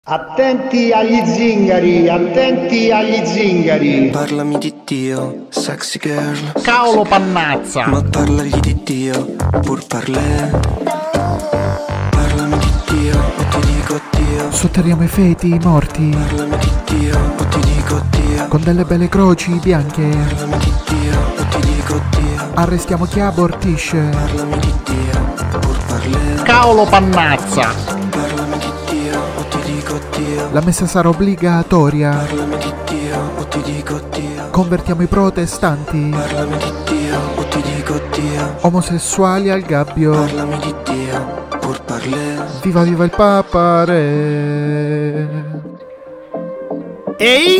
Attenti agli zingari, attenti agli zingari. Parlami di Dio, sexy girl. Cavolo pannazza. Ma parlagli di Dio, pur parlè. Parlami di Dio, o ti dico Dio. Sotterriamo i feti, i morti. Parlami di Dio, o ti dico Dio. Con delle belle croci bianche. Parlami di Dio, o ti dico Dio. Arrestiamo chi abortisce. Parlami di Dio, pur parlè. Cavolo pannazza. Parlami di Dio, o ti dico Dio. La messa sarà obbligatoria. Parlami di Dio, o ti dico Dio. Convertiamo i protestanti. Parlami di Dio, o ti dico Dio. Omosessuali al gabbio. Parlami di Dio, pur parlè. Viva viva il Papa Re. E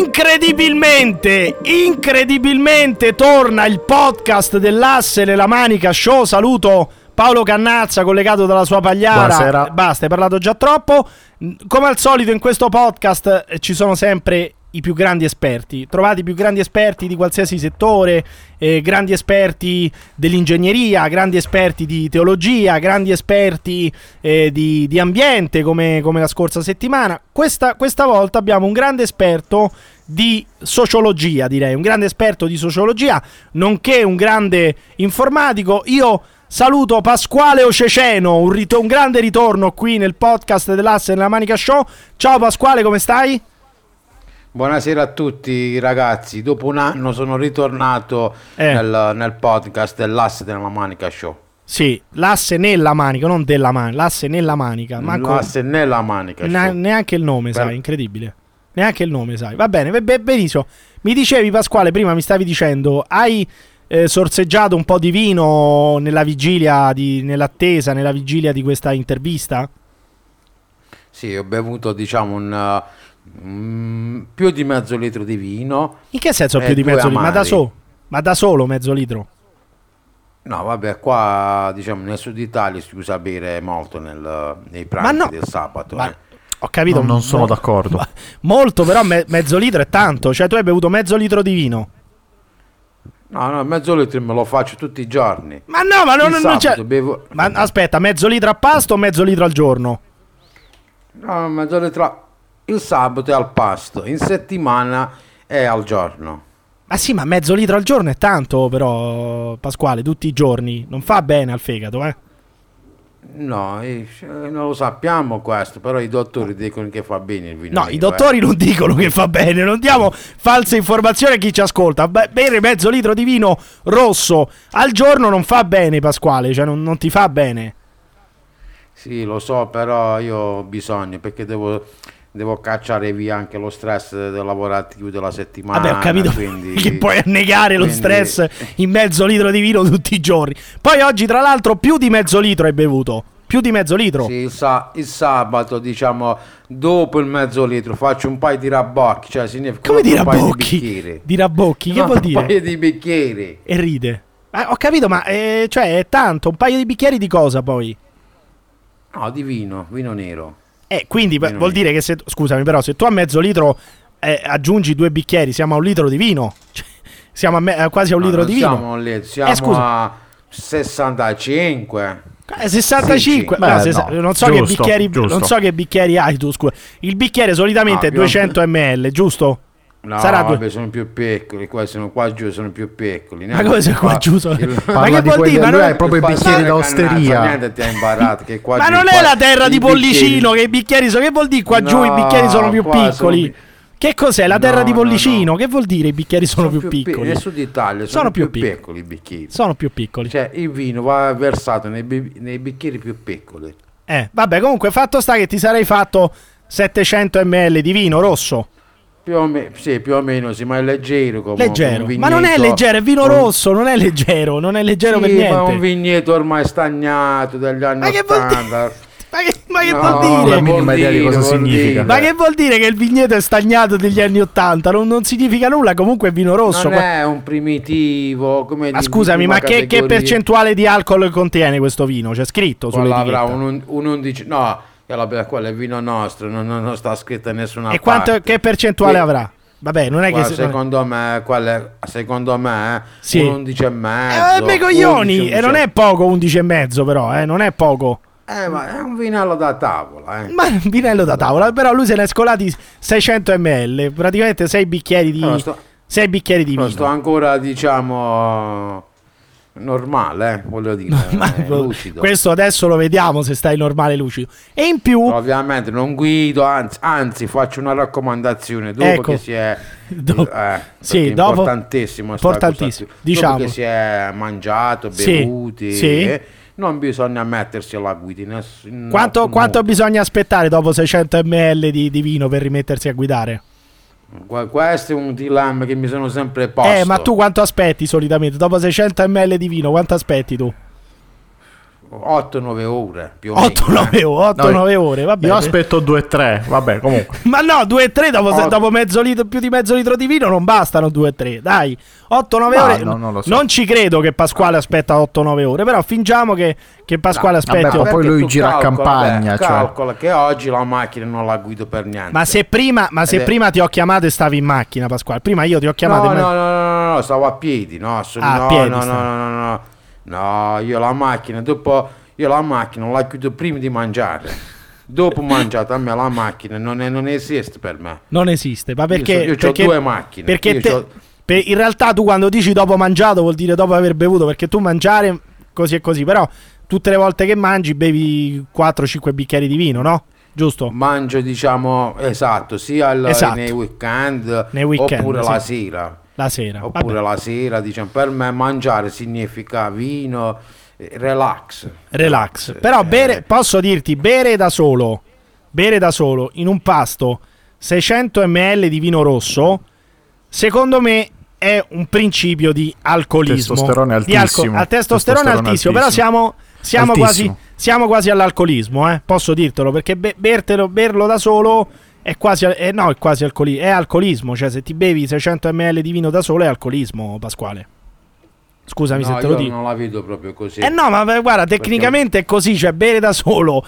incredibilmente torna il podcast dell'Asse nella Manica Show. Saluto Paolo Cannazza collegato dalla sua pagliara. Buonasera. Basta, hai parlato già troppo. Come al solito in questo podcast ci sono sempre i più grandi esperti. Trovate i più grandi esperti di qualsiasi settore, grandi esperti dell'ingegneria, grandi esperti di teologia, grandi esperti di ambiente come la scorsa settimana. Questa volta abbiamo un grande esperto di sociologia, direi, un grande esperto di sociologia, nonché un grande informatico. Io saluto Pasquale Oceceno, un grande ritorno qui nel podcast dell'Asse nella Manica Show. Ciao Pasquale, come stai? Buonasera a tutti ragazzi, dopo un anno sono ritornato nel podcast dell'Asse della Manica Show. Sì, l'asse nella manica, non della manica, l'asse nella manica. L'asse nella Manica Show. Neanche il nome sai, incredibile. Neanche il nome sai. Va bene, benissimo. Mi dicevi Pasquale, prima mi stavi dicendo, hai sorseggiato un po' di vino nella vigilia, nell'attesa, nella vigilia di questa intervista? Sì, ho bevuto diciamo più di mezzo litro di vino. In che senso più di mezzo litro? Ma da solo mezzo litro? No, vabbè, qua diciamo nel sud Italia si usa bere molto nei pranzi del sabato. Ho capito. Non sono d'accordo. Molto, però mezzo litro è tanto. Cioè tu hai bevuto mezzo litro di vino? No, mezzo litro me lo faccio tutti i giorni. Ma no, ma non c'è. Bevo... Ma aspetta, mezzo litro a pasto o mezzo litro al giorno? No, mezzo litro il sabato è al pasto, in settimana è al giorno. Ma sì, ma mezzo litro al giorno è tanto, però, Pasquale, tutti i giorni. Non fa bene al fegato, eh? No, non lo sappiamo questo, però i dottori dicono che fa bene il vino. No, i dottori non dicono che fa bene, non diamo false informazioni a chi ci ascolta. Bere mezzo litro di vino rosso al giorno non fa bene, Pasquale, cioè non ti fa bene. Sì, lo so, però io ho bisogno, perché devo cacciare via anche lo stress lavorativo della settimana. Vabbè, ho capito, quindi, che puoi annegare lo stress in mezzo litro di vino tutti i giorni. Poi oggi, tra l'altro, più di mezzo litro hai bevuto. Più di mezzo litro. Sì, il sabato, diciamo, dopo il mezzo litro faccio un paio di rabocchi. Cioè, significa come di un paio rabocchi? di bicchieri. Di rabocchi, che vuol dire? Un paio di bicchieri. E ride. Ho capito, ma cioè è tanto. Un paio di bicchieri di cosa poi? No, di vino nero. Quindi vuol dire che scusami, però se tu a mezzo litro aggiungi 2 bicchieri, siamo a un litro di vino. Cioè, siamo quasi a un litro di vino. Siamo a 65. 65. Sì. Non so che bicchieri hai tu, scusa. Il bicchiere solitamente è 200 ml, giusto? No, vabbè, sono più piccoli, qua giù sono più piccoli. Ma come sono qua giù? Ma che vuol dire? Ma non è proprio i bicchieri d'osteria. Ti ha imparato che qua ma giù, non è la terra di Pollicino che i bicchieri sono. Che vuol dire qua giù i bicchieri sono più piccoli? Che cos'è la terra di Pollicino? Che vuol dire i bicchieri sono più piccoli? Nel sud Italia sono più piccoli i bicchieri. Sono più piccoli. Cioè il vino va versato nei bicchieri più piccoli. Vabbè, comunque fatto sta che ti sarei fatto 700 ml di vino rosso. Più o meno, sì, ma è leggero come leggero. Un ma non è leggero, è vino rosso, non è leggero sì, per niente. Ma un vigneto ormai stagnato degli anni 80. Ma che vuol dire? La minima idea di cosa significa. Ma che vuol dire che il vigneto è stagnato degli anni 80? Non significa nulla, comunque è vino rosso. Non è un primitivo, come ma scusami, ma che percentuale di alcol contiene questo vino? C'è scritto sull'etichetta? Avrà un 11, no. Quello è vino nostro, non sta scritto in nessuna parte. parte. Che percentuale avrà? Vabbè, non è che secondo me sì. Un 11,5. Coglioni, e non è poco 11,5 però, non è poco. Ma è un vinello da tavola, Ma è un vinello da tavola, però lui se ne è scolati 600 ml, praticamente 6 bicchieri di 6 bicchieri di vino. Sto ancora, diciamo, normale, voglio dire, lucido. Questo adesso lo vediamo se stai normale lucido. E in più ovviamente non guido, anzi faccio una raccomandazione dopo che si è sì, dopo, importantissimo, diciamo, dopo che si è mangiato, bevuti, non bisogna mettersi alla guida. Quanto bisogna aspettare dopo 600 ml di vino per rimettersi a guidare? Questo è un dilemma che mi sono sempre posto. Ma tu quanto aspetti solitamente? Dopo 600 ml di vino, quanto aspetti tu? 8-9 ore più o meno. 8-9 ore, vabbè. Io aspetto 2-3, vabbè, comunque. Ma no, 2-3 dopo mezzo litro, più di mezzo litro di vino non bastano 2-3, dai. 8-9 ore. Non lo so. Non ci credo che Pasquale aspetta 8-9 ore, però fingiamo che Pasquale aspetti. Vabbè, poi lui gira a campagna, calcola che oggi la macchina non la guido per niente. Ma se prima ti ho chiamato e stavi in macchina, Pasquale. Prima io ti ho chiamato No, stavo a piedi, no, No, io la macchina non la chiudo prima di mangiare. Dopo mangiato a me la macchina non esiste per me. Non esiste, ma perché? Io ho 2 macchine. Perché in realtà tu quando dici dopo mangiato vuol dire dopo aver bevuto, perché tu mangiare così e così, però tutte le volte che mangi bevi 4-5 bicchieri di vino, no? Giusto? Mangio, diciamo, esatto, sia nei weekend oppure la sera. Oppure la sera, diciamo, per me mangiare significa vino, relax. Però posso dirti, bere da solo in un pasto 600 ml di vino rosso, secondo me è un principio di alcolismo. Testosterone altissimo. Testosterone altissimo, però siamo quasi all'alcolismo, posso dirtelo, perché berlo da solo è quasi è alcolismo, cioè se ti bevi 600 ml di vino da solo è alcolismo, Pasquale. Scusami se te lo dico. Non la vedo proprio così. No, ma guarda, tecnicamente è così, cioè bere da solo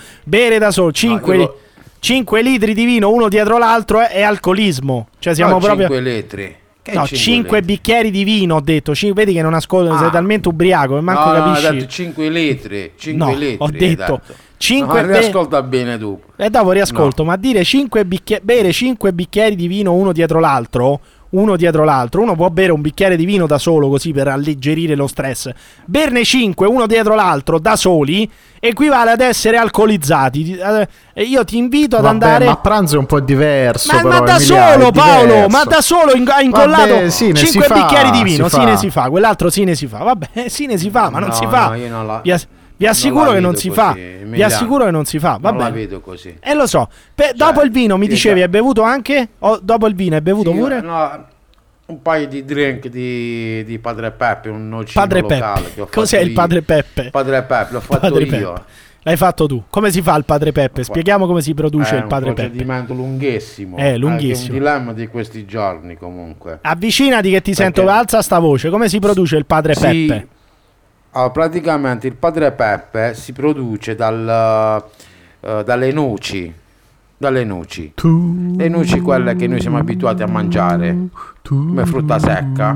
5 litri di vino uno dietro l'altro è alcolismo. Cioè siamo proprio 5 litri. No, 5 bicchieri di vino, ho detto. Vedi che non ascolto, sei talmente ubriaco e manco capisci. Ho detto 5 litri. 5 litri. Ho detto 5 riascolta bene dopo. E dopo riascolto, ma dire bere 5 bicchieri di vino uno dietro l'altro, uno può bere un bicchiere di vino da solo così per alleggerire lo stress. Berne 5 uno dietro l'altro da soli equivale ad essere alcolizzati. Io ti invito ad andare. Ma a pranzo è un po' diverso. Ma da solo, Paolo, ma da solo incollato 5 bicchieri di vino. Sì, ne si fa. Quell'altro sì ne si fa. Vabbè, sì ne si fa, ma non si fa. Vi assicuro che non si fa. Vi assicuro che non si fa. Vabbè. Non la vedo così. Lo so. Dopo il vino mi dicevi hai bevuto anche? Dopo il vino hai bevuto pure? No, un paio di drink di Padre Peppe, un nocino locale. Cos'è il Padre Peppe? Padre Peppe, l'ho fatto io. L'hai fatto tu. Come si fa il Padre Peppe? Spieghiamo come si produce il Padre Peppe. È un procedimento lunghissimo. Lunghissimo. È un dilemma di questi giorni comunque. Avvicinati che ti sento, alza sta voce. Come si produce il Padre Peppe? Praticamente il Padre Peppe si produce dalle noci. Le noci quelle che noi siamo abituati a mangiare come frutta secca,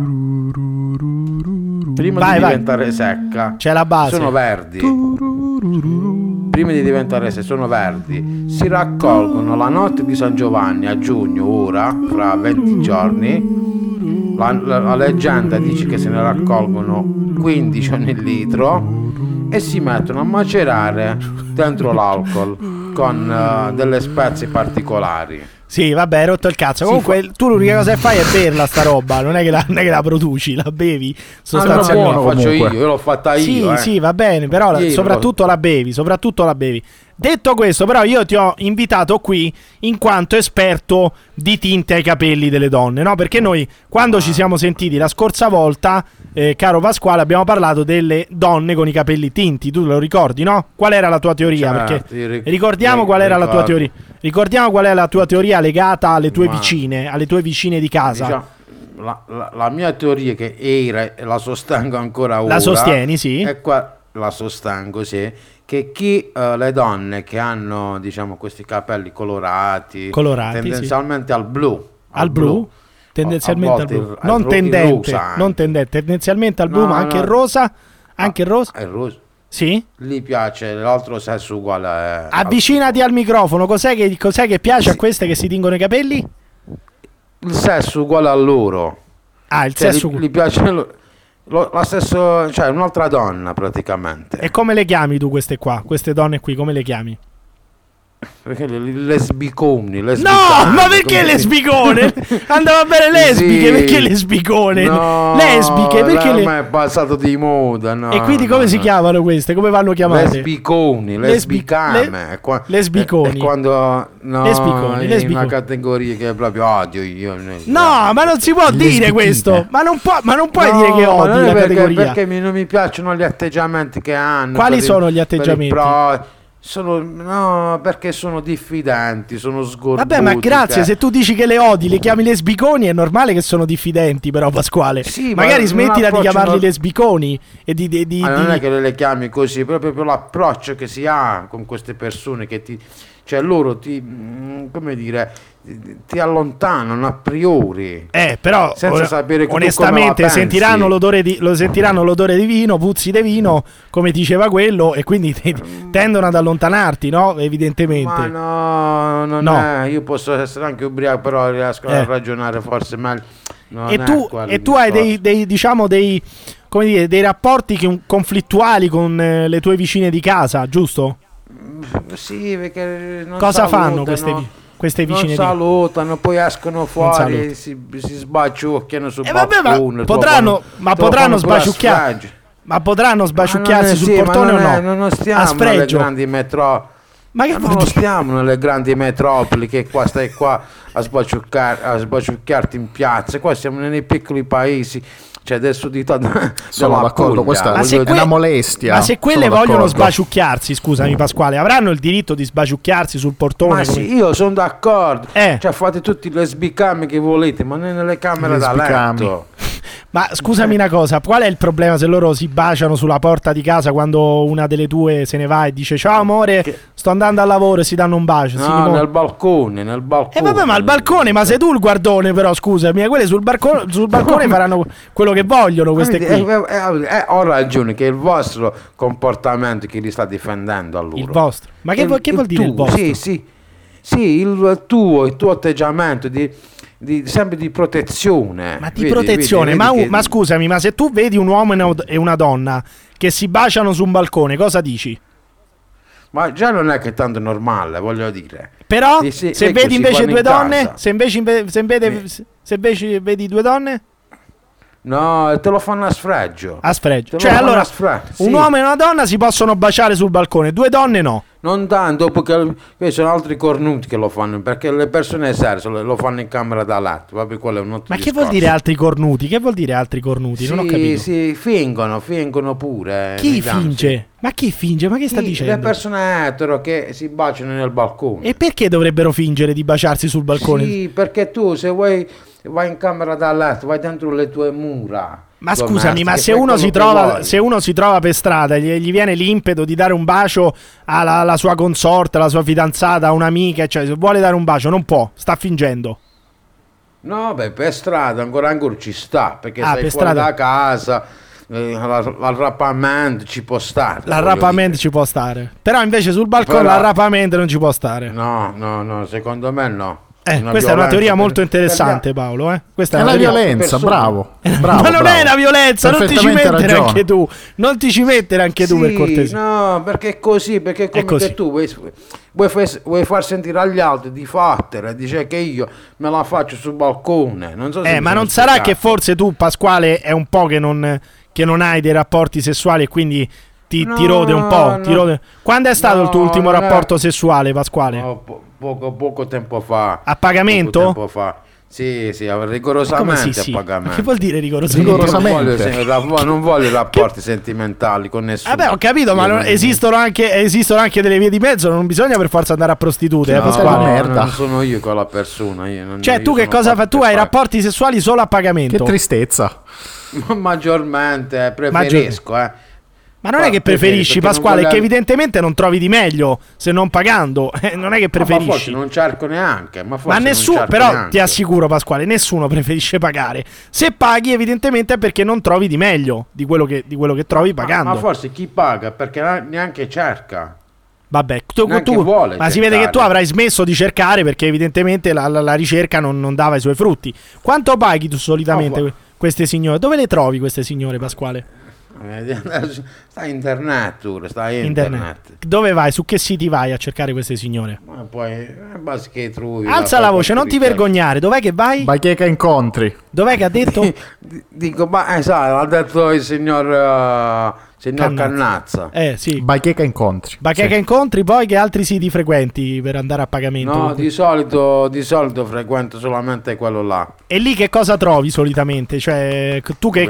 prima di diventare secca c'è la base, sono verdi. Prima di diventare sono verdi, si raccolgono la notte di San Giovanni a giugno, ora fra 20 giorni. La leggenda dice che se ne raccolgono 15 ogni litro e si mettono a macerare dentro l'alcol con delle spezie particolari. Sì, vabbè, hai rotto il cazzo. Comunque tu l'unica cosa che fai è berla sta roba, non è che la produci, la bevi sostanzialmente. Lo faccio io l'ho fatta io. Sì, va bene, però soprattutto la bevi. Detto questo, però io ti ho invitato qui in quanto esperto di tinte ai capelli delle donne, no? Perché noi quando ci siamo sentiti la scorsa volta, caro Pasquale, abbiamo parlato delle donne con i capelli tinti, tu lo ricordi, no? Qual era la tua teoria? Perché ricordiamo qual era la tua teoria. Ricordiamo qual è la tua teoria legata alle tue vicine di casa. Diciamo, la mia teoria che era, la sostengo ancora ora. La sostieni, sì? La sostengo, sì. Che le donne che hanno, diciamo, questi capelli colorati tendenzialmente sì. al blu. Tendenzialmente al blu. Non tendente, tendenzialmente al blu, ma anche il rosa. Il rosa. Sì? Gli piace l'altro sesso uguale. Avvicinati al microfono, cos'è che piace a queste che si tingono i capelli? Il sesso uguale a loro. Ah, il Cioè, sesso. gli piace la stesso, cioè un'altra donna praticamente. E come le chiami tu queste qua? Queste donne qui, come le chiami? Perché lesbiconi, No, ma perché lesbicone? Andava bene lesbiche, Sì. perché lesbicone? No, Lesbiche, perché ormai è passato di moda, no. E quindi come si chiamano queste? Come vanno chiamate? Lesbiconi, lesbicame. lesbiconi. È quando no, Lesbiconi, è lesbiconi. una categoria che proprio odio io. No, ma non si può dire questo. Ma non puoi dire che odi non è la perché, categoria. perché non mi piacciono gli atteggiamenti che hanno. Quali per sono gli per atteggiamenti? No, perché sono diffidenti, sono sgorbuti. Vabbè, ma grazie, cioè. se tu dici che le odi, le chiami lesbiconi, è normale che sono diffidenti, però Pasquale. Sì, ma magari non smettila di approccio chiamarli non- lesbiconi e di Non è che le chiami così, proprio per l'approccio che si ha con queste persone che cioè loro come dire, ti allontanano a priori. però Senza sapere che tu onestamente come la pensi. sentiranno l'odore di vino, puzzi di vino, come diceva quello, e quindi tendono ad allontanarti, no? Evidentemente. Ma no, No. è. Io posso essere anche ubriaco, però riesco a ragionare forse meglio. Non E è tu, quello e il tu hai discorso. come dire, dei rapporti conflittuali con le tue vicine di casa, giusto? Sì, perché non Cosa fanno salutano, queste vicine non di salutano, poi escono fuori, salutano. si sbaciucchiano sul vabbè, balcone. potranno sbaciucchiare. sbaciucchiare. Ma potranno sbaciucchiarsi sul Sì, portone o no? non A stiamo nelle sfregio. grandi metropoli. Ma che Ma vuol non dire? stiamo nelle grandi metropoli che qua stai qua a sbaciucchiarti in piazza. Qua siamo nei piccoli paesi, cioè del sud Italia. Sono della d'accordo, Puglia, questa Ma voglio se dire. è una molestia. Ma se quelle Sono vogliono d'accordo. sbaciucchiarsi, scusami Pasquale, avranno il diritto di sbaciucchiarsi sul portone? Ma sì, io sono d'accordo. Eh. Cioè fate tutti i lesbicami che volete, ma non nelle camere da Lesbicami. letto. Ma scusami una cosa, qual è il problema se loro si baciano sulla porta di casa quando una delle due se ne va e dice ciao amore, sto andando al lavoro e si danno un bacio? No, nel balcone. Vabbè, ma al balcone, ma sei tu il guardone però, scusami, quelle sul balcone faranno quello che vogliono queste qui. Ho ragione che è il vostro comportamento che li sta difendendo a loro. Il vostro? Ma che vuol dire il vostro? Sì, il tuo atteggiamento sempre di protezione. Ma di protezione, ma scusami, ma se tu vedi un uomo e una donna che si baciano su un balcone, cosa dici? Ma già non è che è tanto normale, voglio dire. Però Sì, se ecco, vedi si invece fanno due in donne, casa. se invece vedi due donne No, te lo fanno a sfregio. a sfregio. Te lo Cioè fanno allora a sfregio, sì. un uomo e una donna si possono baciare sul balcone, due donne no. Non tanto, perché ci sono altri cornuti che lo fanno, perché le persone serie lo fanno in camera da letto, proprio quello è un altro Ma che discorso. vuol dire altri cornuti? Che vuol dire altri cornuti? Non ho capito. Sì, fingono pure. Chi nei campi. finge? Ma chi finge? Ma che sta Sì, dicendo? le persone etero che si baciano nel balcone. E perché dovrebbero fingere di baciarsi sul balcone? Sì, perché tu se vuoi vai in camera da letto, vai dentro le tue mura. Ma scusami, ma se fai uno, quello che vuoi. se uno si trova per strada e gli viene l'impeto di dare un bacio alla sua consorte, alla sua fidanzata, a un'amica, cioè se vuole dare un bacio non può, sta fingendo. No, beh, per strada ancora ci sta, perché Ah, sei per fuori strada. da casa, l'arrappamento ci può stare. L'arrappamento ci può stare. Però invece sul balcone Però- l'arrappamento non ci può stare. No, secondo me no. Questa è una teoria molto per- interessante, Paolo. Questa È è la una teoria. violenza, persone. bravo. Ma non è una violenza, non ti ci Perfettamente mettere ragione. anche tu. Non ti ci mettere anche tu, Sì, per cortesia. no, perché è così, perché è come così. che tu vuoi far sentire agli altri di fattere, dice che io me la faccio sul balcone. Non so se mi Ma sono non sarà spiegato. che forse tu, Pasquale, è un po' che non hai dei rapporti sessuali e quindi ti rode un po'? No. Ti rode. Quando è stato il tuo No, ultimo non è- rapporto sessuale, Pasquale? No, poco tempo fa. A pagamento? Poco tempo fa. Sì, rigorosamente Come sì? a pagamento. Ma che vuol dire rigorosamente? Rigorosamente. Non voglio rapporti sentimentali con nessuno. Vabbè, ho capito, ma Io non- esistono anche delle vie di mezzo, non bisogna per forza andare a prostitute, No, Pasquale. merda. non sono io quella persona. Cioè, io tu che sono cosa fatto fai? Tu per hai fare- rapporti sessuali solo a pagamento. Che tristezza. Maggiormente preferisco, Ma non è che preferisci, Pasquale, è che evidentemente non trovi di meglio se non pagando. Non è che preferisci. Ma forse non cerco neanche. Ma nessuno, però ti assicuro, Pasquale, nessuno preferisce pagare. Se paghi, evidentemente è perché non trovi di meglio di quello che trovi pagando. Ma forse chi paga perché neanche cerca. Vabbè, ma si vede che tu avrai smesso di cercare perché evidentemente la ricerca non dava i suoi frutti. Quanto paghi tu solitamente queste signore? Dove le trovi queste signore, Pasquale? Sta internet. Dove vai? Su che siti vai a cercare queste signore? Ma poi basta che trovi. Alza la voce, non ti vergognare. Dov'è che vai? Bacheca Incontri. Dov'è che ha detto? Dico, l'ha detto il signor Cannazza. Sì. Bacheca Incontri. Bacheca Incontri, poi che altri siti frequenti per andare a pagamento? No, di solito frequento solamente quello là. E lì che cosa trovi solitamente? Cioè, tu che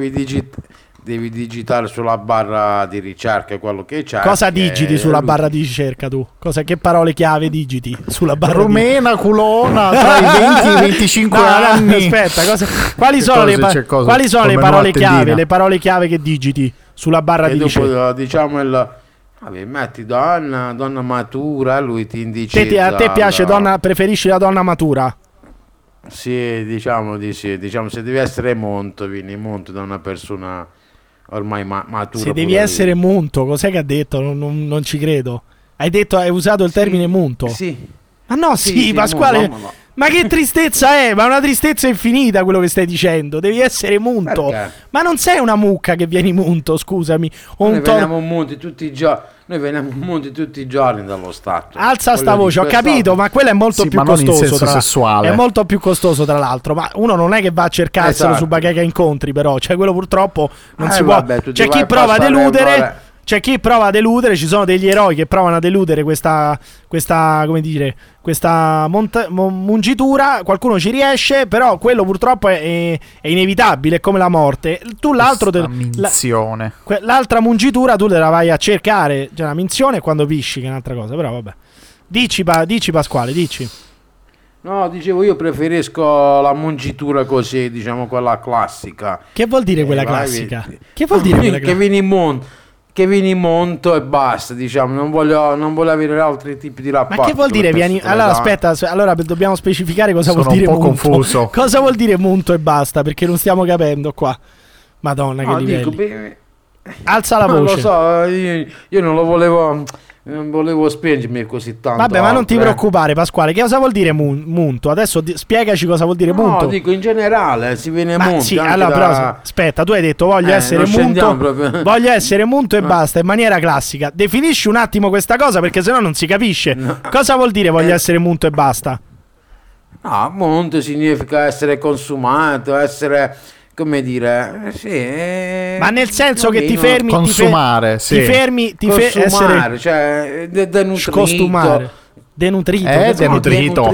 devi digitare sulla barra di ricerca quello che c'è. Cosa digiti sulla barra di ricerca tu? Che parole chiave digiti sulla barra? Rumena, culona, tra i 20 e i 25 anni. Aspetta, quali sono le parole chiave? Le parole chiave che digiti sulla barra di ricerca? Diciamo metti donna matura, lui ti indice. A te piace donna, preferisci la donna matura? Sì, diciamo di sì. Diciamo, se devi essere vieni monto da una persona ormai matura. Se devi essere munto, cos'è che ha detto? Non ci credo. Hai usato il termine munto? Sì. Ma no, sì, Pasquale. No. Ma che tristezza è? Ma è una tristezza infinita quello che stai dicendo. Devi essere munto. Perché? Ma non sei una mucca che vieni munto, scusami. Noi veniamo munti tutti i giorni. Noi veniamo munti tutti i giorni dallo Stato. Alza sta voce, ho capito, ma quello è molto più costoso. In senso sessuale. È molto più costoso, tra l'altro. Ma uno non è che va a cercarselo su Bacheca Incontri, però. Cioè, quello purtroppo non si può. C'è chi prova a deludere. C'è chi prova a deludere, ci sono degli eroi che provano a deludere questa come dire, questa mungitura, qualcuno ci riesce, però quello purtroppo è inevitabile, è come la morte. Tu minzione. L'altra mungitura tu te la vai a cercare, cioè la minzione è quando pisci, che è un'altra cosa, però vabbè. Dici Pasquale, dici. No, dicevo, io preferisco la mungitura così, diciamo quella classica. Che vuol dire quella classica? Che vuol dire quella classica? Che vieni monto e basta, diciamo, non voglio avere altri tipi di rapporti. Ma che vuol dire allora aspetta, allora dobbiamo specificare cosa vuol dire munto. Sono un po' confuso. Cosa vuol dire munto e basta, perché non stiamo capendo qua. Madonna, che livelli. Alza la voce. Non lo so, io non lo volevo. Non volevo spingermi così tanto. Vabbè, ma non ti preoccupare, Pasquale. Che cosa vuol dire munto? Adesso spiegaci cosa vuol dire munto. No, dico in generale, si viene munto. Sì, allora, però aspetta, tu hai detto voglio essere munto e basta, in maniera classica. Definisci un attimo questa cosa, perché sennò non si capisce. No. Cosa vuol dire voglio essere munto e basta? No, munto significa essere consumato, essere... Come dire, sì, ma nel senso che ti fermi, consumare, ti fermi, consumare, essere, cioè denutrito, costumare, denutrito,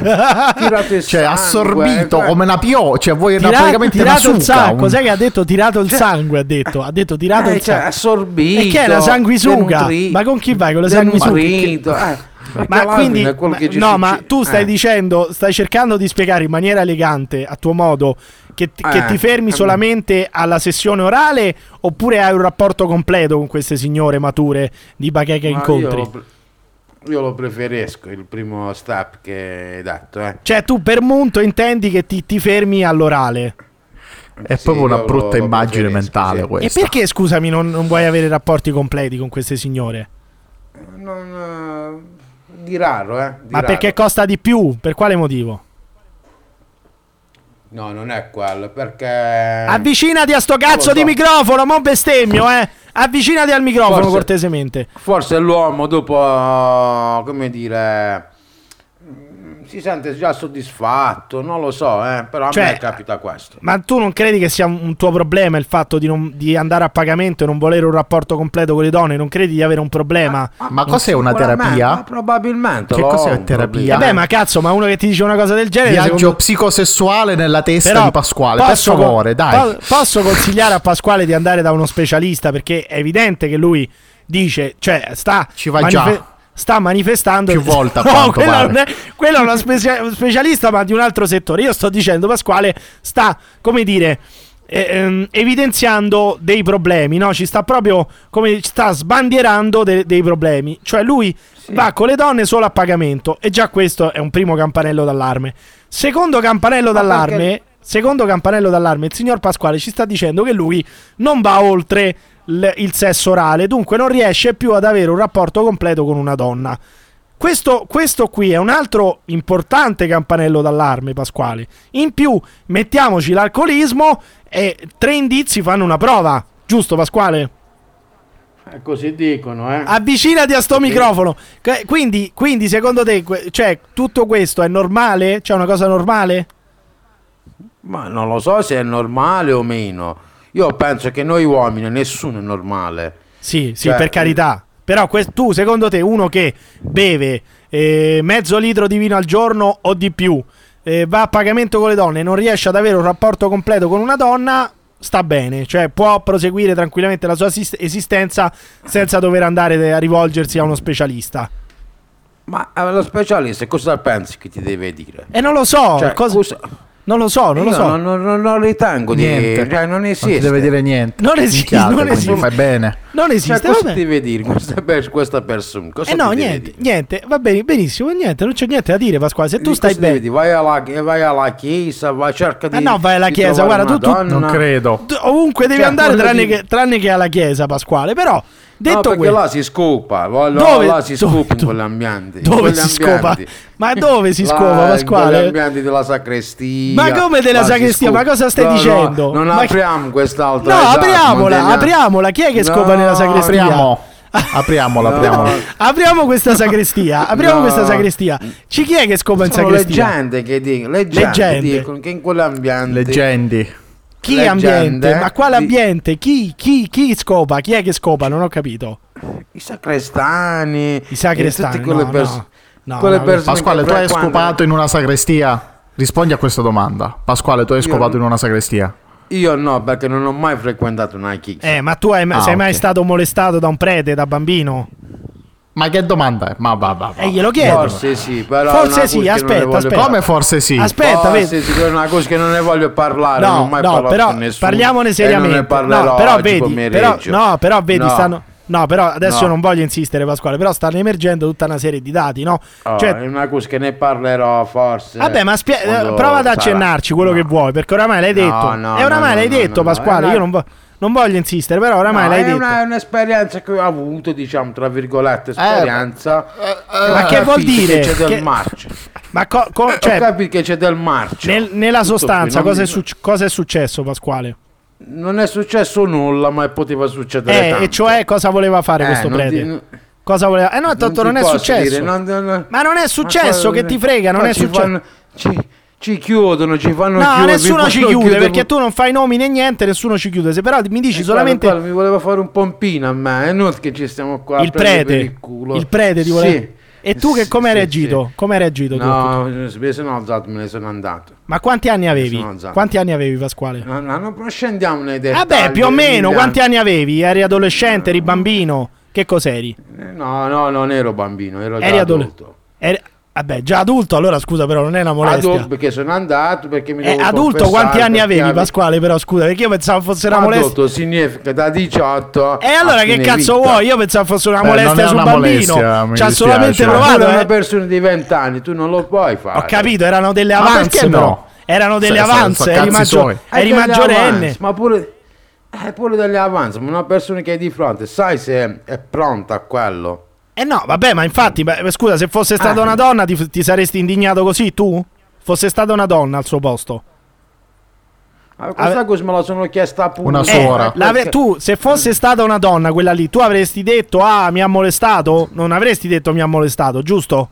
cioè assorbito come una pioggia, cioè vuoi praticamente tirato il sangue. Cos'è che ha detto? Tirato il sangue, ha detto tirato il sangue, assorbito, e che è la sanguisuga? Ma con chi vai con la sanguisuga? Ma quindi ma tu stai dicendo, stai cercando di spiegare in maniera elegante, a tuo modo, che ti fermi solamente alla sessione orale, oppure hai un rapporto completo con queste signore mature di Bacheca Incontri? Io lo preferisco il primo step che hai detto. Cioè tu per munto intendi che ti fermi all'orale? È proprio una brutta immagine mentale, sì. Questa. E perché, scusami, non vuoi avere rapporti completi con queste signore? Di raro, Ma perché costa di più? Per quale motivo? No, non è quello, perché... Avvicinati a sto cazzo di microfono, mo bestemmio, Avvicinati al microfono, cortesemente. Forse l'uomo dopo, come dire... si sente già soddisfatto, non lo so, però a me capita questo. Ma tu non credi che sia un tuo problema il fatto di andare a pagamento e non volere un rapporto completo con le donne? Non credi di avere un problema? Ma cos'è una terapia? Probabilmente. Che cos'è terapia? Vabbè, ma cazzo, ma uno che ti dice una cosa del genere... Viaggio psicosessuale nella testa di Pasquale, per favore, dai. Posso consigliare a Pasquale di andare da uno specialista, perché è evidente che lui dice, cioè ci va già. Sta manifestando più volte. No, quello è uno specialista, ma di un altro settore. Io sto dicendo, Pasquale sta, come dire, evidenziando dei problemi, no? Ci sta proprio, come sta sbandierando dei problemi. Cioè lui va con le donne solo a pagamento, e già questo è un primo campanello d'allarme. Secondo campanello d'allarme, il signor Pasquale ci sta dicendo che lui non va oltre il sesso orale, dunque non riesce più ad avere un rapporto completo con una donna. Questo qui è un altro importante campanello d'allarme, Pasquale. In più mettiamoci l'alcolismo e 3 indizi fanno una prova, giusto Pasquale? Così dicono, Avvicinati a sto microfono. Quindi secondo te, cioè, tutto questo è normale? C'è una cosa normale? Ma non lo so se è normale o meno. Io penso che noi uomini, nessuno è normale. Sì, per carità. Però tu, secondo te, uno che beve mezzo litro di vino al giorno o di più, va a pagamento con le donne e non riesce ad avere un rapporto completo con una donna, sta bene, cioè può proseguire tranquillamente la sua esistenza senza dover andare a rivolgersi a uno specialista. Ma lo specialista cosa pensi che ti deve dire? Non lo so, cioè, non lo so. Non ritengo niente. Cioè, non esiste. Non ti deve dire niente. Non esiste. Fai bene. Non esiste. Cioè, cosa ti deve dire questa persona? Cosa no, ti niente. Va bene, benissimo. Niente, non c'è niente da dire, Pasquale. Se tu stai bene, vai alla chiesa, cerca di. No, vai alla chiesa. Guarda, tu non credo. Ovunque devi andare, tranne che alla chiesa, Pasquale. Però. Detto perché là si scopa, là si scopa in quell'ambiente. Dove si scopa? Ma dove si scopa, Pasquale? Negli ambienti della sacrestia. Ma come della sacrestia? Ma cosa stai dicendo? Non apriamo quest'altra. No, apriamola. Chi è che scopa nella sacrestia? Apriamo questa sacrestia. Questa sacrestia. Chi è che scopa in sacrestia? Leggende che dicono che in quell'ambiente. Leggendi. Chi ambiente? Ma quale ambiente? Chi scopa? Chi è che scopa? Non ho capito. I sacrestani. Tutte quelle persone. Pasquale, tu hai scopato in una sacrestia? Rispondi a questa domanda. Pasquale, tu hai scopato in una sacrestia? Io no, perché non ho mai frequentato una chiesa. Ma tu sei mai stato molestato da un prete da bambino? Ma che domanda è? Ma va. Glielo chiedo. Forse sì, però. Forse sì, aspetta. Come forse sì? Aspetta, forse sì, è una cosa che non ne voglio parlare. No, non ho mai no, però con nessuno. Parliamone seriamente. Non ne parlerò però oggi pomeriggio. Però vedi, stanno. No, però adesso non voglio insistere, Pasquale. Però stanno emergendo tutta una serie di dati, no? Cioè, è una cosa che ne parlerò forse. Vabbè, ma prova ad accennarci quello che vuoi, perché oramai l'hai detto. Oramai l'hai detto, Pasquale. Io non voglio insistere, però oramai l'hai detto. È un'esperienza che ho avuto, diciamo, tra virgolette, esperienza. Ma che vuol dire? Che c'è del marcio. Ma cioè, capi che c'è del marcio. Nella sostanza, cosa è successo, Pasquale? Non è successo nulla, ma poteva succedere tanto. E cioè cosa voleva fare questo prete? Cosa voleva? No, tanto non è successo. Ma non è successo, che ti frega, non è successo. Ci chiudono, ci fanno chiudere. No, nessuno ci chiude, perché tu non fai nomi né niente, nessuno ci chiude. Se però mi dici solamente mi voleva fare un pompino a me, è non che ci stiamo qua il prete ti voleva. Sì. E tu che come hai reagito? Come hai reagito? No, mi sono alzato, me ne sono andato. Ma quanti anni avevi? Quanti anni avevi, Pasquale? No, non scendiamo nei dettagli. Vabbè, più o meno, quanti anni avevi? Eri adolescente, eri bambino? Che cos'eri? No, non ero bambino, ero già adulto. Vabbè, già adulto, allora scusa, però non è una molestia. Adulto perché sono andato, perché mi devo adulto quanti anni avevi, Pasquale? Però scusa, perché io pensavo fosse una molestia. Adulto significa da 18. E allora che cazzo vuoi? Io pensavo fosse una molestia sul bambino. Ci ha solamente provato. Una persona di 20 anni, tu non lo puoi fare. Ho capito, erano delle avanze, no? Erano delle avanze, eri maggiorenne. Ma pure delle avanze, ma una persona che è di fronte, sai se è pronta a quello? No, vabbè, ma infatti, scusa, se fosse stata una donna ti saresti indignato così, tu? Fosse stata una donna al suo posto? Questa cosa me la sono chiesta pure. Una suora. Tu, se fosse stata una donna quella lì, tu avresti detto, mi ha molestato? Non avresti detto mi ha molestato, giusto?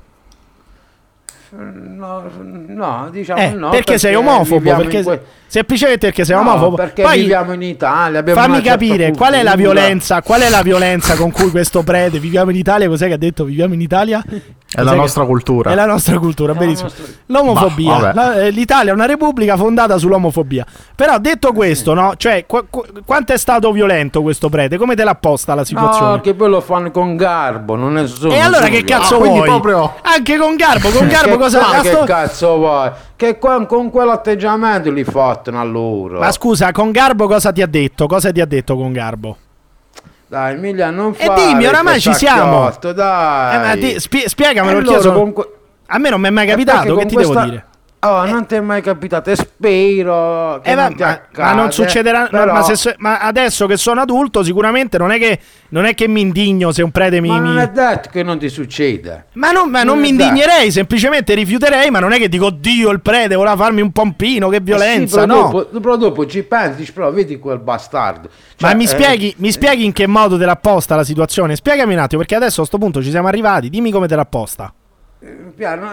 No, diciamo no. Perché sei omofobo? Semplicemente perché sei omofobo. Perché poi viviamo in Italia. Fammi capire qual è la violenza con cui questo prete, viviamo in Italia, cos'è che ha detto viviamo in Italia? È la nostra cultura. È la nostra cultura, benissimo. L'omofobia. L'Italia è una repubblica fondata sull'omofobia. Però detto questo, no? Cioè, quanto è stato violento questo prete? Come te l'ha posta la situazione? No, che poi lo fanno con garbo, non è solo. E allora che cazzo vuoi? Proprio... Anche con garbo cosa... Ma che cazzo vuoi? Che con quell'atteggiamento li fottono a loro. Ma scusa, con Garbo cosa ti ha detto? Cosa ti ha detto con Garbo? Dai, Emilia, non fare dimmi, oramai ci siamo. Dai. Spiegamelo, perché a me non mi è mai capitato, che ti devo dire? Oh, non ti è mai capitato, e spero che non ti accada, ma non succederà. però... Ma adesso che sono adulto, sicuramente non è che mi indigno se un prete mi. Ma non è detto che non ti succeda. Ma non mi indignerei, semplicemente rifiuterei. Ma non è che dico, Dio, il prete voleva farmi un pompino, che violenza. Sì, no. dopo ci pensi, dici, però vedi quel bastardo. Cioè, ma mi spieghi in che modo te l'ha posta la situazione? Spiegami un attimo, perché adesso a sto punto ci siamo arrivati. Dimmi come te l'ha posta. Piano,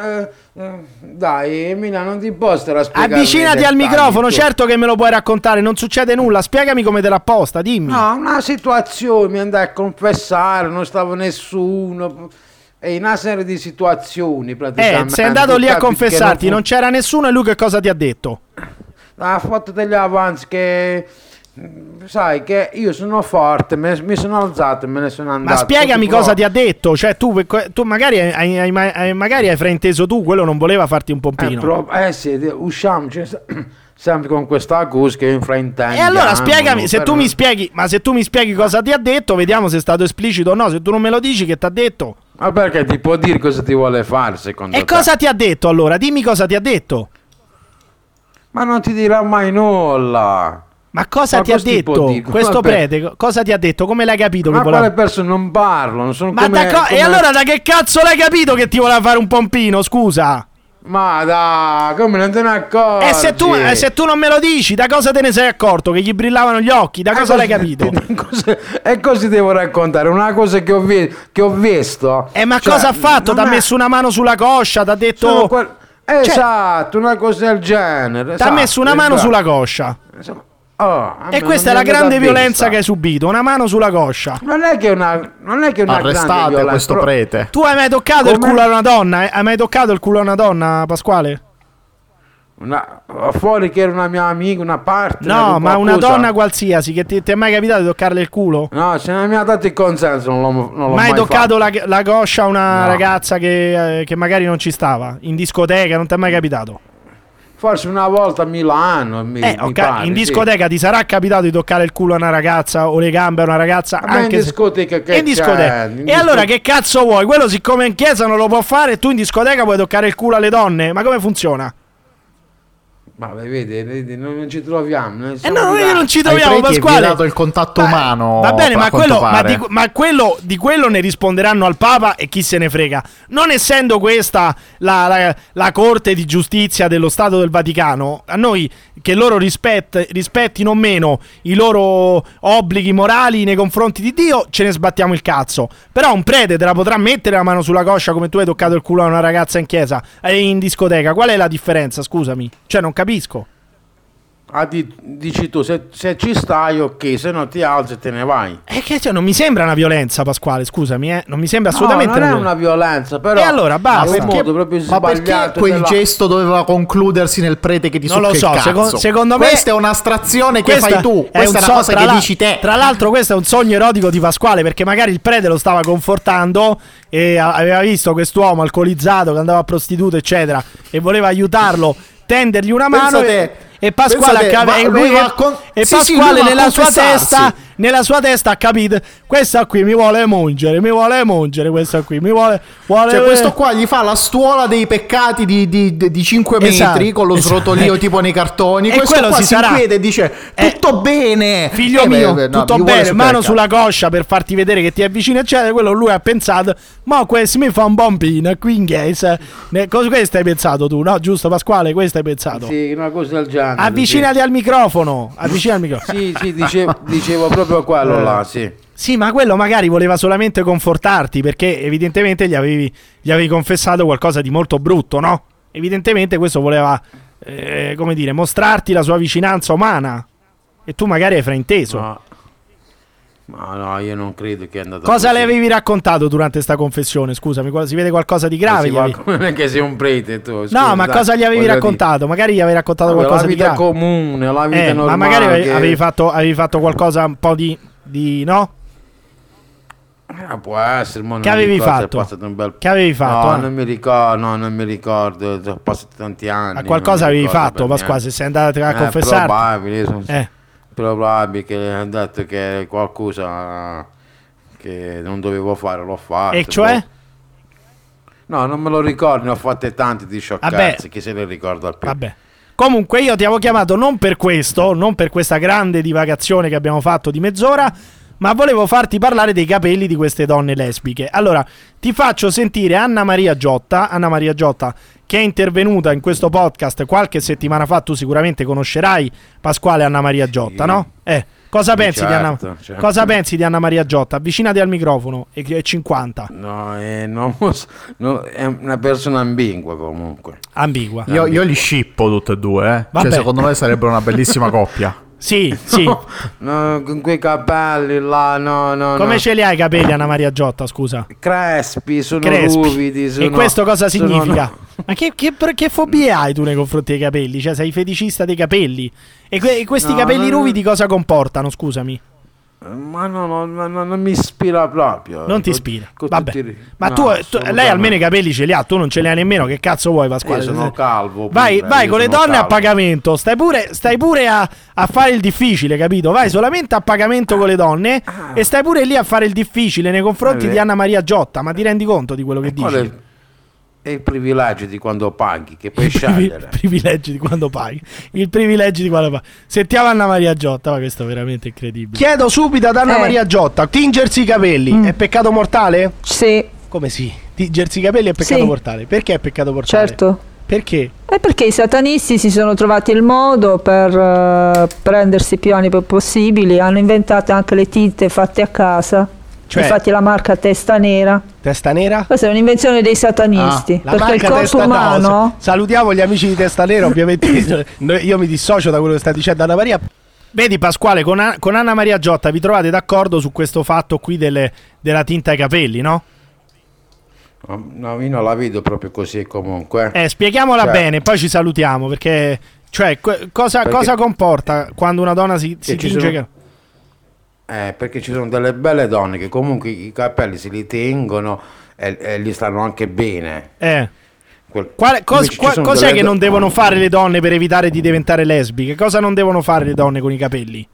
dai, Emilia, non ti posso spiegare. Avvicinati al microfono, certo che me lo puoi raccontare, non succede nulla. Spiegami come te l'ha posta, dimmi. No, una situazione, mi andai a confessare, non stavo nessuno. E in una serie di situazioni praticamente. Sei andato lì a confessarti, non c'era nessuno, e lui che cosa ti ha detto? Ha fatto degli avanzi che... Sai che io sono forte, mi sono alzato e me ne sono andato. Ma spiegami cosa ti ha detto. Cioè tu magari hai frainteso tu. Quello non voleva farti un pompino. Sì, usciamo, sempre con questa accusa che infraintendo. E allora spiegami, se tu mi spieghi cosa ti ha detto, vediamo se è stato esplicito o no. Se tu non me lo dici, che ti ha detto? Ma perché ti può dire cosa ti vuole fare secondo te? E cosa ti ha detto allora? Dimmi cosa ti ha detto. Ma non ti dirà mai nulla. Ma cosa ti ha detto questo prete? Cosa ti ha detto? Come l'hai capito? Ma quale persone non parlano? E allora da che cazzo l'hai capito che ti voleva fare un pompino? Scusa. Ma dai, come non te ne accorgi? E se tu non me lo dici, da cosa te ne sei accorto? Che gli brillavano gli occhi? Da cosa l'hai capito? E così devo raccontare una cosa che ho visto. Ma cosa ha fatto? Ti ha messo una mano sulla coscia? Ti ha detto... Esatto, una cosa del genere. Ti ha messo una mano sulla coscia. E questa è la grande violenza che hai subito, una mano sulla coscia. Non è che una arrestate questo prete. Tu hai mai toccato il culo a una donna? Hai mai toccato il culo a una donna, Pasquale? Fuori che era una mia amica, una parte. No, ma una donna qualsiasi, che ti è mai capitato di toccarle il culo? No, se non mi ha dato il consenso non l'ho mai hai toccato fatto. la coscia a una ragazza che magari non ci stava? In discoteca, non ti è mai capitato? Forse una volta a Milano. Mi pare, in discoteca ti sarà capitato di toccare il culo a una ragazza o le gambe a una ragazza? Anche in discoteca E allora che cazzo vuoi? Quello siccome in chiesa non lo può fare, tu in discoteca puoi toccare il culo alle donne? Ma come funziona? Ma vedi, non ci troviamo. Noi non ci troviamo, Pasquale. Hai dato il contatto umano. Va bene, ma di quello ne risponderanno al Papa e chi se ne frega. Non essendo questa la Corte di Giustizia dello Stato del Vaticano, a noi che loro rispettino meno i loro obblighi morali nei confronti di Dio, ce ne sbattiamo il cazzo. Però un prete te la potrà mettere la mano sulla coscia come tu hai toccato il culo a una ragazza in chiesa e in discoteca. Qual è la differenza? Scusami. Cioè, non capisco. Dici tu, se ci stai, ok, se no ti alzi e te ne vai. Non mi sembra una violenza, Pasquale, scusami, non mi sembra assolutamente non è una violenza, però. E allora basta. Ma perché quel gesto doveva concludersi nel prete che ti succa il cazzo? Secondo me questa è un'astrazione che fai tu, questa è una cosa che dici te. Tra l'altro questo è un sogno erotico di Pasquale, perché magari il prete lo stava confortando e aveva visto quest'uomo alcolizzato che andava a prostitute eccetera e voleva aiutarlo, tendergli una mano e Pasquale nella sua testa ha capito, questa qui mi vuole mungere, questa qui mi vuole cioè questo qua gli fa la stuola dei peccati di 5 metri con lo srotolio tipo nei cartoni, e questo qua si inquieta e dice tutto bene figlio mio, tutto bene, mano sulla coscia per farti vedere che ti avvicini eccetera. Quello lui ha pensato, ma questo mi fa un pompino qui in chiesa. Questo hai pensato tu, no? Giusto, Pasquale? Questo hai pensato? Sì, una cosa del genere. Avvicinati al microfono. Sì, dicevo proprio quello là, sì. Sì, ma quello magari voleva solamente confortarti, perché evidentemente gli avevi confessato qualcosa di molto brutto, no? Evidentemente questo voleva, come dire, mostrarti la sua vicinanza umana. E tu magari hai frainteso. No, io non credo che è andato Cosa così. le avevi raccontato durante sta confessione? Scusami, si vede qualcosa di grave? Non è che sei un prete tu. Scusa, no, ma cosa gli avevi raccontato? Magari gli avevi raccontato qualcosa di grave. La vita comune, la vita normale. Ma magari avevi fatto qualcosa un po' di no? Può essere, che avevi fatto? Che avevi fatto? No, non mi ricordo, sono passati tanti anni. Ma qualcosa avevi fatto, Pasquale, se sei andato a confessarti? Probabile che hanno detto che qualcosa che non dovevo fare l'ho fatto. E cioè? No, non me lo ricordo, ne ho fatte tante di sciocchezze, chi se ne ricorda più. Vabbè. Comunque io ti avevo chiamato non per questo, non per questa grande divagazione che abbiamo fatto di mezz'ora, ma volevo farti parlare dei capelli di queste donne lesbiche. Allora, ti faccio sentire Anna Maria Giotta, che è intervenuta in questo podcast qualche settimana fa. Tu sicuramente conoscerai Pasquale Anna Maria Giotta, no? Cosa pensi di Anna? Certo. Cosa pensi di Anna Maria Giotta? Avvicinati al microfono, è 50. No, è una persona ambigua comunque. Ambigua. Io li scippo tutte e due, Cioè, secondo me sarebbero una bellissima coppia. Sì. No, con quei capelli là, no. Come ce li hai i capelli, Anna Maria Giotta, scusa? Crespi, ruvidi. E questo cosa significa? Ma che fobie hai tu nei confronti dei capelli? Cioè, sei feticista dei capelli? E questi capelli ruvidi cosa comportano, scusami? Ma no, non mi ispira proprio. Non ti ispira? Vabbè. Ma lei almeno i capelli ce li ha, tu non ce li hai nemmeno. Che cazzo vuoi, Pasquale? Io sono calvo. Vai con le donne a pagamento. Stai pure a fare il difficile, capito? Vai solamente a pagamento con le donne e stai pure lì a fare il difficile nei confronti di Anna Maria Giotta. Ma ti rendi conto di quello che dici? È il privilegio di quando paghi, che puoi scegliere. Il privilegio di quando paghi. Sentiamo Anna Maria Giotta, ma questo è veramente incredibile. Chiedo subito ad Anna Maria Giotta: tingersi i capelli è peccato mortale? Sì. Come sì? Tingersi i capelli è peccato mortale. Perché è peccato mortale? Certo. Perché? Perché i satanisti si sono trovati il modo per prendersi più anni possibili. Hanno inventato anche le tinte fatte a casa. Cioè, infatti la marca Testa Nera. Testa Nera? Questa è un'invenzione dei satanisti. Perché il corpo umano... No, salutiamo gli amici di Testa Nera, ovviamente. Io mi dissocio da quello che sta dicendo Anna Maria. Vedi Pasquale, con Anna Maria Giotta vi trovate d'accordo su questo fatto qui della tinta ai capelli, no? No, io non la vedo proprio così comunque. Spieghiamola bene, poi ci salutiamo, perché... Cioè, cosa comporta quando una donna si tinge... Perché ci sono delle belle donne che comunque i capelli se li tengono e gli stanno anche bene. Cos'è che non devono fare le donne per evitare di diventare lesbiche? Cosa non devono fare le donne con i capelli?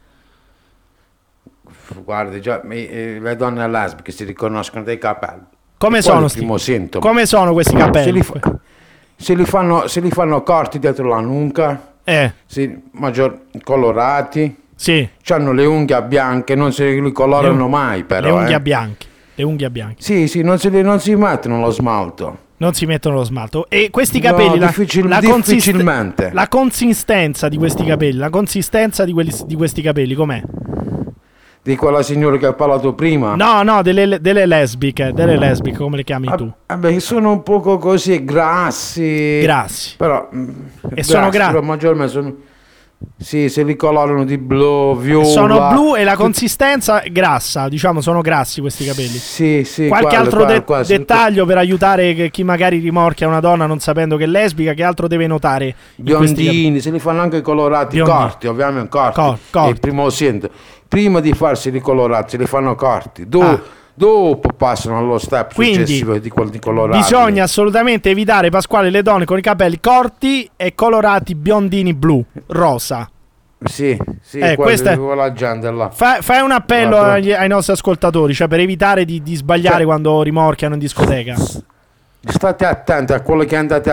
Guardi, già le donne lesbiche si riconoscono dai capelli. Come sono questi capelli? Se li fanno corti dietro la nuca, maggior colorati. Sì. C'hanno le unghie bianche, non se li colorano mai però. Le unghie bianche. Sì, non si mettono lo smalto. Non si mettono lo smalto. E questi capelli, difficilmente. La consistenza di questi capelli, di questi capelli com'è? Di quella signora che ha parlato prima? No, delle lesbiche, come le chiami tu? Vabbè, sono un poco così grassi. Però sono grassi. Però maggiormente sono... Sì, se li colorano di blu, viola. Sono blu e la consistenza è grassa, diciamo, sono grassi questi capelli. Sì. Qualche altro dettaglio per aiutare chi magari rimorchia una donna non sapendo che è lesbica, che altro deve notare? Biondini, se li fanno anche colorati, corti, ovviamente corti. Il primo sento. Prima di farsi i colorati, se li fanno corti. Dopo passano allo step successivo di quelli colorati. Bisogna assolutamente evitare, Pasquale, le donne con i capelli corti e colorati biondini blu, rosa. Sì, quella gente là. Fai un appello ai nostri ascoltatori, cioè per evitare di sbagliare quando rimorchiano in discoteca. State attenti a quello che andate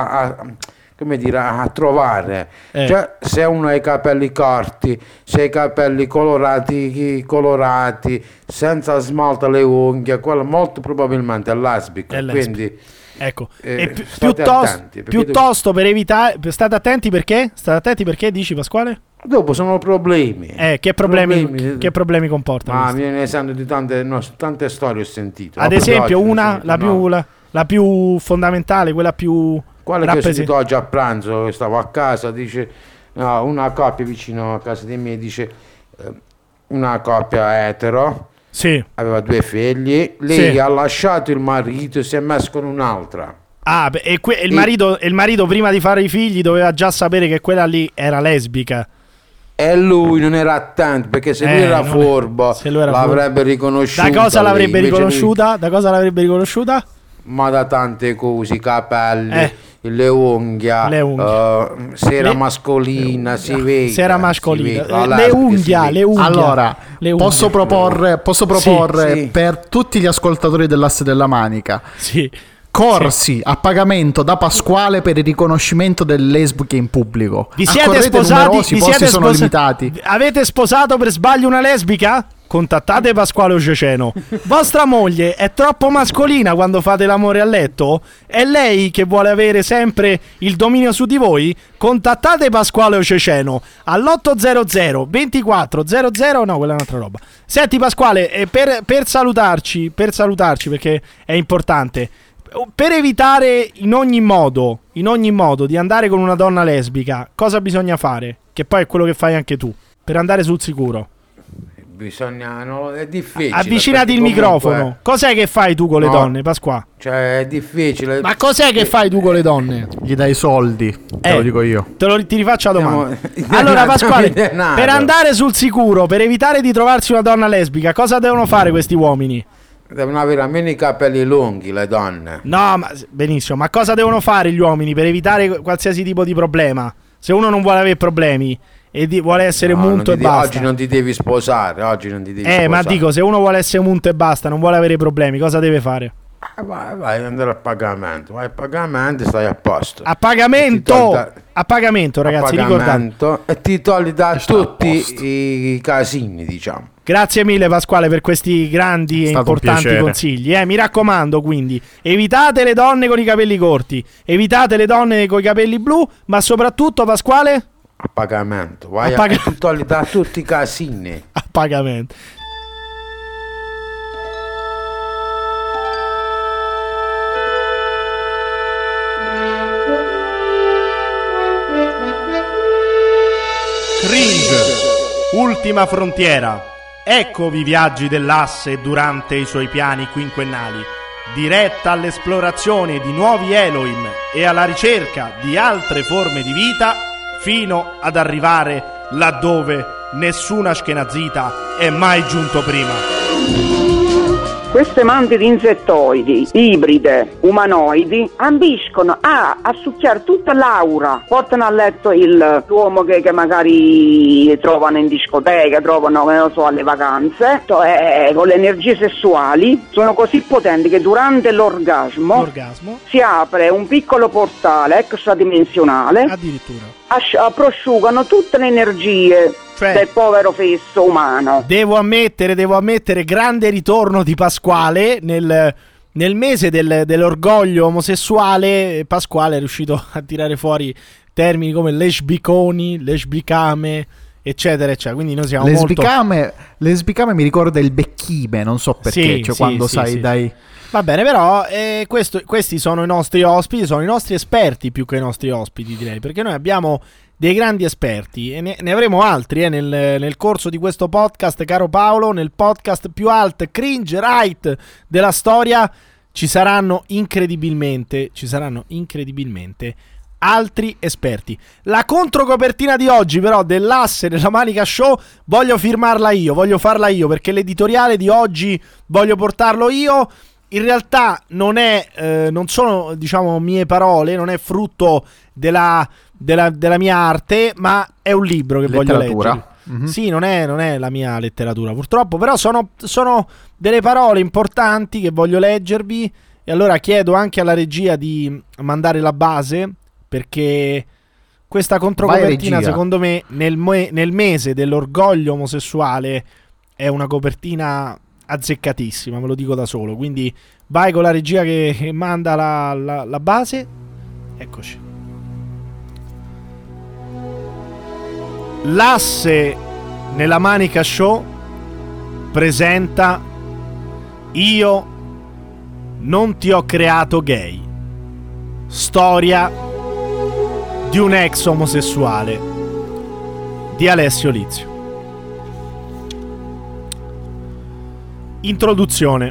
a trovare. Cioè, se uno ha i capelli corti, se ha i capelli colorati, senza smalto le unghie, quello molto probabilmente è lesbico. Quindi ecco, piuttosto per evitare, state attenti perché dici, Pasquale? Dopo sono problemi. Che problemi comportano? Me ne sento di tante storie ho sentito. Ad esempio, la più fondamentale, quella più... Quella che ho sentito oggi a pranzo, stavo a casa, dice una coppia vicino a casa dei miei, dice una coppia etero, aveva 2 figli, lei ha lasciato il marito e si è messo con un'altra. Il marito prima di fare i figli doveva già sapere che quella lì era lesbica. E lui non era attento, perché se lui era furbo, l'avrebbe riconosciuta. Da cosa l'avrebbe riconosciuta? Da cosa l'avrebbe riconosciuta? Ma da tante cose, i capelli, le unghie, se era mascolina, si vede. Se era mascolina, le unghie. Allora, posso proporre sì. Per tutti gli ascoltatori dell'Asse della Manica. Sì. Corsi a pagamento da Pasquale per il riconoscimento delle lesbiche in pubblico. Vi siete sposati? Sono limitati. Avete sposato per sbaglio una lesbica? Contattate Pasquale Oceceno. Vostra moglie è troppo mascolina quando fate l'amore a letto? È lei che vuole avere sempre il dominio su di voi? Contattate Pasquale Oceceno all'800 24 00. No, quella è un'altra roba. Senti Pasquale, per salutarci perché è importante, per evitare in ogni modo di andare con una donna lesbica, cosa bisogna fare? Che poi è quello che fai anche tu, per andare sul sicuro. È difficile. Avvicinati il microfono. Cos'è che fai tu con le donne, Pasqua? Cioè, è difficile. Ma cos'è che fai tu con le donne? Gli dai soldi, te lo dico io. Ti rifaccio la domanda. Allora, Pasquale, per andare sul sicuro, per evitare di trovarsi una donna lesbica, cosa devono fare questi uomini? Devono avere almeno i capelli lunghi, le donne. No, ma benissimo. Ma cosa devono fare gli uomini per evitare qualsiasi tipo di problema? Se uno non vuole avere problemi e vuole essere munto e basta. Oggi non ti devi sposare. Ma dico, se uno vuole essere munto e basta, non vuole avere problemi, cosa deve fare? Vai andare a pagamento. Vai a pagamento e stai a posto. A pagamento, ragazzi, ricordate. E ti togli da tutti i casini, diciamo. Grazie mille Pasquale per questi grandi e importanti consigli. Mi raccomando, quindi, evitate le donne con i capelli corti, evitate le donne con i capelli blu, ma soprattutto, Pasquale, a pagamento. Vai ti togli da tutti i casini. A pagamento. Cringe, ultima frontiera. Eccovi i viaggi dell'Asse durante i suoi piani quinquennali, diretta all'esplorazione di nuovi Elohim e alla ricerca di altre forme di vita, fino ad arrivare laddove nessuna ashkenazita è mai giunto prima. Queste mantide insettoidi, ibride, umanoidi, ambiscono a succhiare tutta l'aura, portano a letto l'uomo che magari trovano in discoteca, trovano, non lo so, alle vacanze, con le energie sessuali, sono così potenti che durante l'orgasmo si apre un piccolo portale extradimensionale, addirittura prosciugano tutte le energie del povero fesso umano. Devo ammettere grande ritorno di Pasquale nel mese dell'orgoglio omosessuale. Pasquale è riuscito a tirare fuori termini come lesbiconi, lesbicame, eccetera eccetera. Quindi noi siamo lesbicame mi ricorda il becchime, non so perché, dai. Va bene, però questi sono i nostri ospiti, sono i nostri esperti più che i nostri ospiti, direi, perché noi abbiamo dei grandi esperti e ne avremo altri nel corso di questo podcast, caro Paolo. Nel podcast più alt cringe right della storia ci saranno incredibilmente altri esperti. La controcopertina di oggi però dell'Asse della Manica Show voglio farla io perché l'editoriale di oggi voglio portarlo io. In realtà non sono, diciamo, mie parole, non è frutto della mia arte, ma è un libro che voglio leggere. Mm-hmm. Sì, non è la mia letteratura, purtroppo, però sono delle parole importanti che voglio leggervi, e allora chiedo anche alla regia di mandare la base, perché questa controcopertina, secondo me, nel mese dell'orgoglio omosessuale è una copertina azzeccatissima, me lo dico da solo. Quindi vai con la regia che manda la base. Eccoci. L'Asse nella Manica Show presenta Io non ti ho creato gay, storia di un ex omosessuale di Alessio Lizio. Introduzione.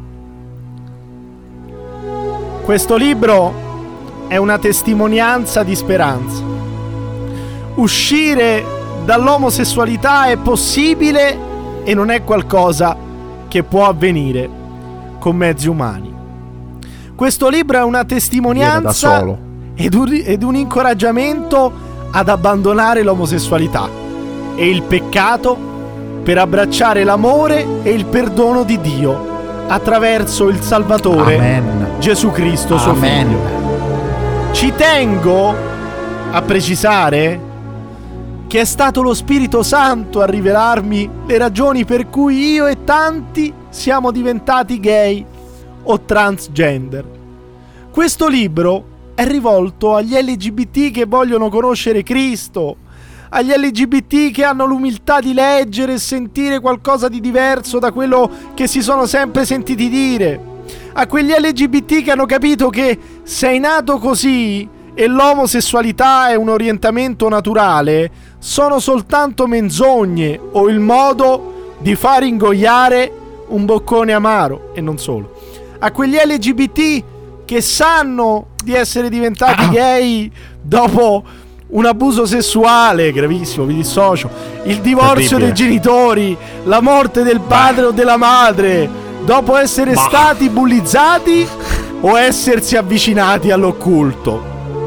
Questo libro è una testimonianza di speranza. Uscire dall'omosessualità è possibile e non è qualcosa che può avvenire con mezzi umani. Questo libro è una testimonianza ed un incoraggiamento ad abbandonare l'omosessualità e il peccato per abbracciare l'amore e il perdono di Dio attraverso il Salvatore Amen. Gesù Cristo, suo Amen. figlio. Ci tengo a precisare che è stato lo Spirito Santo a rivelarmi le ragioni per cui io e tanti siamo diventati gay o transgender. Questo libro è rivolto agli LGBT che vogliono conoscere Cristo, agli LGBT che hanno l'umiltà di leggere e sentire qualcosa di diverso da quello che si sono sempre sentiti dire, a quegli LGBT che hanno capito che sei nato così e l'omosessualità è un orientamento naturale, sono soltanto menzogne o il modo di far ingoiare un boccone amaro, e non solo. A quegli LGBT che sanno di essere diventati gay dopo un abuso sessuale gravissimo, vi dissocio, il divorzio dei genitori, la morte del padre o della madre, dopo essere stati bullizzati o essersi avvicinati all'occulto.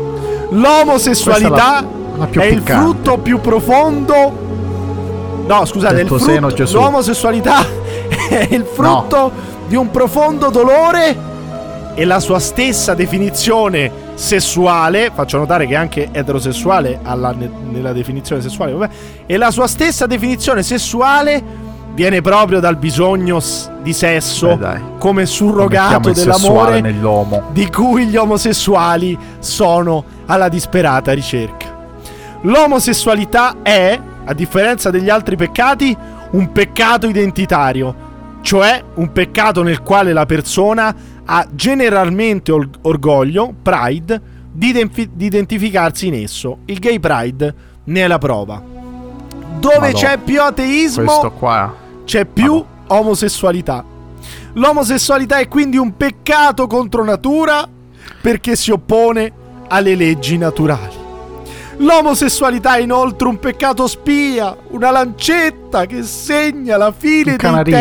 L'omosessualità è il frutto più profondo. No, scusate, il frutto, l'omosessualità è il frutto di un profondo dolore e la sua stessa definizione sessuale, faccio notare che anche eterosessuale nella definizione sessuale, vabbè, e la sua stessa definizione sessuale viene proprio dal bisogno di sesso come surrogato dell'amore nell'uomo, di cui gli omosessuali sono alla disperata ricerca. L'omosessualità è, a differenza degli altri peccati, un peccato identitario, cioè un peccato nel quale la persona ha generalmente orgoglio, pride, di identificarsi in esso. Il gay pride ne è la prova. Dove c'è più ateismo, c'è più omosessualità. L'omosessualità è quindi un peccato contro natura perché si oppone alle leggi naturali. L'omosessualità è inoltre un peccato spia, una lancetta che segna la fine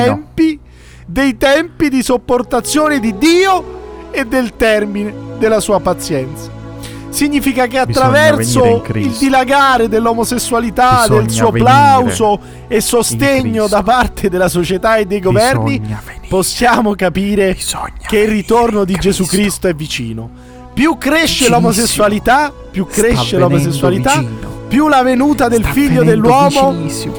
dei tempi di sopportazione di Dio e del termine della sua pazienza. Significa che attraverso il dilagare dell'omosessualità, del suo plauso e sostegno da parte della società e dei governi, possiamo capire che il ritorno di Gesù Cristo è vicino. Più cresce l'omosessualità, più la venuta del figlio dell'uomo,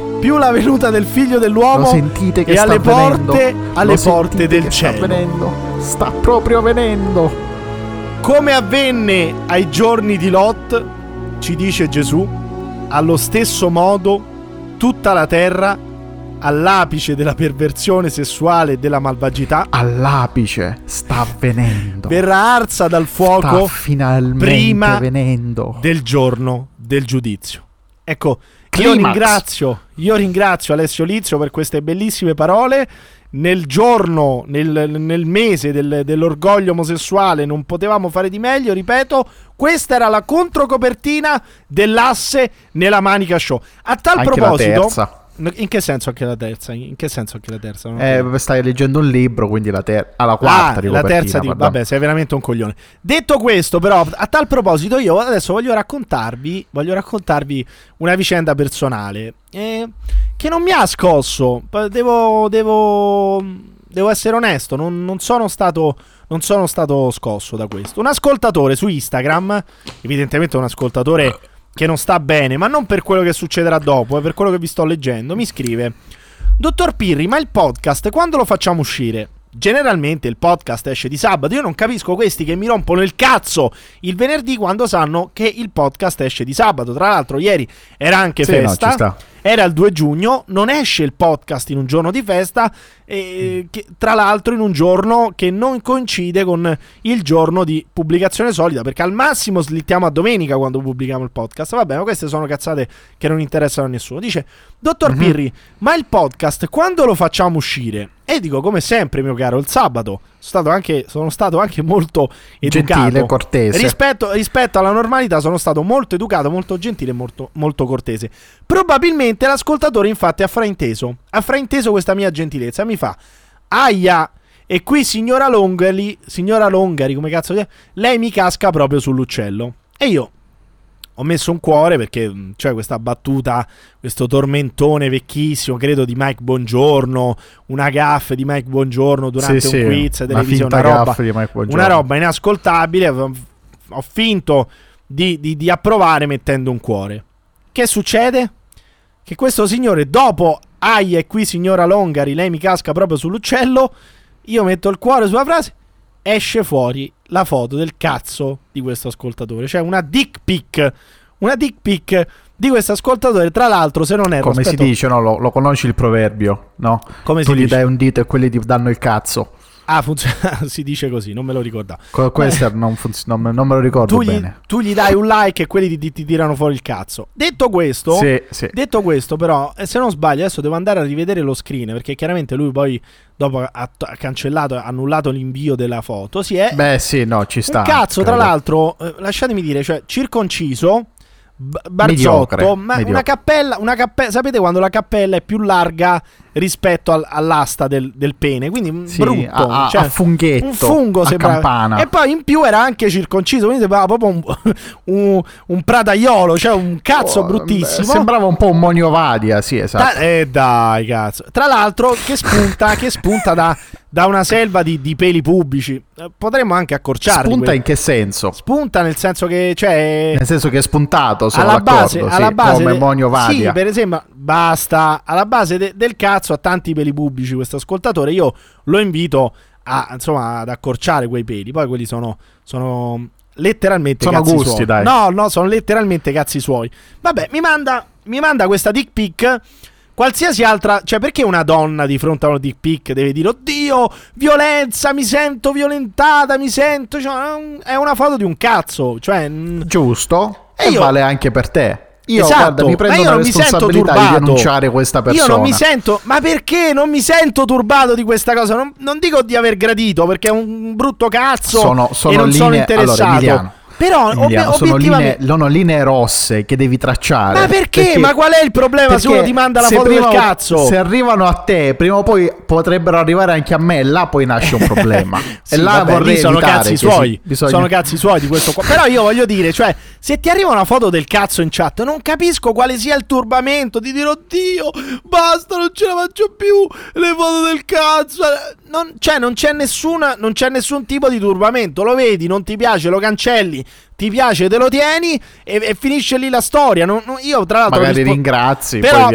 è alle porte del cielo. Sta proprio avvenendo. Come avvenne ai giorni di Lot, ci dice Gesù, allo stesso modo tutta la terra, all'apice della perversione sessuale e della malvagità, all'apice sta avvenendo, verrà arsa dal fuoco prima avvenendo del giorno del giudizio. Ecco, io ringrazio Alessio Lizio per queste bellissime parole. Nel giorno, nel mese dell'orgoglio omosessuale non potevamo fare di meglio, ripeto, questa era la controcopertina dell'Asse nella Manica Show. A tal anche proposito, in che senso anche la terza? Stai leggendo un libro, quindi alla quarta la terza vabbè, sei veramente un coglione. Detto questo, però, a tal proposito, io adesso voglio raccontarvi una vicenda personale che non mi ha scosso. Devo essere onesto, non sono stato scosso da questo. Un ascoltatore su Instagram, evidentemente un ascoltatore che non sta bene, ma non per quello che succederà dopo, per quello che vi sto leggendo, mi scrive: Dottor Pirri, ma il podcast quando lo facciamo uscire? Generalmente il podcast esce di sabato. Io non capisco questi che mi rompono il cazzo il venerdì quando sanno che il podcast esce di sabato. Tra l'altro ieri era anche festa, era il 2 giugno, non esce il podcast in un giorno di festa, che, tra l'altro in un giorno che non coincide con il giorno di pubblicazione solita, perché al massimo slittiamo a domenica quando pubblichiamo il podcast. Vabbè, ma queste sono cazzate che non interessano a nessuno. Dice: Dottor Pirri, ma il podcast quando lo facciamo uscire? E dico, come sempre, mio caro, il sabato. sono stato anche molto educato, gentile, cortese. Rispetto alla normalità sono stato molto educato, molto gentile e molto cortese. Probabilmente l'ascoltatore infatti ha frainteso questa mia gentilezza. Mi fa: aia, e qui signora Longari, come cazzo è? Lei mi casca proprio sull'uccello. E io ho messo un cuore perché c'è questa battuta, questo tormentone vecchissimo, credo di Mike Bongiorno, una gaffe di Mike Bongiorno durante un quiz televisione, una roba inascoltabile. Ho finto di approvare mettendo un cuore. Che succede? Che questo signore, dopo aia e qui signora Longari, lei mi casca proprio sull'uccello, io metto il cuore sulla frase, esce fuori la foto del cazzo di questo ascoltatore, cioè una dick pic di questo ascoltatore. Tra l'altro, se non erro, come si dice, no? Lo conosci il proverbio, no? Come tu si gli dice? Dai un dito e quelli ti danno il cazzo. Ah, funziona, si dice così, non me lo ricordo. Questo non me lo ricordo bene. Tu gli dai un like e quelli ti tirano fuori il cazzo. Detto questo, detto questo, però, se non sbaglio, adesso devo andare a rivedere lo screen, perché chiaramente lui poi dopo ha cancellato, ha annullato l'invio della foto. Ci sta. Un cazzo, credo. Tra l'altro, lasciatemi dire, cioè, circonciso, barzotto, ma una cappella, sapete quando la cappella è più larga rispetto all'asta del pene, quindi brutto, a funghetto, un fungo, a sembrava, campana. e poi in più era anche circonciso, quindi sembrava proprio un pradaiolo, cioè un cazzo bruttissimo. Sembrava un po' un Moniovadia, sì, esatto. Dai, cazzo. Tra l'altro che spunta da una selva di peli pubblici. Potremmo anche accorciarli. Spunta in che senso? Spunta nel senso che, cioè, nel senso che è spuntato, sono alla base, come Moniovadia. Sì, per esempio, basta, alla base del cazzo ha tanti peli pubblici questo ascoltatore. Io lo invito ad accorciare quei peli. Poi quelli sono letteralmente sono cazzi gusti, suoi. dai. No, sono letteralmente cazzi suoi. Vabbè, mi manda questa dick pic. Qualsiasi altra, cioè, perché una donna di fronte a una dick pic deve dire oddio, violenza, mi sento violentata, cioè, è una foto di un cazzo, cioè, giusto, e vale anche per te. Io, esatto, guarda, mi prendo la responsabilità di denunciare questa persona. Io non mi sento, ma perché non mi sento turbato di questa cosa? Non dico di aver gradito, perché è un brutto cazzo sono e non sono interessato. Allora, Emiliano, però obiettivamente sono linee rosse che devi tracciare. Ma perché? Ma qual è il problema se uno ti manda la foto del cazzo? Se arrivano a te, prima o poi potrebbero arrivare anche a me, là poi nasce un problema. Sì, e là vorrei sono cazzi suoi. bisogna... Sono cazzi suoi di questo qua. Però io voglio dire, cioè, se ti arriva una foto del cazzo in chat, non capisco quale sia il turbamento di dire oddio, basta, non ce la faccio più, le foto del cazzo. Non c'è nessun tipo di turbamento. Lo vedi, non ti piace, lo cancelli. Ti piace, te lo tieni e finisce lì la storia. Io tra l'altro magari ringrazi. Però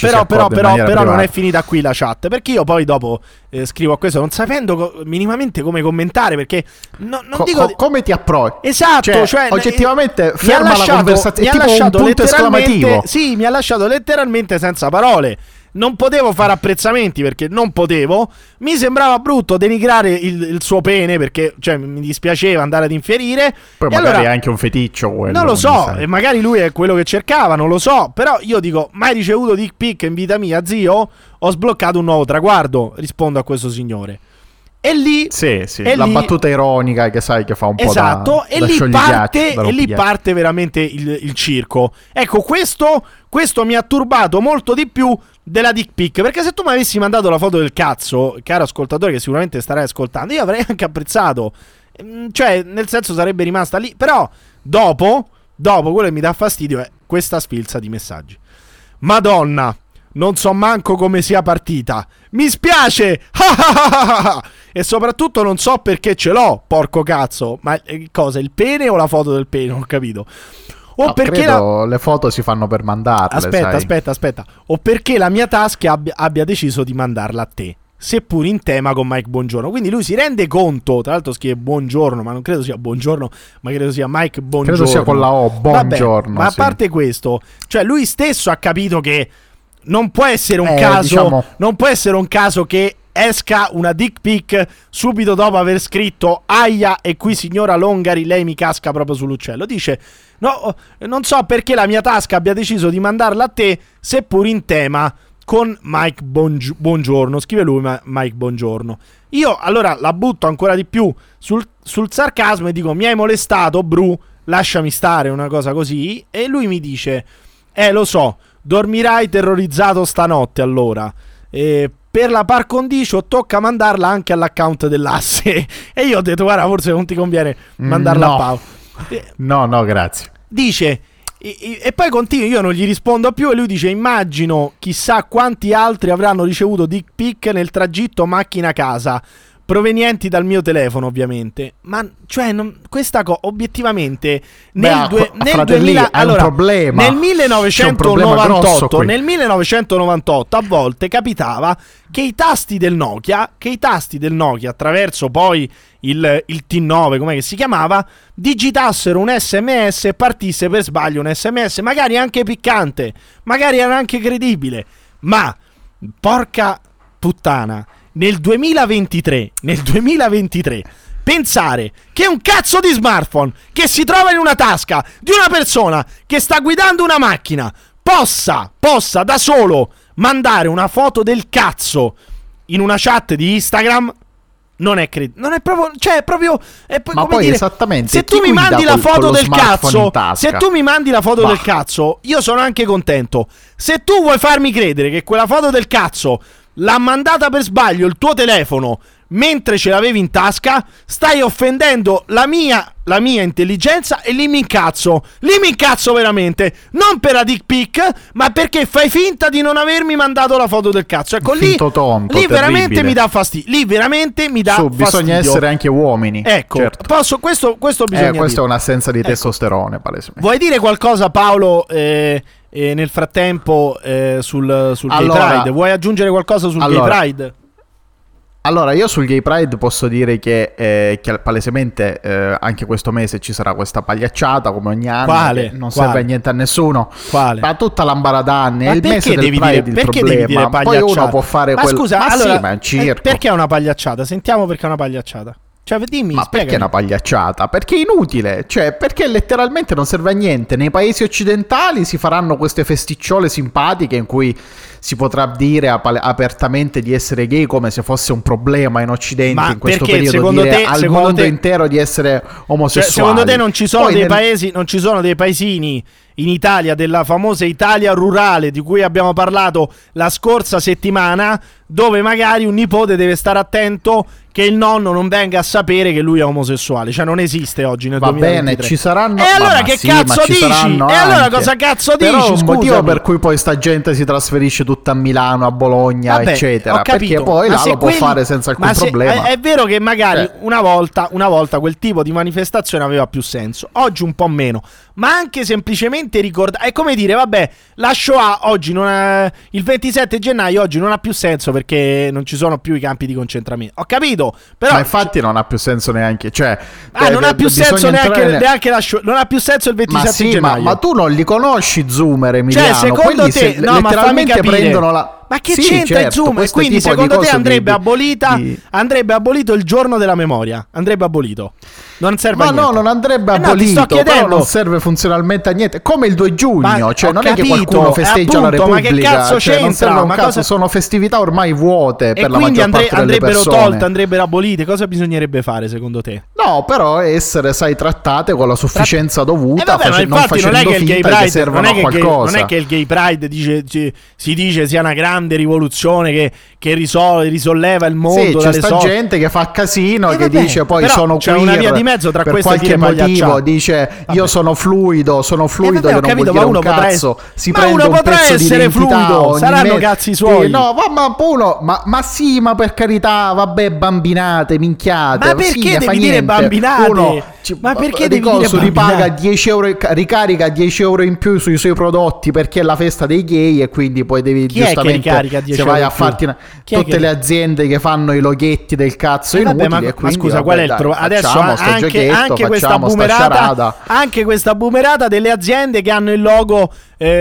non è finita qui la chat, perché io poi dopo scrivo a questo non sapendo minimamente come commentare, perché non dico come ti approcci. Esatto, cioè oggettivamente ferma la conversazione, è tipo un punto esclamativo. Sì, mi ha lasciato letteralmente senza parole. Non potevo fare apprezzamenti perché non potevo. Mi sembrava brutto denigrare il suo pene, perché cioè mi dispiaceva andare ad infierire. Poi e magari allora, è anche un feticcio quello, non lo so, e magari lui è quello che cercava, non lo so. Però io dico, mai ricevuto dick pic in vita mia, zio? Ho sbloccato un nuovo traguardo, rispondo a questo signore. E lì la battuta ironica che sai che fa un po' esatto, da lì parte veramente il circo. Ecco, questo mi ha turbato molto di più della dick pic, perché se tu mi avessi mandato la foto del cazzo, caro ascoltatore che sicuramente starai ascoltando, io avrei anche apprezzato, cioè nel senso sarebbe rimasta lì. Però dopo quello che mi dà fastidio è questa sfilza di messaggi. Madonna, non so manco come sia partita, mi spiace. E soprattutto non so perché ce l'ho, porco cazzo. Ma cosa, il pene o la foto del pene? Non ho capito. O no, perché le foto si fanno per mandarle. Aspetta. O perché la mia tasca abbia deciso di mandarla a te, seppur in tema con Mike Bongiorno. Quindi lui si rende conto, tra l'altro scrive buongiorno, ma non credo sia buongiorno, ma credo sia Mike Bongiorno. Credo sia con la O, buongiorno. Vabbè, ma a parte questo, cioè lui stesso ha capito che non può essere un caso, non può essere un caso che esca una dick pic subito dopo aver scritto aia e qui signora Longari, lei mi casca proprio sull'uccello. Dice no, non so perché la mia tasca abbia deciso di mandarla a te, seppur in tema con Mike Buongiorno. Scrive lui, Mike Buongiorno. Io allora la butto ancora di più sul sarcasmo e dico: mi hai molestato, Bru, lasciami stare, una cosa così. E lui mi dice: lo so, dormirai terrorizzato stanotte allora. Per la par condicio tocca mandarla anche all'account dell'asse. E io ho detto: guarda, forse non ti conviene mandarla a Paolo. No, grazie. Dice, e poi continua, io non gli rispondo più. E lui dice: immagino chissà quanti altri avranno ricevuto dick pic nel tragitto macchina-casa, provenienti dal mio telefono, ovviamente. Ma cioè questa cosa obiettivamente nel 2000, allora, problema. Nel 1998 a volte capitava che i tasti del Nokia attraverso poi il T9, com'è che si chiamava, digitassero un SMS e partisse per sbaglio un SMS, magari anche piccante, magari era anche credibile. Ma porca puttana, nel 2023 pensare che un cazzo di smartphone che si trova in una tasca di una persona che sta guidando una macchina possa da solo mandare una foto del cazzo in una chat di Instagram non è proprio, cioè è proprio ma poi dire, esattamente, se tu mi mandi la foto del cazzo, io sono anche contento. Se tu vuoi farmi credere che quella foto del cazzo l'ha mandata per sbaglio il tuo telefono mentre ce l'avevi in tasca, stai offendendo la mia intelligenza, e lì mi incazzo veramente, non per la dick pic, ma perché fai finta di non avermi mandato la foto del cazzo. Ecco, lì veramente mi dà fastidio. Bisogna essere anche uomini. Ecco, certo. Questo bisogna questa è un'assenza di testosterone, palesemente. Vuoi dire qualcosa, Paolo, nel frattempo sul Gay Pride? Vuoi aggiungere qualcosa sul Gay Pride? Allora, io sul Gay Pride posso dire che palesemente anche questo mese ci sarà questa pagliacciata, come ogni anno. Non serve a niente a nessuno. Quale? Ma tutta l'ambaradanne. È il mese del Pride il problema. Poi uno può fare scusa, allora, ma è un circo. Perché è una pagliacciata? Sentiamo perché è una pagliacciata. Cioè, dimmi, ma spiegami. Perché è una pagliacciata? Perché è inutile, cioè perché letteralmente non serve a niente. Nei paesi occidentali si faranno queste festicciole simpatiche in cui si potrà dire apertamente di essere gay, come se fosse un problema in Occidente. Ma in questo periodo dire al mondo intero di essere omosessuali. Cioè, secondo te non ci sono non ci sono dei paesini in Italia, della famosa Italia rurale di cui abbiamo parlato la scorsa settimana, dove magari un nipote deve stare attento che il nonno non venga a sapere che lui è omosessuale? Cioè, non esiste oggi nel 2023. Bene, ci saranno. E allora che cazzo dici? E allora cosa cazzo dici? Però un motivo per cui poi sta gente si trasferisce tutta a Milano, a Bologna, eccetera, perché poi là lo può fare senza alcun problema. È vero che magari una volta quel tipo di manifestazione aveva più senso, oggi un po' meno. Ma anche semplicemente ricordare, è come dire, vabbè, la Shoah oggi il 27 gennaio oggi non ha più senso perché non ci sono più i campi di concentramento. Ho capito, però ma infatti non ha più senso neanche, cioè non ha più senso neanche la Shoah, non ha più senso il 27 gennaio. Ma tu non li conosci, Zoomer, Emiliano? Cioè, secondo te letteralmente prendono la... Ma che c'entra il Zoom? Quindi secondo te andrebbe abolito il giorno della memoria? Andrebbe abolito. Non serve a niente. Ma no, non andrebbe abolito, però non serve funzionalmente a niente. Come il 2 giugno, cioè non è che qualcuno festeggia la Repubblica. Ma che cazzo c'entra? Sono festività ormai vuote per la maggior parte delle persone. Andrebbero tolte, andrebbero abolite. Cosa bisognerebbe fare secondo te? No, però essere, trattate con la sufficienza dovuta, non facendo finta che servano a qualcosa. Non è che il Gay Pride si dice sia una grande rivoluzione che risolleva il mondo. Sì, c'è sta gente che fa casino e che dice poi sono queer, una via di mezzo tra per qualche motivo dice io sono fluido io non vuol dire un cazzo, si prende un pezzo di identità, saranno cazzi suoi. No, ma sì, ma per carità, vabbè, bambinate, minchiate. Ma perché devi dire bambinate? Ma perché devi dire bambinate? Ripaga 10 euro, ricarica 10 euro in più sui suoi prodotti perché è la festa dei gay e quindi poi devi giustamente, se vai a farti tutte le aziende che fanno i loghetti del cazzo inutili. Ma scusa, qual è il problema? Adesso anche questa boomerata delle aziende che hanno il logo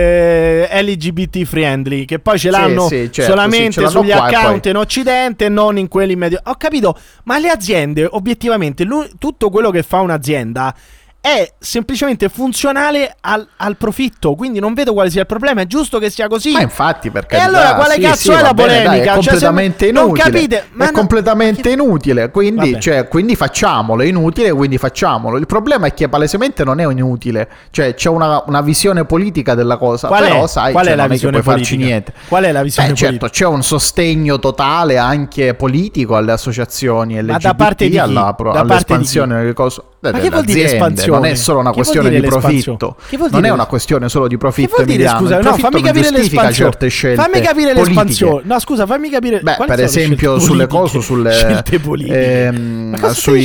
LGBT friendly, che poi ce l'hanno solamente sugli account in Occidente e non in quelli in Medio. Ho capito, ma le aziende obiettivamente tutto quello che fa un'azienda è semplicemente funzionale al profitto, quindi non vedo quale sia il problema, è giusto che sia così. Ma infatti, perché e allora quale cazzo è la polemica? Dai, è completamente inutile. Non capite, è completamente inutile, quindi facciamolo, è inutile, quindi facciamolo. Il problema è che palesemente non è inutile, cioè c'è una visione politica della cosa, però sai, qual è la non visione è che puoi politica? farci niente. Qual è la visione politica? Certo, c'è un sostegno totale anche politico alle associazioni LGBT, ma da parte di chi? all'espansione delle cose. Ma che vuol dire espansione? Non è solo una questione di profitto. Non è una questione solo di profitto. Che vuol dire, scusa, no, fammi capire l'espansione. Certe scelte. Fammi capire l'espansione. No, scusa, fammi capire. Beh, per esempio sulle cose, scelte politiche.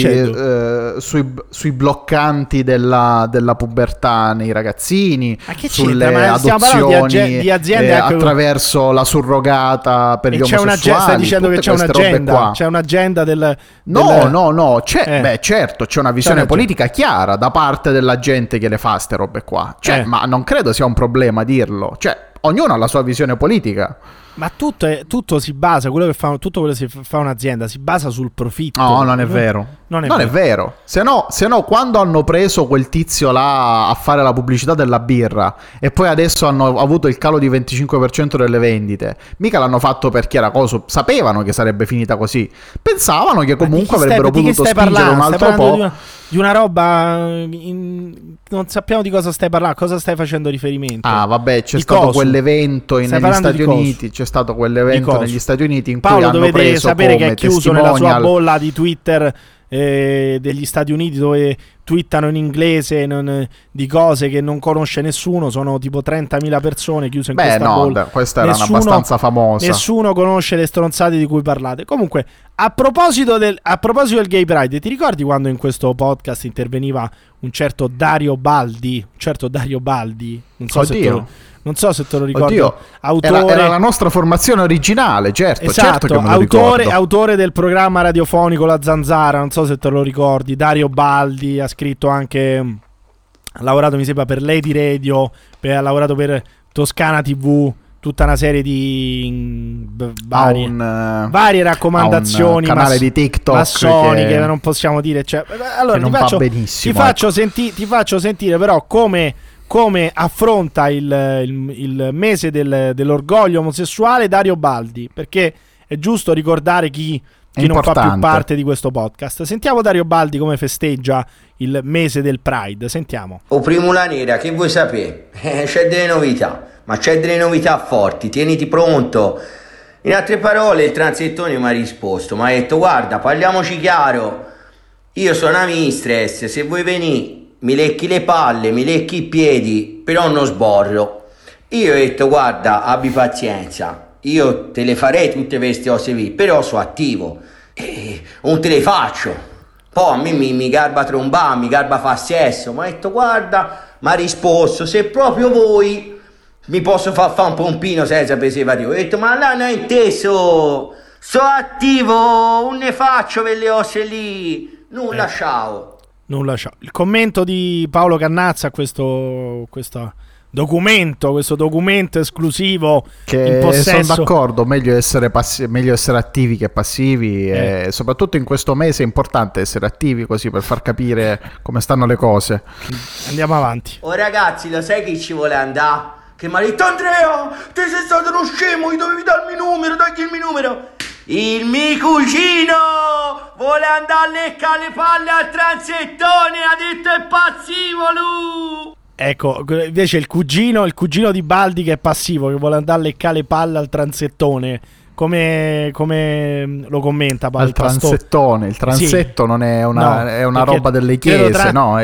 sui bloccanti della pubertà nei ragazzini, sulle adozioni di aziende attraverso la surrogata per gli omosessuali. Stai dicendo che c'è un'agenda? C'è un'agenda No, c'è, certo, c'è una visione politica chiara da parte della gente che le fa ste robe qua, ma non credo sia un problema dirlo, ognuno ha la sua visione politica. Ma tutto si basa, tutto quello che fa un'azienda si basa sul profitto. No, non è vero. Non è vero. Se no, quando hanno preso quel tizio là a fare la pubblicità della birra e poi adesso hanno avuto il calo di 25% delle vendite, mica l'hanno fatto perché era cosa, sapevano che sarebbe finita così. Pensavano che comunque avrebbero potuto spingere un altro po'. Di una roba non sappiamo di cosa stai parlando, cosa stai facendo riferimento. Ah, vabbè, c'è stato quell'evento negli Stati Uniti, c'è stato quell'evento negli Stati Uniti in Paolo, cui hanno preso sapere come che è chiuso nella sua bolla di Twitter degli Stati Uniti, dove twittano in inglese di cose che non conosce nessuno, sono tipo 30.000 persone chiuse in questa bolla. Questa era abbastanza famosa. Nessuno conosce le stronzate di cui parlate. Comunque, a proposito del Gay Pride, ti ricordi quando in questo podcast interveniva un certo Dario Baldi? Non so se te lo ricordi. Autore, era la nostra formazione originale, certo. Esatto, certo che me lo ricordo. Autore del programma radiofonico La Zanzara, non so se te lo ricordi. Dario Baldi ha scritto anche, ha lavorato mi sembra per Lady Radio, ha lavorato per Toscana TV, tutta una serie di varie raccomandazioni, un canale di TikTok massoniche, che non possiamo dire, allora ti faccio sentire però come affronta il mese dell'orgoglio omosessuale Dario Baldi, perché è giusto ricordare chi non fa più parte di questo podcast. Sentiamo Dario Baldi come festeggia il mese del Pride, sentiamo. Primula Nera, che vuoi sapere? C'è delle novità, ma c'è delle novità forti, tieniti pronto. In altre parole, il transettone mi ha risposto, mi ha detto: guarda, parliamoci chiaro, io sono una mistress, se vuoi venire mi lecchi le palle, mi lecchi i piedi, però non sborro. Io ho detto: guarda, abbi pazienza, io te le farei tutte queste cose qui, però sono attivo e non te le faccio. Poi a me mi garba trombare, mi garba fa sesso. Ma ho detto: guarda, mi ha risposto, se proprio voi mi posso fare un pompino senza preservativo. Ho detto: ma là non hai inteso, sono attivo, non ne faccio quelle cose lì, nulla, ciao. Il commento di Paolo Cannazza a questo documento esclusivo che in possesso. Sono d'accordo, meglio essere attivi che passivi e soprattutto in questo mese è importante essere attivi, così per far capire come stanno le cose. Andiamo avanti. Oh ragazzi, lo sai chi ci vuole andare? Che mi ha detto: Andrea, te sei stato uno scemo, gli dovevi darmi il numero, dagli il mio numero. Il mio cugino vuole andare a leccare le palle al transettone, ha detto è passivo lui. Ecco, invece il cugino di Baldi che è passivo, che vuole andare a leccare le palle al transettone. Come lo commenta Paolo? Il transettone, il transetto sì. Non è una roba delle chiese, no? È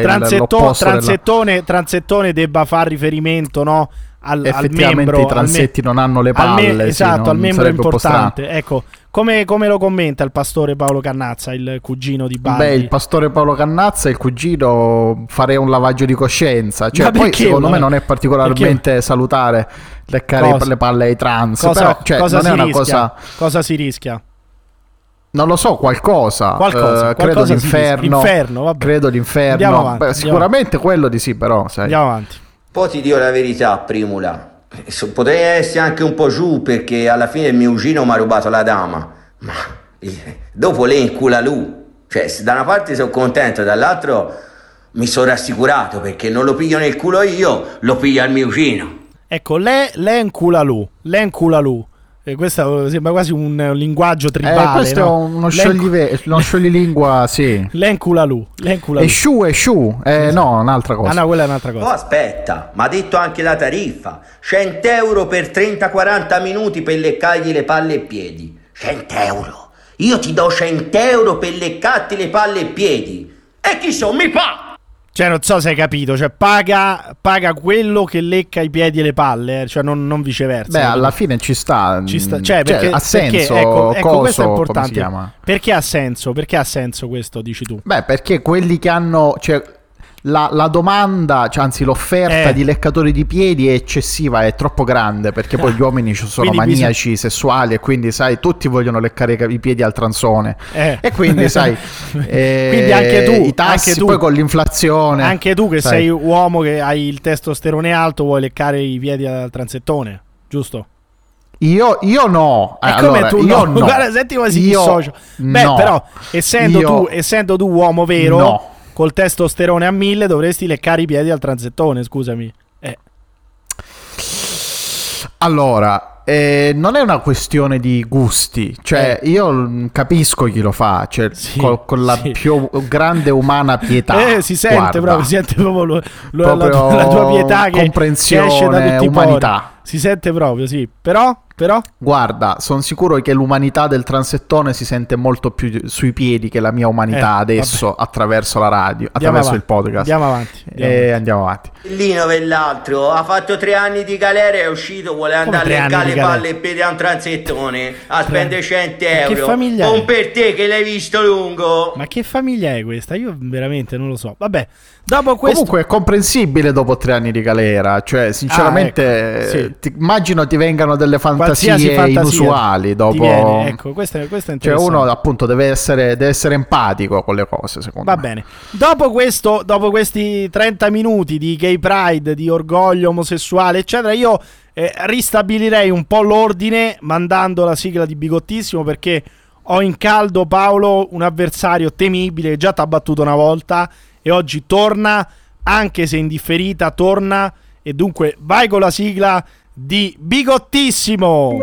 transettone debba far riferimento, no? Effettivamente membro, i transetti non hanno le palle, esatto, sì, al membro importante. Ecco, come lo commenta il pastore Paolo Cannazza, il cugino di Baldi? Beh, il pastore Paolo Cannazza, il cugino, farei un lavaggio di coscienza. Cioè, poi perché, secondo me non è particolarmente salutare leccare le palle ai trans. Però, cosa non è una cosa. Cosa si rischia? Non lo so, qualcosa credo l'inferno. Credo l'inferno. Sicuramente quello di sì, però sai. Andiamo avanti. Poi ti dico la verità, Primula, potrei essere anche un po' giù, perché alla fine il mio cugino mi ha rubato la dama, ma dopo lei incula lui. Cioè, da una parte sono contento, dall'altro mi sono rassicurato, perché non lo piglio nel culo io, lo piglia il mio vicino. Ecco, l'enculalù. Questo sembra quasi un linguaggio tribale. Questo no? è uno scioglilingua, sì. L'enculalù. E sciù. No, un'altra cosa. Ah no, quella è un'altra cosa. Oh, aspetta, ma ha detto anche la tariffa. 100 euro per 30-40 minuti per leccargli le palle e piedi. 100 euro. Io ti do 100 euro per leccarti le palle e piedi. E chi so, mi fa? Cioè, non so se hai capito, cioè paga quello che lecca i piedi e le palle, cioè non viceversa. Beh, alla fine ci sta. Cioè, perché, ha senso. Perché, ecco, questo è importante. Come si chiama? Perché ha senso? Perché ha senso questo, dici tu? Beh, perché quelli che hanno... Cioè, la domanda, cioè, anzi l'offerta di leccatori di piedi è eccessiva, è troppo grande, perché poi gli uomini sono maniaci sessuali e quindi, sai, tutti vogliono leccare i piedi al transone. E quindi, sai, quindi anche tu, i tassi poi con l'inflazione. Anche tu che sei uomo, che hai il testosterone alto, vuoi leccare i piedi al transettone, giusto? Io no. Allora, tu io no. Guarda, senti come si dissocia. Beh, no. però, essendo tu uomo vero... No. Col testosterone a 1000 dovresti leccare i piedi al transettone, scusami. Allora, non è una questione di gusti. Cioè, io capisco chi lo fa, cioè, con la più grande umana pietà. Si sente proprio la tua pietà che comprensione, esce da tutti umanità. i pori. Si sente proprio, sì. Però? Guarda, sono sicuro che l'umanità del transettone si sente molto più sui piedi che la mia umanità adesso, attraverso la radio, attraverso il podcast. Andiamo avanti. Lì quell'altro ha fatto 3 anni di galera e è uscito, vuole andare a leccare le palle e piedi a un transettone a spendere 100 euro. Che famiglia non per te che l'hai visto lungo. Ma che famiglia è questa? Io veramente non lo so. Vabbè, dopo questo... Comunque è comprensibile dopo 3 anni di galera. Cioè, sinceramente, immagino ti vengano delle fantasie inusuali dopo. Viene. Ecco, questo è interessante. Cioè, uno appunto deve essere empatico con le cose, secondo me. Va bene. Dopo questi 30 minuti di gay pride, di orgoglio omosessuale, eccetera, io ristabilirei un po' l'ordine mandando la sigla di Bigottissimo, perché ho in caldo, Paolo, un avversario temibile che già ti ha battuto una volta e oggi torna, anche se indifferita, torna, e dunque vai con la sigla di Bigottissimo.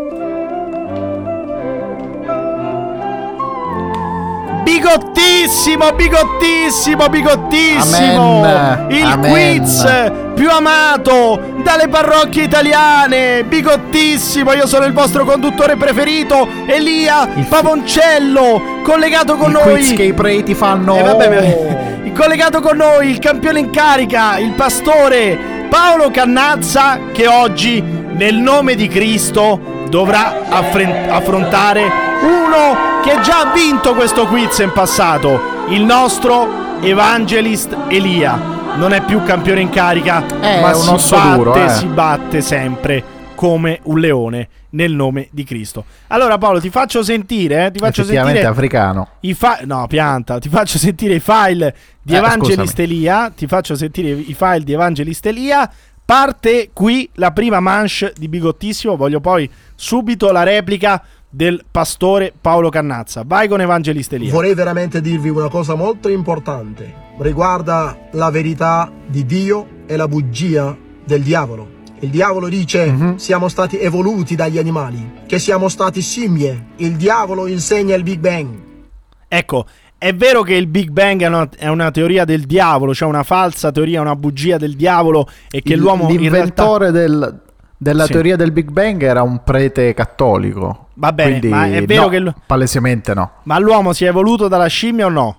Bigottissimo. Il quiz più amato dalle parrocchie italiane. Bigottissimo. Io sono il vostro conduttore preferito, Elia Pavoncello, collegato con noi. Il quiz che i preti fanno. Collegato con noi il campione in carica, il pastore Paolo Cannazza, che oggi nel nome di Cristo dovrà affrontare uno che già ha vinto questo quiz in passato, il nostro Evangelist Elia. Non è più campione in carica, ma si batte sempre come un leone nel nome di Cristo. Allora, Paolo, ti faccio sentire africano. Ti faccio sentire i file di Evangelist Elia. Ti faccio sentire i file di Evangelist Elia. Parte qui la prima manche di Bigottissimo. Voglio poi subito la replica del pastore Paolo Cannazza. Vai con Evangelist Elia. Vorrei veramente dirvi una cosa molto importante. Riguarda la verità di Dio e la bugia del diavolo. Il diavolo dice siamo stati evoluti dagli animali, che siamo stati scimmie. Il diavolo insegna il Big Bang. Ecco, è vero che il Big Bang è una teoria del diavolo, cioè una falsa teoria, una bugia del diavolo, e che l'uomo l'inventore della teoria del Big Bang era un prete cattolico. Va bene, quindi ma è vero che palesemente no. Ma l'uomo si è evoluto dalla scimmia o no?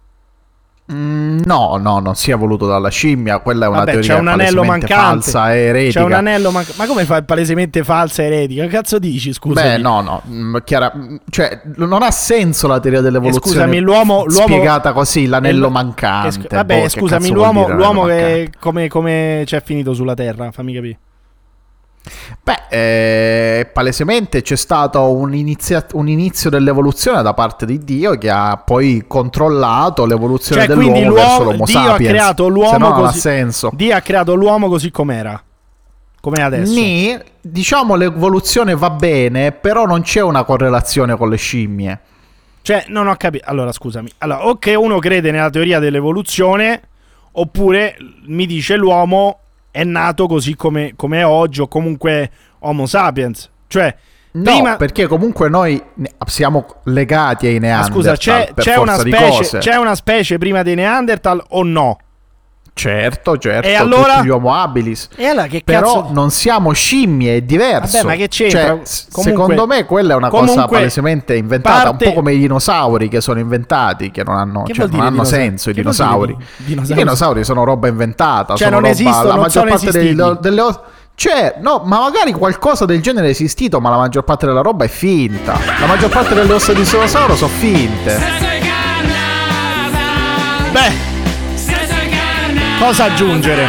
No, non si è evoluto dalla scimmia. Quella è una teoria c'è un anello mancante, falsa e eretica. C'è un anello ma come fa palesemente falsa e eretica? Che cazzo dici, scusa? Beh, cioè non ha senso la teoria dell'evoluzione. Scusami, l'uomo spiegata così, l'anello mancante. Vabbè, scusami, l'uomo che come c'è finito sulla Terra? Fammi capire. Beh, palesemente c'è stato un inizio dell'evoluzione da parte di Dio, che ha poi controllato l'evoluzione dell'uomo verso l'Homo sapiens. Dio ha creato l'uomo così, non ha senso. Dio ha creato l'uomo così com'era, com'è adesso. Diciamo l'evoluzione va bene, però non c'è una correlazione con le scimmie. Cioè, non ho capito. Allora, scusami. Allora, o che uno crede nella teoria dell'evoluzione, oppure mi dice l'uomo è nato così come è oggi, o comunque Homo sapiens. Cioè, no, prima... perché comunque noi siamo legati ai Neanderthal. Scusa, c'è una specie prima dei Neanderthal o no? Certo, e allora? Tutti gli Homo habilis. E allora che però cazzo... non siamo scimmie, è diverso. Vabbè, ma che c'entra? Cioè, secondo me quella è una cosa palesemente inventata, un po' come i dinosauri che sono inventati, che non hanno, senso i dinosauri. I dinosauri sono roba inventata, cioè sono non esistono, la non maggior sono parte delle cioè, no, ma magari qualcosa del genere è esistito, ma la maggior parte della roba è finta. La maggior parte delle ossa di dinosauro sono finte. Beh, cosa aggiungere?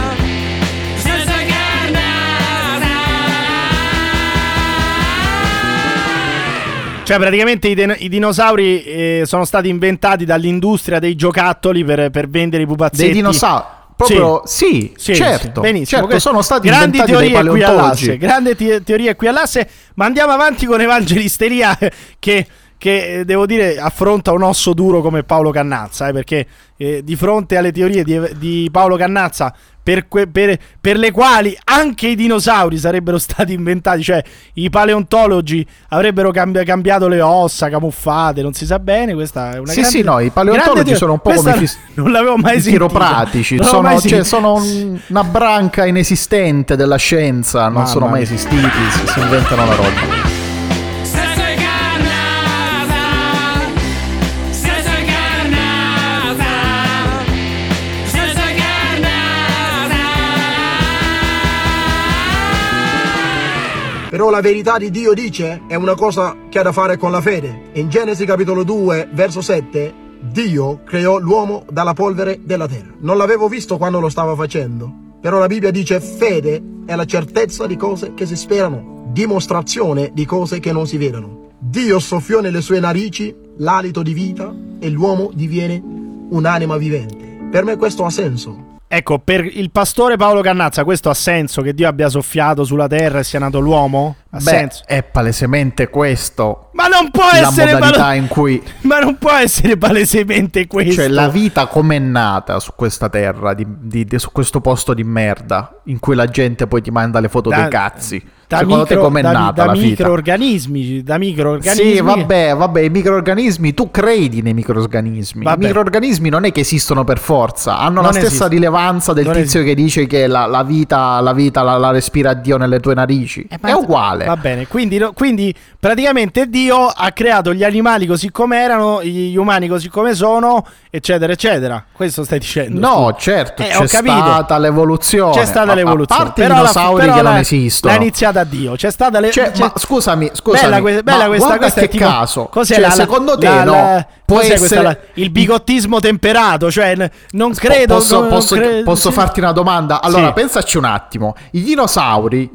Cioè, praticamente i dinosauri sono stati inventati dall'industria dei giocattoli per vendere i pupazzetti. Dei dinosauri? Proprio sì, certo. Benissimo. Certo, sono stati grandi inventati dai paleontologi. Grandi teorie qui all'asse. Ma andiamo avanti con evangelisteria che devo dire affronta un osso duro come Paolo Cannazza, perché di fronte alle teorie di Paolo Cannazza per le quali anche i dinosauri sarebbero stati inventati, cioè i paleontologi avrebbero cambiato le ossa camuffate, non si sa bene, questa è una sì, no, i paleontologi sono un po' come non l'avevo mai sentito. Chiropratici, sono una branca inesistente della scienza, non sono mai esistiti, si inventano la roba. Però la verità di Dio dice è una cosa che ha da fare con la fede. In Genesi capitolo 2 verso 7 Dio creò l'uomo dalla polvere della terra. Non l'avevo visto quando lo stava facendo, però la Bibbia dice fede è la certezza di cose che si sperano, dimostrazione di cose che non si vedono. Dio soffiò nelle sue narici l'alito di vita e l'uomo diviene un'anima vivente. Per me questo ha senso. Ecco, per il pastore Paolo Cannazza questo ha senso, che Dio abbia soffiato sulla terra e sia nato l'uomo? Ha senso? È palesemente questo. Ma non può essere la modalità in cui ma non può essere palesemente questo. Cioè la vita com'è nata su questa terra, su questo posto di merda in cui la gente poi ti manda le foto dei cazzi. Secondo te com'è nata la vita? Da microorganismi. Sì, vabbè, i microorganismi, tu credi nei microorganismi. I microorganismi non è che esistono per forza, hanno la stessa rilevanza del tizio che dice che la vita la respira Dio nelle tue narici. È uguale. Va bene, quindi praticamente Dio ha creato gli animali così come erano, gli umani così come sono, eccetera, eccetera. Questo stai dicendo? No, certo, c'è stata l'evoluzione. C'è stata l'evoluzione. A parte i dinosauri che non esistono. L'ha iniziata Dio, c'è stata ma scusami, bella questa che tipo, caso. Cos'è secondo te può essere il bigottismo temperato, cioè non credo. Posso farti una domanda? Allora, pensaci un attimo. I dinosauri,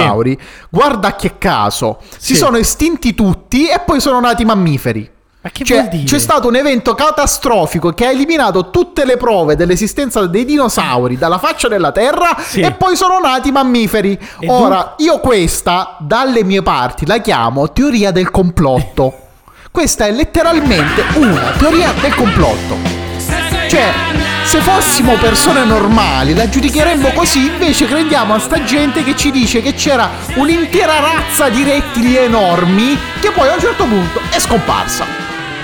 guarda che caso, si sono estinti tutti e poi sono nati mammiferi. Ma che vuol dire? C'è stato un evento catastrofico che ha eliminato tutte le prove dell'esistenza dei dinosauri dalla faccia della terra e poi sono nati mammiferi. Ora, io questa, dalle mie parti, la chiamo teoria del complotto. Questa è letteralmente una teoria del complotto. Cioè, se fossimo persone normali la giudicheremmo così, invece crediamo a sta gente che ci dice che c'era un'intera razza di rettili enormi che poi a un certo punto è scomparsa.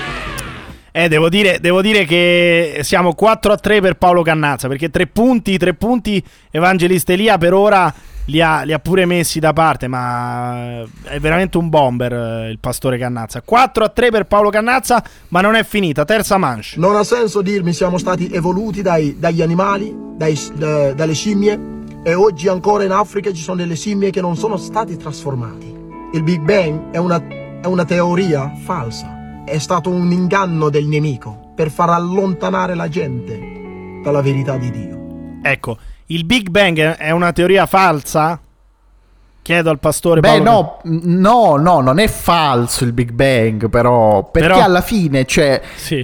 Devo dire che siamo 4-3 per Paolo Cannazza, perché 3 punti Evangelista Elia per ora li ha pure messi da parte, ma è veramente un bomber il pastore Cannazza. 4-3 per Paolo Cannazza, ma non è finita, terza manche. Non ha senso dirmi siamo stati evoluti dagli animali, dalle scimmie, e oggi ancora in Africa ci sono delle scimmie che non sono stati trasformati. Il Big Bang è una teoria falsa. È stato un inganno del nemico per far allontanare la gente dalla verità di Dio. Ecco, il Big Bang è una teoria falsa? Chiedo al pastore Paolo. No, non è falso il Big Bang, però alla fine, cioè,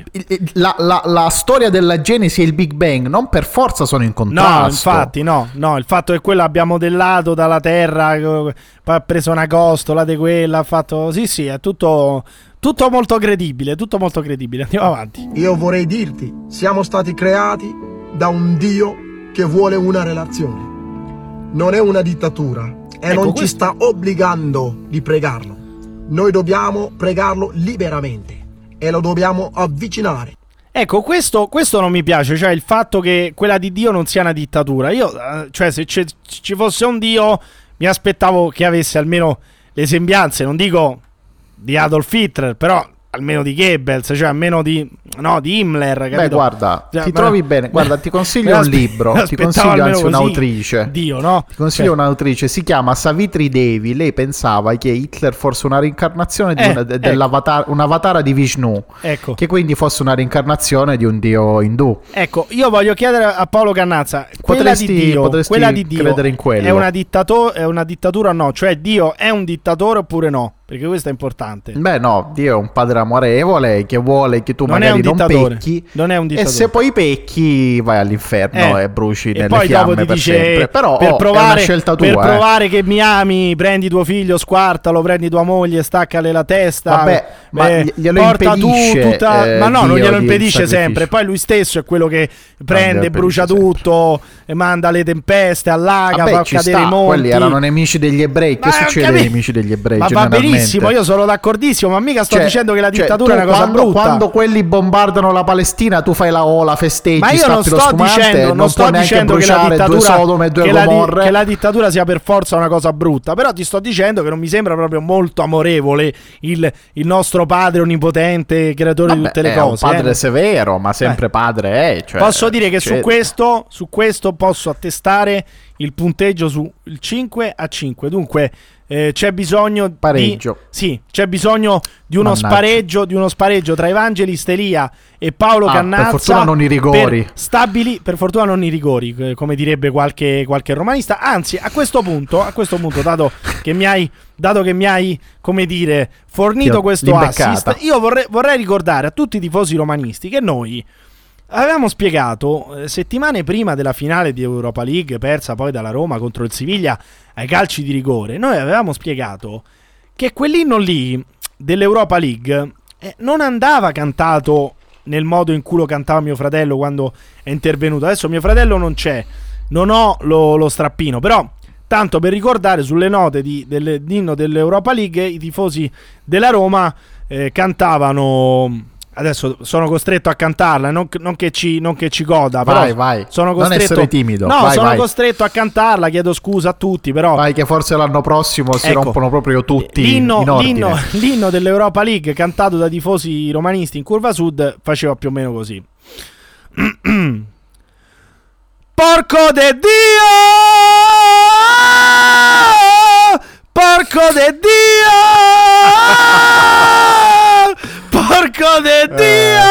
la storia della Genesi e il Big Bang non per forza sono in contrasto. No, infatti, no, il fatto è quello, abbiamo modellato dalla Terra, ha preso una costola di quella, ha fatto... Sì, è tutto molto credibile, Andiamo avanti. Io vorrei dirti, siamo stati creati da un Dio che vuole una relazione. Non è una dittatura e non ci sta obbligando di pregarlo. Noi dobbiamo pregarlo liberamente e lo dobbiamo avvicinare. Ecco, questo non mi piace, cioè il fatto che quella di Dio non sia una dittatura. Io, cioè, se ci fosse un Dio, mi aspettavo che avesse almeno le sembianze, non dico di Adolf Hitler, però almeno di Goebbels, cioè almeno di Himmler, capito? Beh, guarda, ti trovi bene. Guarda, ti consiglio un libro, ti consiglio anzi un'autrice. Dio, no? Ti consiglio un'autrice, si chiama Savitri Devi. Lei pensava che Hitler fosse una reincarnazione di un'avatara di Vishnu, ecco, che quindi fosse una reincarnazione di un dio indù. Ecco, io voglio chiedere a Paolo Cannazza, quella di Dio credere in quello. è una dittatura o no? Cioè Dio è un dittatore oppure no? Perché questo è importante. Beh, no, Dio è un padre amorevole che vuole che tu non magari non pecchi. Non è un dittatore. E se poi pecchi vai all'inferno e bruci nelle poi fiamme dopo ti per dice, sempre. Però per provare, è una scelta tua. Per provare che mi ami, prendi tuo figlio, squartalo, prendi tua moglie, staccale la testa. Vabbè, ma glielo porta impedisce. Ma no, non glielo impedisce il sempre. Poi lui stesso è quello che prende, brucia tutto, e manda le tempeste, allaga, fa cadere i monti. Quelli erano nemici degli ebrei. Che succede ai nemici degli ebrei? Ma va benissimo, io sono d'accordissimo, ma mica sto dicendo che la dittatura è una cosa brutta. Quando quelli bombardano la Palestina, tu fai la festeggi, ma io non sto dicendo che la dittatura sia per forza una cosa brutta, però ti sto dicendo che non mi sembra proprio molto amorevole il nostro padre onnipotente, creatore di tutte le cose. È un padre severo, ma sempre padre è. Cioè, posso dire che su questo posso attestare il punteggio su il 5-5. Dunque c'è bisogno c'è bisogno di uno spareggio tra Evangelist Elia e Paolo Cannazza. Per fortuna non i rigori. Per fortuna non i rigori, come direbbe qualche romanista. Anzi, a questo punto, dato che mi hai come dire fornito questo assist, io vorrei ricordare a tutti i tifosi romanisti che noi avevamo spiegato settimane prima della finale di Europa League, persa poi dalla Roma contro il Siviglia ai calci di rigore. Noi avevamo spiegato che quell'inno lì dell'Europa League non andava cantato nel modo in cui lo cantava mio fratello quando è intervenuto. Adesso mio fratello non c'è, non ho lo strappino, però tanto per ricordare, sulle note dell'inno dell'Europa League i tifosi della Roma cantavano. Adesso sono costretto a cantarla, non che ci goda, però vai. Sono costretto, non essere timido. No, sono costretto a cantarla, chiedo scusa a tutti, però vai che forse l'anno prossimo si rompono proprio tutti l'inno dell'Europa League cantato da tifosi romanisti in Curva Sud faceva più o meno così. Porco de Dio! Porco de Dio! Porco de Dio!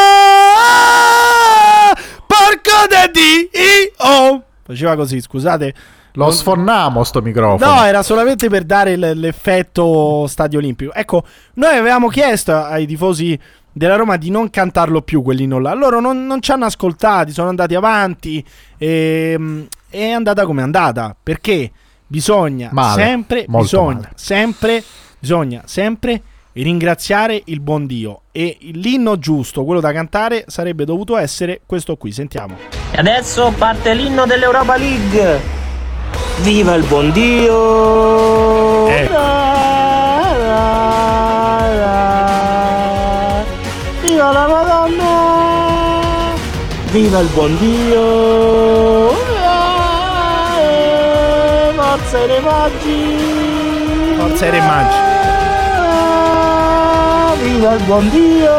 Porco de Dio! Faceva così, scusate. Lo sfonnamo sto microfono. No, era solamente per dare l'effetto Stadio Olimpico. Ecco, noi avevamo chiesto ai tifosi della Roma di non cantarlo più quell'inno là. Loro non ci hanno ascoltati, sono andati avanti e è andata come è andata. Perché bisogna sempre ringraziare il buon Dio, e l'inno giusto, quello da cantare, sarebbe dovuto essere questo qui. Sentiamo. E adesso parte l'inno dell'Europa League. Viva il buon Dio! Viva la Madonna! Viva il buon Dio! Forza ai Re Maggi! Forza ai Re Maggi! Viva il buon Dio!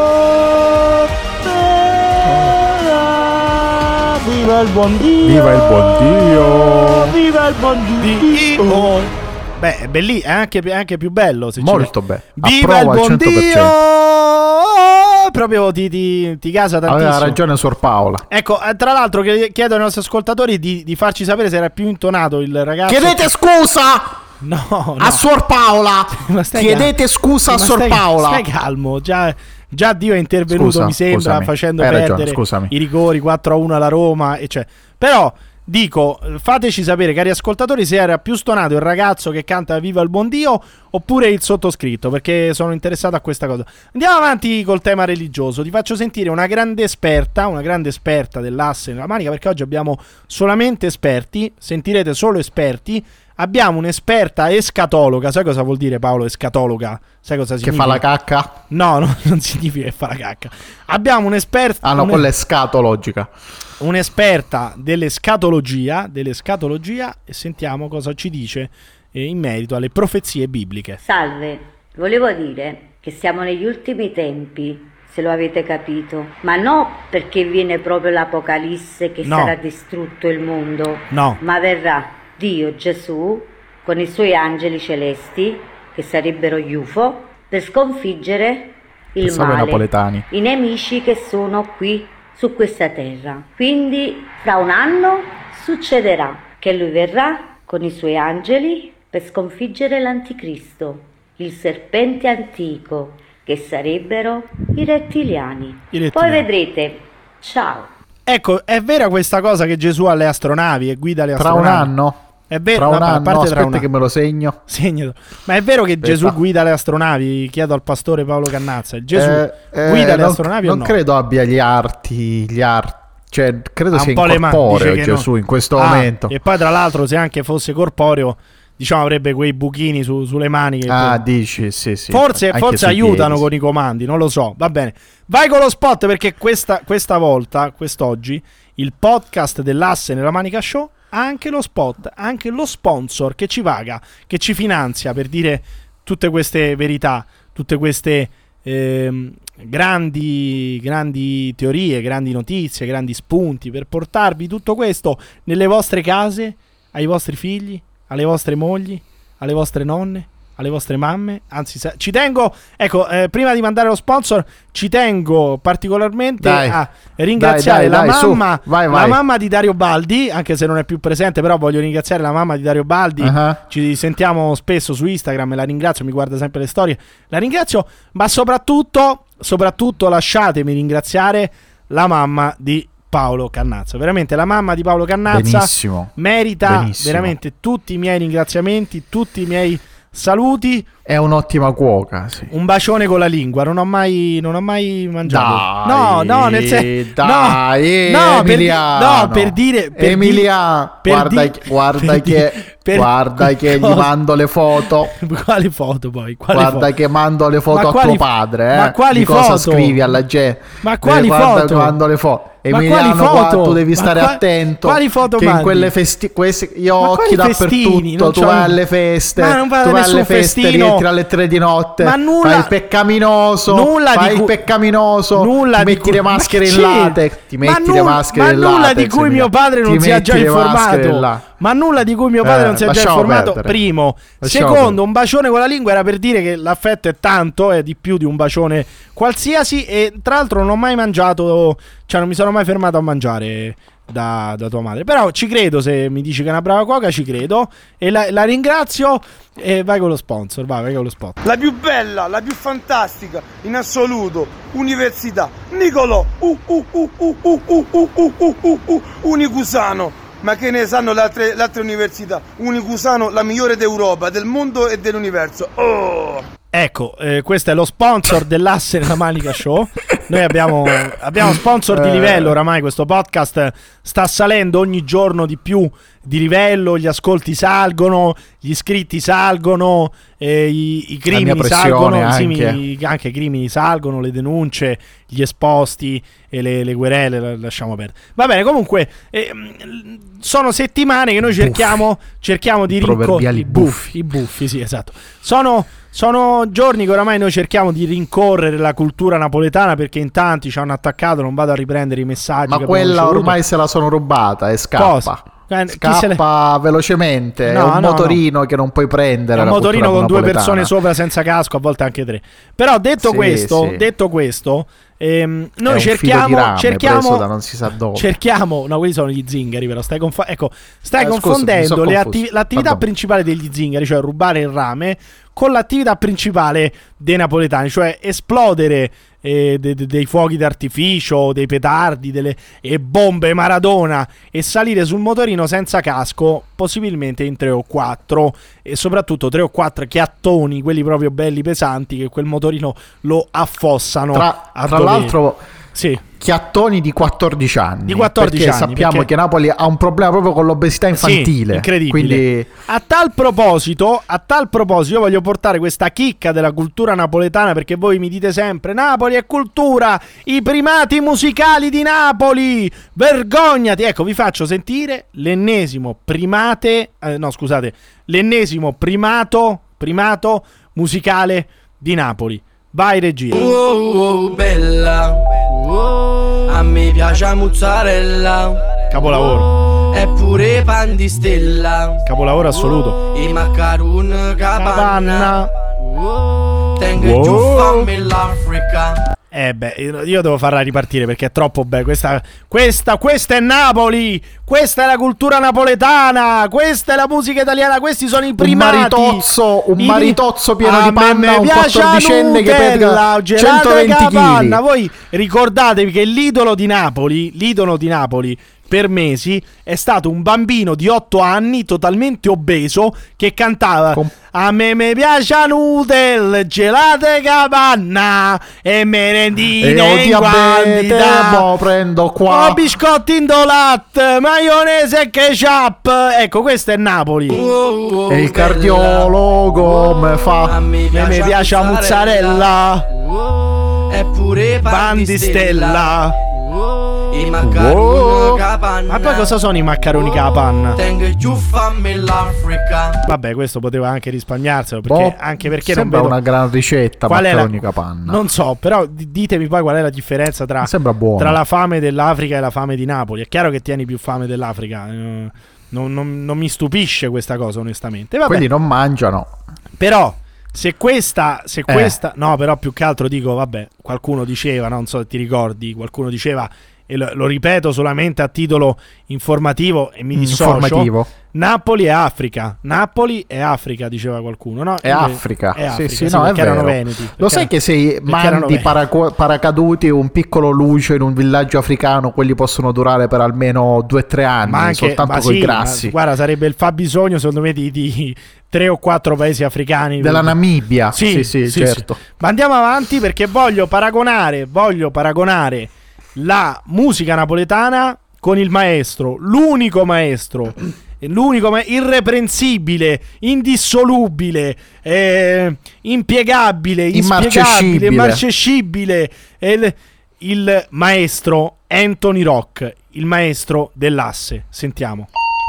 Viva il buon Dio! Viva il buon Dio! Viva il buon Dio! Beh, è anche più bello, se molto bello. Viva il buon Dio! Proprio ti casa tantissimo. Aveva ragione Suor Paola. Ecco, tra l'altro chiedo ai nostri ascoltatori di farci sapere se era più intonato il ragazzo. Chiedete scusa! No. A Suor Paola! Chiedete scusa a Suor Paola! Stai calmo, già Dio è intervenuto, mi sembra, facendo perdere i rigori 4-1 alla Roma, e cioè. Però Dico, fateci sapere, cari ascoltatori, se era più stonato il ragazzo che canta Viva il buon Dio oppure il sottoscritto, perché sono interessato a questa cosa. Andiamo avanti col tema religioso. Ti faccio sentire una grande esperta dell'asse nella manica, perché oggi abbiamo solamente esperti, sentirete solo esperti. Abbiamo un'esperta escatologa. Sai cosa vuol dire, Paolo, escatologa? Sai cosa significa? Che fa la cacca? No, non significa che fa la cacca. Abbiamo un'esperta... Ah no, quella è scatologica. Un'esperta dell'escatologia, e sentiamo cosa ci dice in merito alle profezie bibliche. Salve, volevo dire che siamo negli ultimi tempi, se lo avete capito, ma no perché viene proprio l'Apocalisse che sarà distrutto il mondo, ma verrà Dio Gesù con i suoi angeli celesti, che sarebbero gli UFO, per sconfiggere il male, i nemici che sono qui su questa terra. Quindi fra un anno succederà che lui verrà con i suoi angeli per sconfiggere l'anticristo, il serpente antico, che sarebbero i rettiliani. Poi vedrete. Ciao. Ecco, è vera questa cosa che Gesù ha le astronavi e guida le astronavi? Tra un anno? È vero, tra un anno, aspetta tra che me lo segno. Segnalo. Ma è vero che Gesù guida le astronavi? Chiedo al pastore Paolo Cannazza. Gesù guida le astronavi o no? Non credo abbia gli arti, cioè credo sia incorporeo Gesù in questo momento. E poi tra l'altro, se anche fosse corporeo, diciamo avrebbe quei buchini sulle mani. Dici, sì. Forse aiutano con i comandi, non lo so. Va bene. Vai con lo spot, perché questa volta, quest'oggi, il podcast dell'Asse nella Manica Show ha anche lo spot, anche lo sponsor che ci paga, che ci finanzia per dire tutte queste verità, tutte queste grandi teorie, grandi notizie, grandi spunti, per portarvi tutto questo nelle vostre case, ai vostri figli, alle vostre mogli, alle vostre nonne, alle vostre mamme. Anzi, ci tengo, ecco, prima di mandare lo sponsor, ci tengo particolarmente a ringraziare la mamma di Dario Baldi, anche se non è più presente, però voglio ringraziare la mamma di Dario Baldi. Ci sentiamo spesso su Instagram e la ringrazio, mi guarda sempre le storie, la ringrazio, ma soprattutto lasciatemi ringraziare la mamma di Paolo Cannazza. Veramente la mamma di Paolo Cannazza merita veramente tutti i miei ringraziamenti, tutti i miei saluti. È un'ottima cuoca, sì. Un bacione con la lingua. Non ho mai mangiato. Per dire Emiliano, guarda che gli mando le foto. Quali foto poi? Che mando le foto a tuo padre, Ma quali foto? Cosa foto? scrivi alla gente? Ma quali foto? Che mando le foto. Emiliano, tu devi stare attento. Quali foto che in quelle io ho occhi dappertutto. Tu vai alle feste, rientri alle 3 di notte, fai il peccaminoso, ti metti le maschere in latex, nulla di cui mio padre non si è già informato. Ma nulla di cui mio padre non si è già informato. Primo. Secondo, un bacione con la lingua era per dire che l'affetto è tanto, è di più di un bacione qualsiasi. E tra l'altro non ho mai mangiato, cioè non mi sono mai fermato a mangiare da tua madre. Però ci credo, se mi dici che è una brava cuoca, ci credo. E la ringrazio. E vai con lo sponsor, vai con lo spot. La più bella, la più fantastica in assoluto, università Nicolò Unicusano. Ma che ne sanno le altre università? Unicusano, la migliore d'Europa, del mondo e dell'universo. Ecco, questo è lo sponsor dell'Asse nella Manica Show. Noi abbiamo sponsor di livello oramai. Questo podcast sta salendo ogni giorno di più di livello. Gli ascolti salgono, gli iscritti salgono, i crimini salgono, anche i crimini salgono, le denunce, gli esposti e le querele, lasciamo perdere. Va bene, comunque sono settimane che noi cerchiamo di proverbiali buffi. I buffi, sì, esatto. Sono giorni che oramai noi cerchiamo di rincorrere la cultura napoletana, perché in tanti ci hanno attaccato, non vado a riprendere i messaggi. Ma quella ormai se la sono rubata e scappa. Cosa? Scappa velocemente. È un motorino che non puoi prendere. È un motorino con 2 persone sopra senza casco, a volte anche 3. Però detto questo, Noi cerchiamo preso da non si sa dove. No, quelli sono gli zingari, però stai confondendo l'attività principale degli zingari, cioè rubare il rame, con l'attività principale dei napoletani, cioè esplodere dei fuochi d'artificio, dei petardi, e bombe Maradona, e salire sul motorino senza casco, possibilmente in 3 o 4, e soprattutto 3 o 4 chiattoni, quelli proprio belli pesanti, che quel motorino lo affossano. Tra l'altro, sì, chiattoni di 14 anni. Di 14 perché anni, sappiamo che Napoli ha un problema proprio con l'obesità infantile. Sì, incredibile. Quindi... A tal proposito, io voglio portare questa chicca della cultura napoletana, perché voi mi dite sempre: Napoli è cultura, i primati musicali di Napoli, vergognati. Ecco, vi faccio sentire l'ennesimo primato musicale di Napoli. Vai, regia. Bella, a me piace mozzarella. Capolavoro. Eppure pan di stella. Capolavoro assoluto. I macaron capanna. Tengo giù fammi l'Africa. Io devo farla ripartire perché è troppo bella. Questa è Napoli. Questa è la cultura napoletana. Questa è la musica italiana. Questi sono i primati. Un maritozzo pieno di panna. Un 14enne che pesa 120 kg. Voi ricordatevi che l'idolo di Napoli per mesi è stato un bambino di 8 anni totalmente obeso che cantava a me piace Nutella, gelate capanna e merendine in quantità, prendo qua biscotti in latte, maionese e ketchup. Ecco, questo è Napoli. E il cardiologo mi fa a me piace la mozzarella, eppure pan di stella. I macaroni capanna. Ma poi cosa sono i macaroni capanna? Tengo giù fammi l'Africa. Vabbè, questo poteva anche risparmiarselo, perché anche perché sembra non vedo una gran ricetta macaroni capanna. Non so, però ditemi poi qual è la differenza tra la fame dell'Africa e la fame di Napoli. È chiaro che tieni più fame dell'Africa. Non mi stupisce questa cosa, onestamente. Vabbè. Quelli non mangiano. Però se questa no, però più che altro dico, vabbè, qualcuno diceva, non so se ti ricordi, qualcuno diceva, e lo ripeto solamente a titolo informativo e mi dissocio, Napoli è Africa, diceva qualcuno, no? È Africa, sì, no, perché è vero. Erano veneti. Lo sai che se mandi paracaduti un piccolo lucio in un villaggio africano, quelli possono durare per almeno 2-3 anni, soltanto con i grassi. Guarda, sarebbe il fabbisogno, secondo me, di 3 o 4 paesi africani. Della Namibia, sì, certo. Sì. Ma andiamo avanti, perché voglio paragonare la musica napoletana con il maestro, l'unico maestro, irreprensibile, indissolubile, impiegabile, inspiegabile, immarcescibile, il maestro Anthony Rock, il maestro dell'asse. Sentiamo.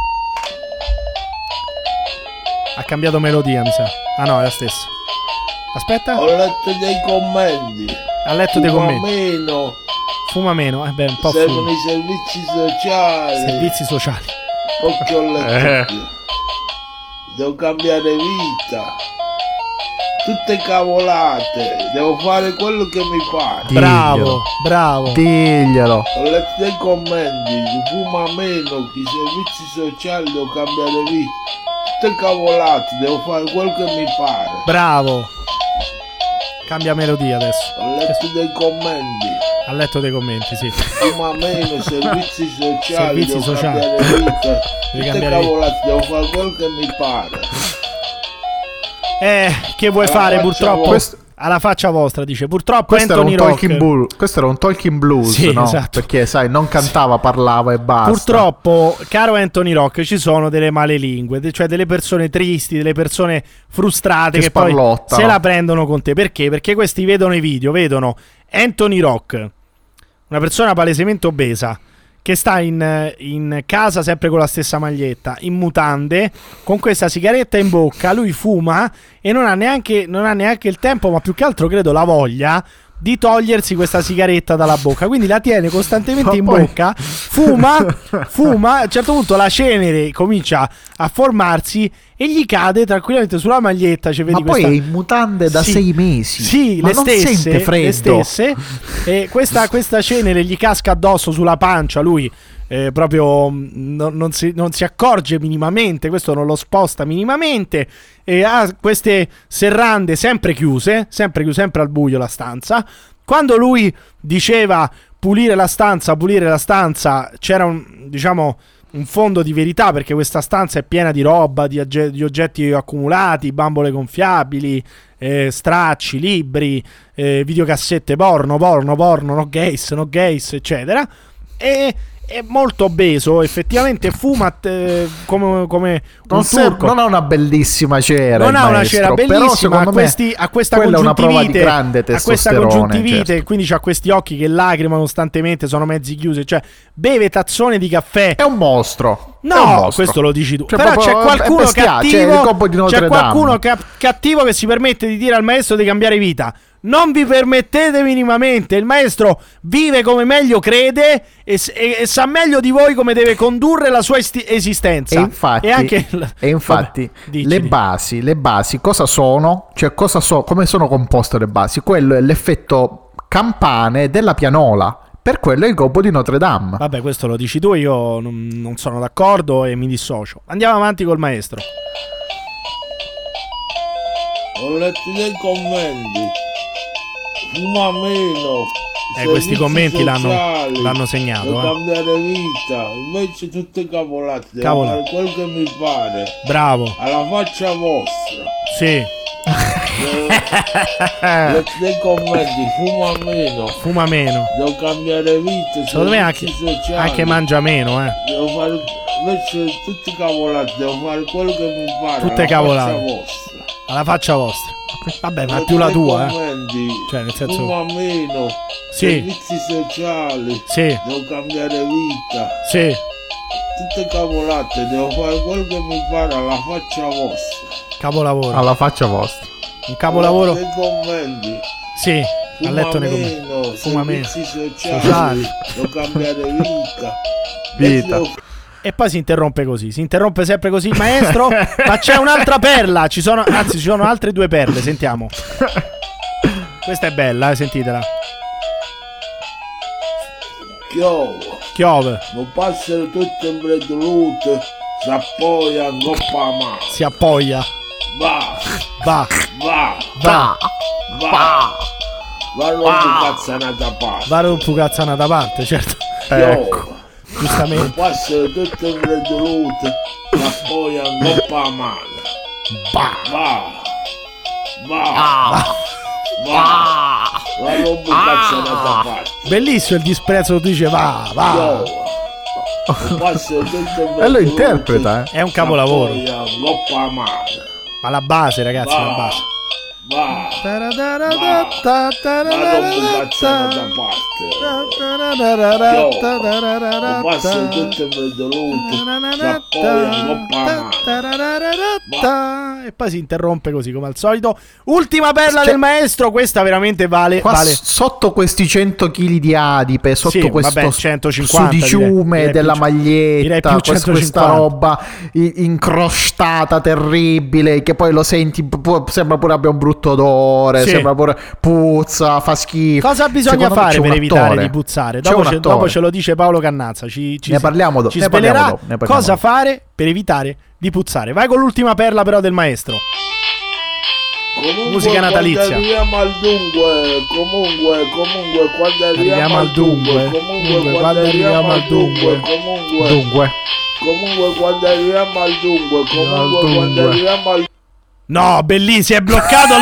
Ha cambiato melodia, mi sa. Ah no, è la stessa. Aspetta. Ho letto dei commenti. Ha letto dei commenti. Fuma meno, un po' servono i servizi sociali. Occhio all'occhio. Devo cambiare vita. Tutte cavolate. Devo fare quello che mi pare. Bravo. Diglielo. Ho letto dei commenti. Fuma meno, i servizi sociali, devo cambiare vita. Tutte cavolate, devo fare quello che mi pare. Bravo. Cambia melodia adesso. Ho letto dei commenti. Ha letto dei commenti, sì. Fuma meno, servizi sociali, devo cambiare vita. Tutte cavolate, devo fare quello che mi pare. Che vuoi fare purtroppo? Alla faccia vostra, dice. Purtroppo questo Anthony Rock. Questo era un talking blues, sì, no? Esatto. Perché sai, non cantava, parlava e basta. Purtroppo, caro Anthony Rock, ci sono delle malelingue, cioè delle persone tristi, delle persone frustrate che poi se la prendono con te. Perché? Perché questi vedono i video, vedono Anthony Rock, una persona palesemente obesa, che sta in casa sempre con la stessa maglietta, in mutande, con questa sigaretta in bocca. Lui fuma e non ha neanche il tempo, ma più che altro credo la voglia di togliersi questa sigaretta dalla bocca, quindi la tiene costantemente in bocca, fuma, a un certo punto la cenere comincia a formarsi e gli cade tranquillamente sulla maglietta. Cioè, vedi ma poi è in mutande da 6 mesi. Sì, ma le non stesse, sente freddo. le stesse. E questa cenere gli casca addosso sulla pancia, lui proprio non si accorge minimamente, questo non lo sposta minimamente, e ha queste serrande sempre chiuse, sempre al buio la stanza. Quando lui diceva pulire la stanza, c'era un fondo di verità, perché questa stanza è piena di roba, di oggetti accumulati, bambole gonfiabili, stracci, libri, videocassette porno, no gays, eccetera. E è molto obeso, effettivamente fuma come un turco. Non ha una bellissima cera, non ha una cera bellissima, ha questa quella è una prova di grande testosterone, certo. Quindi c'ha questi occhi che lacrimano costantemente, sono mezzi chiusi, cioè beve tazzone di caffè. È un mostro. No, questo lo dici tu. Cioè, però c'è qualcuno cattivo, cattivo che si permette di dire al maestro di cambiare vita. Non vi permettete minimamente. Il maestro vive come meglio crede e sa meglio di voi come deve condurre la sua esistenza. E infatti le basi cosa sono? Cioè come sono composte le basi? Quello è l'effetto campane della pianola. Per quello è il gobbo di Notre Dame. Vabbè, questo lo dici tu, io non sono d'accordo e mi dissocio. Andiamo avanti col maestro. Ho letto dei commenti. Fuma meno. Questi commenti l'hanno segnato. Cambiare vita, invece tutte cavolate. Devo fare quel che mi pare. Bravo. Alla faccia vostra. Sì. Dei commenti, fuma meno. Devo cambiare vita. Secondo me anche mangia meno, Devo fare invece tutte cavolate. Devo fare quello che mi pare. Tutte cavolate. Alla faccia vostra. Vabbè, ma più la tua, cioè, nel senso, fuma meno, servizi sociali, devo cambiare vita, tutte cavolate, devo fare quello che mi pare alla faccia vostra. Capolavoro. Alla faccia vostra. Un capolavoro. Nei commenti. Sì, ha letto nei commenti. Fuma meno, servizi sociali, devo cambiare vita. E poi si interrompe sempre così il maestro. Ma c'è un'altra perla, ci sono altre 2 perle, sentiamo. Questa è bella, sentitela. Chiove. Non passano tutte in bredolute, si appoggia. Va. Va un pucazzana da parte, certo. Ecco. Giustamente. Passano tutte in bredolute, si appoggiano coppa a mano. Bellissimo il disprezzo, dice va. E lo interpreta, È un capolavoro. Ma la base, ragazzi, la base. E poi si interrompe così come al solito. Ultima perla del maestro. Questa veramente vale. Sotto questi 100 kg di adipe, sotto questo 150 sudiciume direi della maglietta, direi più 150. questa roba incrostata terribile, che poi lo senti, sembra pure abbia un brutto odore, sembra pure puzza, fa schifo. Cosa bisogna fare per evitare di puzzare? Dopo ce lo dice Paolo Cannazza. Ne parliamo ci svelerà cosa fare per evitare di puzzare. Vai con l'ultima perla però del maestro. Musica natalizia. Arriviamo al dunque, comunque quando arriviamo al dunque, comunque quando arriviamo al dunque, comunque quando arriviamo al dunque, comunque quando arriviamo al. No, bellissimo, si è bloccato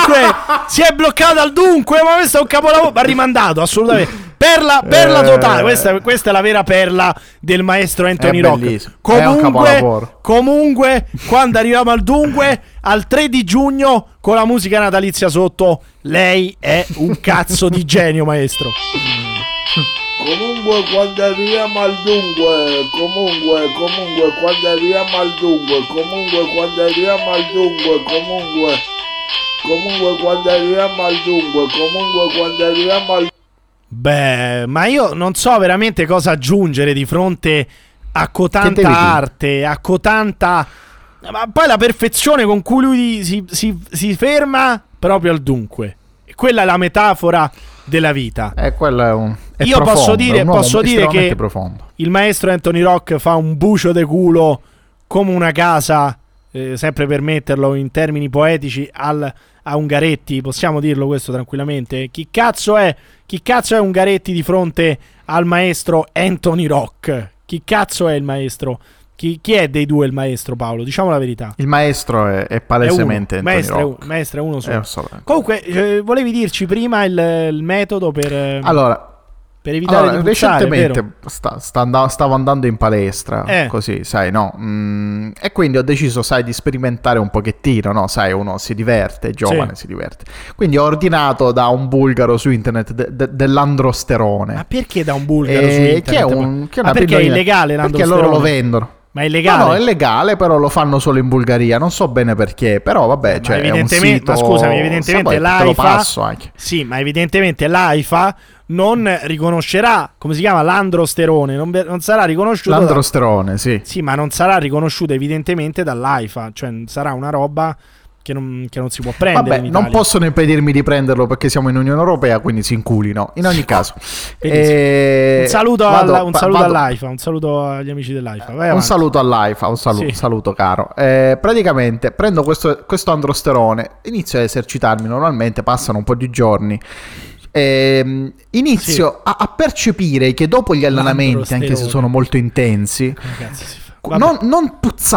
al dunque, ma questo è un capolavoro, va rimandato assolutamente. Perla totale, questa è la vera perla del maestro Anthony Rock. Comunque, quando arriviamo al dunque, al 3 di giugno, con la musica natalizia sotto, lei è un cazzo di genio, maestro. Comunque quando arriviamo al dunque, comunque quando arriviamo al dunque, comunque quando arriviamo al dunque, comunque quando arriviamo al dunque, comunque quando arriviamo al. Beh, ma io non so veramente cosa aggiungere di fronte a cotanta arte, a cotanta Ma poi la perfezione con cui lui si ferma proprio al dunque. Quella è la metafora della vita. Quello è un... È Io profondo, posso dire che profondo. Il maestro Anthony Rock fa un bucio de culo come una casa, sempre per metterlo in termini poetici, a Ungaretti. Possiamo dirlo questo tranquillamente? Chi cazzo è Ungaretti di fronte al maestro Anthony Rock? Chi cazzo è il maestro? Chi è dei due il maestro, Paolo? Diciamo la verità. Il maestro è palesemente Anthony Rock. Maestro è uno solo. Comunque, volevi dirci prima il metodo per... Per evitare di puzzare, recentemente stavo andando in palestra, così, sai, no? E quindi ho deciso, sai, di sperimentare un pochettino, no? Sai, uno si diverte, è giovane, si diverte. Quindi ho ordinato da un bulgaro su internet dell'androsterone. Ma perché da un bulgaro su internet? Perché è illegale l'androsterone? Perché loro lo vendono. Ma è illegale? No, è legale, però lo fanno solo in Bulgaria. Non so bene perché, però vabbè, cioè, è un sito... Ma scusami, evidentemente l'AIFA... Sì, ma evidentemente l'AIFA non riconoscerà, come si chiama, l'androsterone, non sarà riconosciuto... L'androsterone, sì. Sì, ma non sarà riconosciuto evidentemente dall'AIFA, cioè sarà una roba... Che non si può prendere. Vabbè, non possono impedirmi di prenderlo perché siamo in Unione Europea, quindi si inculino. In ogni caso, un saluto all'AIFA, un saluto agli amici dell'AIFA. Un saluto all'AIFA, un saluto caro. Praticamente prendo questo androsterone, inizio a esercitarmi normalmente, passano un po' di giorni. Inizio a percepire che dopo gli allenamenti, anche se sono molto intensi, non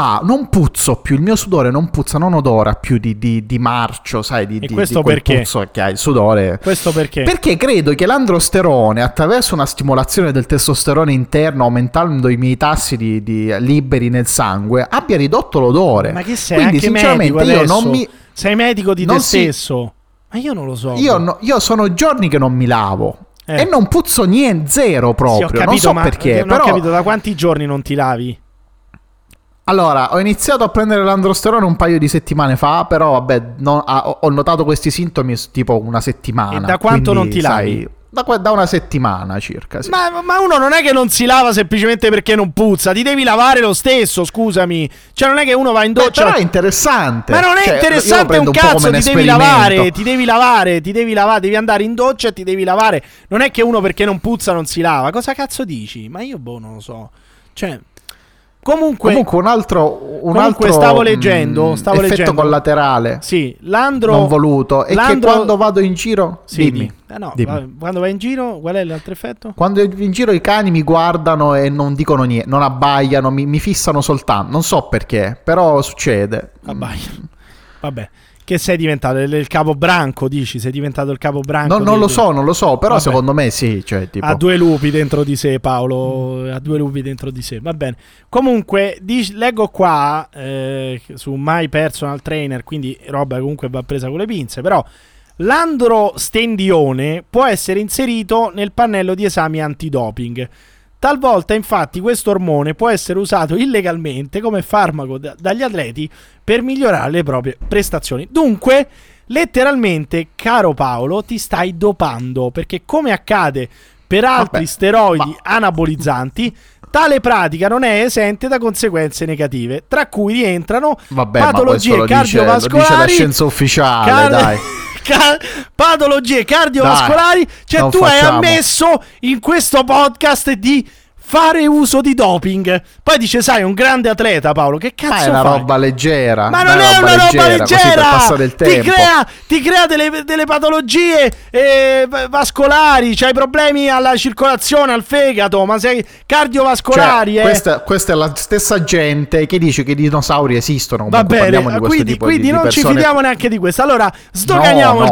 puzzo più, il mio sudore non puzza, non odora più di marcio, sai, di questo quel perché? puzzo che ha il sudore. Questo perché? Perché credo che l'androsterone, attraverso una stimolazione del testosterone interno, aumentando i miei tassi di liberi nel sangue, abbia ridotto l'odore. Ma che sei? Quindi anche sinceramente medico io non mi... Sei medico di te stesso? Ma io non lo so. Io sono giorni che non mi lavo. E non puzzo niente, zero proprio. Sì, ho capito, non so perché. Non ho capito da quanti giorni non ti lavi. Allora, ho iniziato a prendere l'androsterone un paio di settimane fa, però vabbè, ho notato questi sintomi tipo una settimana. E da quanto quindi, non ti lavi? Da una settimana circa, sì. Ma uno non è che non si lava semplicemente perché non puzza, ti devi lavare lo stesso, scusami. Cioè non è che uno va in doccia... Però è interessante. Ma non è interessante un cazzo, ti devi lavare, devi andare in doccia e ti devi lavare. Non è che uno perché non puzza non si lava. Cosa cazzo dici? Ma io non lo so. Cioè... Comunque un altro stavo leggendo effetto collaterale. Sì, non voluto. E che quando vado in giro, dimmi. Quando vai in giro, qual è l'altro effetto? Quando in giro i cani mi guardano e non dicono niente, non abbaiano, mi fissano soltanto. Non so perché, però succede. Abbaiano. Vabbè. Che sei diventato il capobranco, dici? Sei diventato il capobranco? Non lo so, però secondo me sì, cioè, tipo... Ha due lupi dentro di sé, Paolo, ha due lupi dentro di sé, va bene. Comunque, leggo qua su My Personal Trainer, quindi roba comunque va presa con le pinze, però l'androstendione può essere inserito nel pannello di esami antidoping. Talvolta, infatti, questo ormone può essere usato illegalmente come farmaco dagli atleti per migliorare le proprie prestazioni. Dunque, letteralmente, caro Paolo, ti stai dopando, perché come accade per altri steroidi anabolizzanti, tale pratica non è esente da conseguenze negative, tra cui rientrano patologie cardiovascolari. Lo dice la scienza ufficiale, dai. Patologie cardiovascolari, cioè tu hai ammesso in questo podcast di fare uso di doping. Poi dice, sai, un grande atleta, Paolo, che cazzo fai? È una roba leggera. Ma non è una roba leggera, per passare il tempo. Ti crea delle patologie vascolari, c'hai problemi alla circolazione, al fegato, ma sei cardiovascolari. Cioè, questa è la stessa gente che dice che i dinosauri esistono. Va bene, quindi non ci fidiamo neanche di questo. Allora, sdoganiamo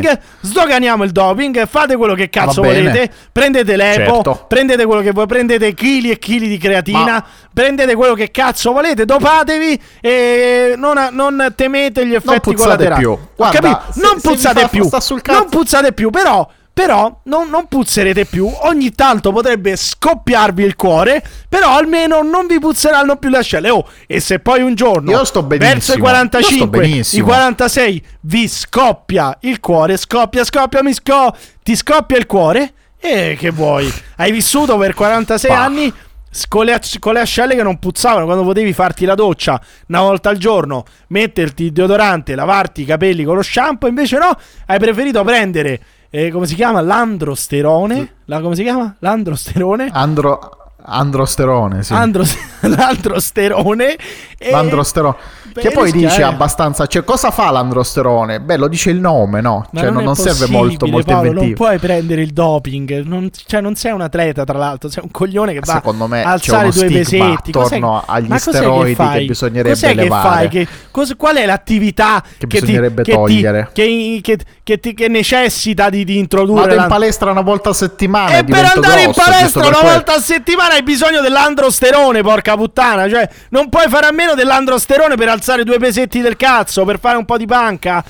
il doping, fate quello che cazzo volete, prendete l'EPO, prendete quello che voi prendete, chili e chili di creatina, prendete quello che cazzo volete, dopatevi e non temete gli effetti collaterali. Non puzzate più, però non puzzerete più. Ogni tanto potrebbe scoppiarvi il cuore, però almeno non vi puzzeranno più le ascelle. E se poi un giorno verso i 45, i 46 vi scoppia il cuore, ti scoppia il cuore, e che vuoi? Hai vissuto per 46 anni con le ascelle che non puzzavano, quando potevi farti la doccia una volta al giorno, metterti il deodorante, lavarti i capelli con lo shampoo, invece no, hai preferito prendere come si chiama? L'androsterone. Come si chiama? L'androsterone? Androsterone, sì. L'androsterone. L'androsterone. Che poi dice abbastanza. Cioè, cosa fa l'androsterone? Beh, lo dice il nome, no? Ma cioè, non serve molto Paolo, inventivo. non puoi prendere il doping. Non sei un atleta, tra l'altro. Sei un coglione che va secondo me a alzare c'è uno due stigma pesetti attorno agli steroidi che bisognerebbe cos'è elevare. Che fai? Qual è l'attività che bisognerebbe togliere? Che necessita di introdurre? Vado in palestra una volta a settimana. E per andare in palestra una volta a settimana hai bisogno dell'androsterone, porca puttana. Cioè, non puoi fare a meno dell'androsterone per alzare 2 pesetti del cazzo, per fare un po' di panca.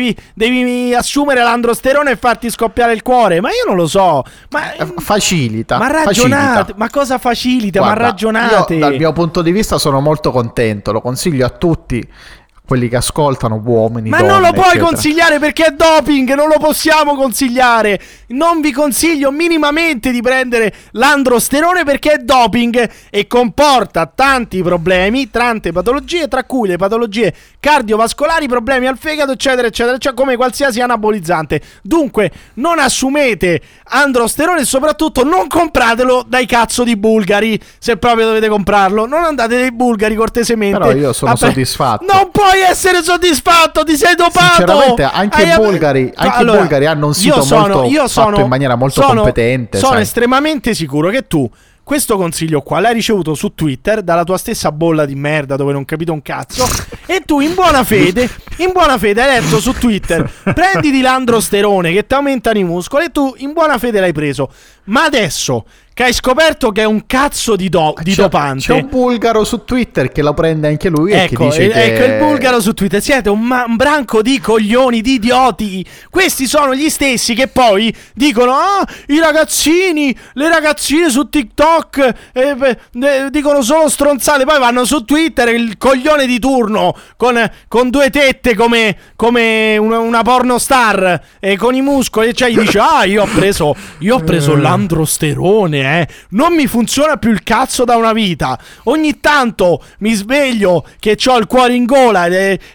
Devi assumere l'androsterone e farti scoppiare il cuore. Ma io non lo so. Facilita. Ma ragionate. Ma cosa facilita? Guarda, ma ragionate. Io, dal mio punto di vista, sono molto contento. Lo consiglio a tutti quelli che ascoltano, uomini, ma donne, non lo puoi eccetera. consigliare perché è doping, non lo possiamo consigliare. Non vi consiglio minimamente di prendere l'androsterone perché è doping e comporta tanti problemi, tante patologie, tra cui le patologie cardiovascolari, problemi al fegato, eccetera, eccetera, cioè come qualsiasi anabolizzante. Dunque, non assumete androsterone e soprattutto non compratelo dai cazzo di bulgari, se proprio dovete comprarlo. Non andate dai bulgari, cortesemente. Però io sono soddisfatto. Non puoi essere soddisfatto, ti sei dopato. Sinceramente, anche i bulgari hanno un sito fatto in maniera molto competente. Sono estremamente sicuro che tu questo consiglio qua l'hai ricevuto su Twitter dalla tua stessa bolla di merda dove non capito un cazzo e tu in buona fede hai letto su Twitter prenditi l'androsterone che ti aumentano i muscoli e tu in buona fede l'hai preso. Ma adesso che hai scoperto che è un cazzo di dopante, c'è un bulgaro su Twitter che lo prende anche lui e che dice ecco il bulgaro su Twitter. Siete un branco di coglioni, di idioti. Questi sono gli stessi che poi dicono i ragazzini, le ragazzine su TikTok dicono solo stronzate, poi vanno su Twitter il coglione di turno con 2 tette come una pornostar e con i muscoli, cioè gli dice io ho preso l'androsterone, non mi funziona più il cazzo da una vita, ogni tanto mi sveglio che ho il cuore in gola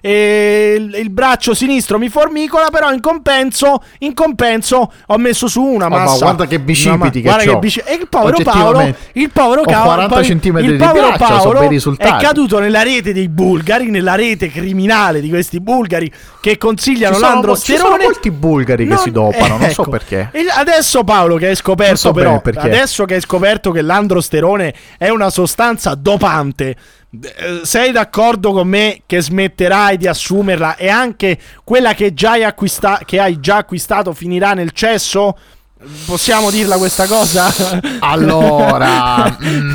e il braccio sinistro mi formicola, però in compenso ho messo su una massa. Ma guarda che bicipiti che c'ho. E il povero Paolo 40 centimetri di braccia, sono bei risultati. È caduto nella rete dei bulgari, nella rete criminale di questi bulgari che consigliano l'androsterone. Ci sono molti bulgari che si dopano, non so perché. E adesso Paolo che hai scoperto adesso che hai scoperto che l'androsterone è una sostanza dopante, sei d'accordo con me che smetterai di assumerla e anche quella che hai già acquistato finirà nel cesso? Possiamo dirla questa cosa? Allora,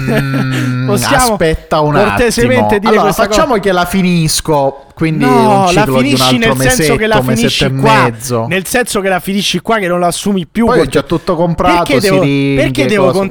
possiamo aspetta un cortesemente attimo. Dire questa facciamo cosa? che la finisco. Quindi no, un ciclo la finisci di un altro nel senso che la finisci qua, mezzo. nel senso che la finisci qua, che non la assumi più. Poi ho già tutto comprato. Perché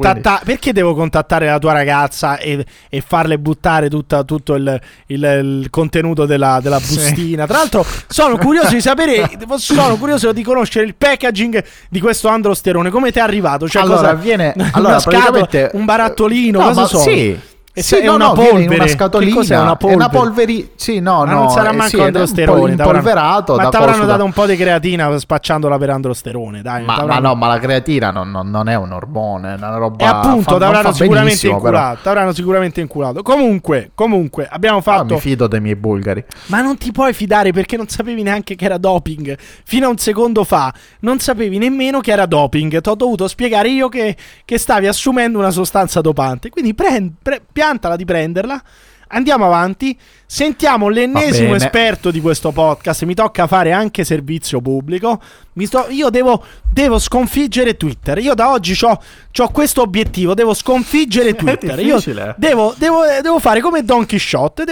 devo contattare la tua ragazza e farle buttare tutto il contenuto della bustina? Tra l'altro sono curioso di sapere, sono curioso di conoscere il packaging di questo androsterone. Come ti è arrivato? Cioè, una scatola, un barattolino, cosa sono? Sì. È una polvere, una scatolina, cos'è una polvere? È una polveri, sì, no, ma non sarà manco androsterone, impolverato. Ma ti avranno dato un po' di creatina spacciandola per androsterone, dai. Ma la creatina non è un ormone, è una roba. E appunto t'avranno sicuramente inculato. Comunque abbiamo fatto. Mi fido dei miei bulgari. Ma non ti puoi fidare perché non sapevi neanche che era doping. Fino a un secondo fa non sapevi nemmeno che era doping. T'ho dovuto spiegare io che stavi assumendo una sostanza dopante. Quindi piantala di prenderla. Andiamo avanti. Sentiamo l'ennesimo esperto di questo podcast. Mi tocca fare anche servizio pubblico. Io devo sconfiggere Twitter. Io da oggi c'ho questo obiettivo. Devo sconfiggere Twitter. Io devo fare come Don Chisciotte.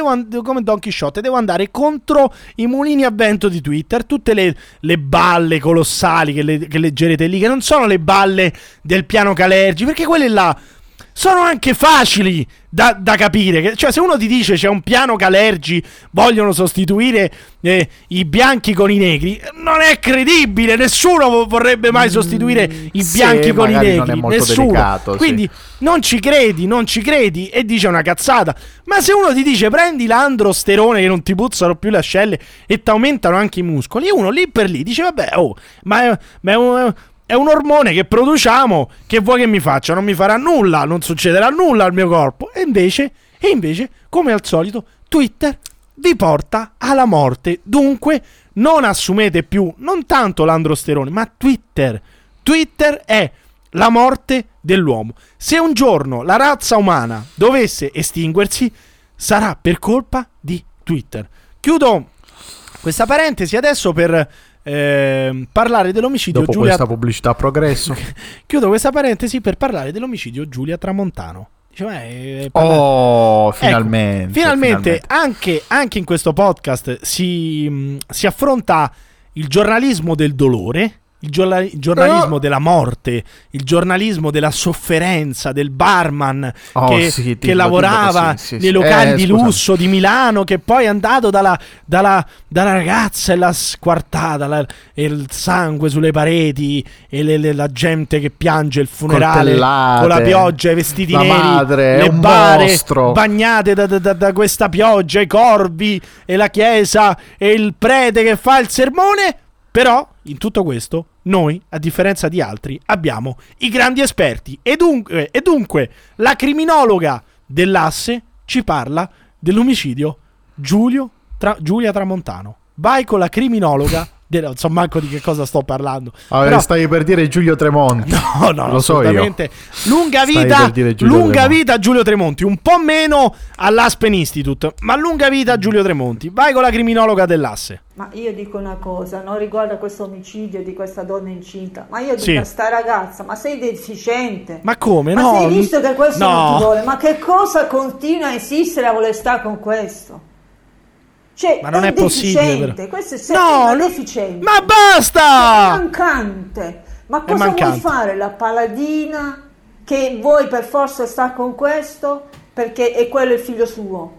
Devo andare contro i mulini a vento di Twitter. Tutte le balle colossali che leggerete lì, che non sono le balle del piano Calergi, perché quelle là sono anche facili da capire. Cioè, se uno ti dice c'è un piano Calergi, vogliono sostituire i bianchi con i negri, non è credibile. Nessuno vorrebbe mai sostituire i bianchi con i negri. Non è molto nessuno. Delicato, quindi non ci credi e dice una cazzata. Ma se uno ti dice prendi l'androsterone che non ti puzzano più le ascelle e ti aumentano anche i muscoli, e uno lì per lì dice vabbè, è un ormone che produciamo, che vuoi che mi faccia? Non mi farà nulla, non succederà nulla al mio corpo. E invece, come al solito, Twitter vi porta alla morte. Dunque non assumete più non tanto l'androsterone, ma Twitter. Twitter è la morte dell'uomo. Se un giorno la razza umana dovesse estinguersi, sarà per colpa di Twitter. Chiudo questa parentesi adesso per parlare dell'omicidio dopo Giulia. Questa pubblicità a progresso. Chiudo questa parentesi per parlare dell'omicidio Giulia Tramontano. Finalmente anche in questo podcast si affronta il giornalismo del dolore, il giornalismo della morte, il giornalismo della sofferenza del barman che lavorava nei locali di lusso di Milano, che poi è andato dalla ragazza e l'ha squartata, e il sangue sulle pareti e la gente che piange il funerale con la pioggia, i vestiti neri, madre, le bare bagnate da questa pioggia, i corvi e la chiesa e il prete che fa il sermone. Però in tutto questo noi, a differenza di altri, abbiamo i grandi esperti e dunque la criminologa dell'Asse ci parla dell'omicidio Giulia Tramontano. Vai con la criminologa non so manco di che cosa sto parlando. Però stavi per dire Giulio Tremonti. No, lo assolutamente. So io. Lunga vita Giulio Tremonti, un po' meno all'Aspen Institute, ma lunga vita Giulio Tremonti. Vai con la criminologa dell'Asse. Ma io dico una cosa, non riguarda questo omicidio di questa donna incinta, ma io dico a sta ragazza, ma sei deficiente. Ma come? Ma sei visto che questo non ti vuole? Ma che cosa continua a insistere a voler stare con questo? Cioè, ma non è possibile. Questo è deficiente. Ma basta! È mancante. Ma cosa vuoi fare? La paladina che vuoi per forza stare con questo perché è quello il figlio suo?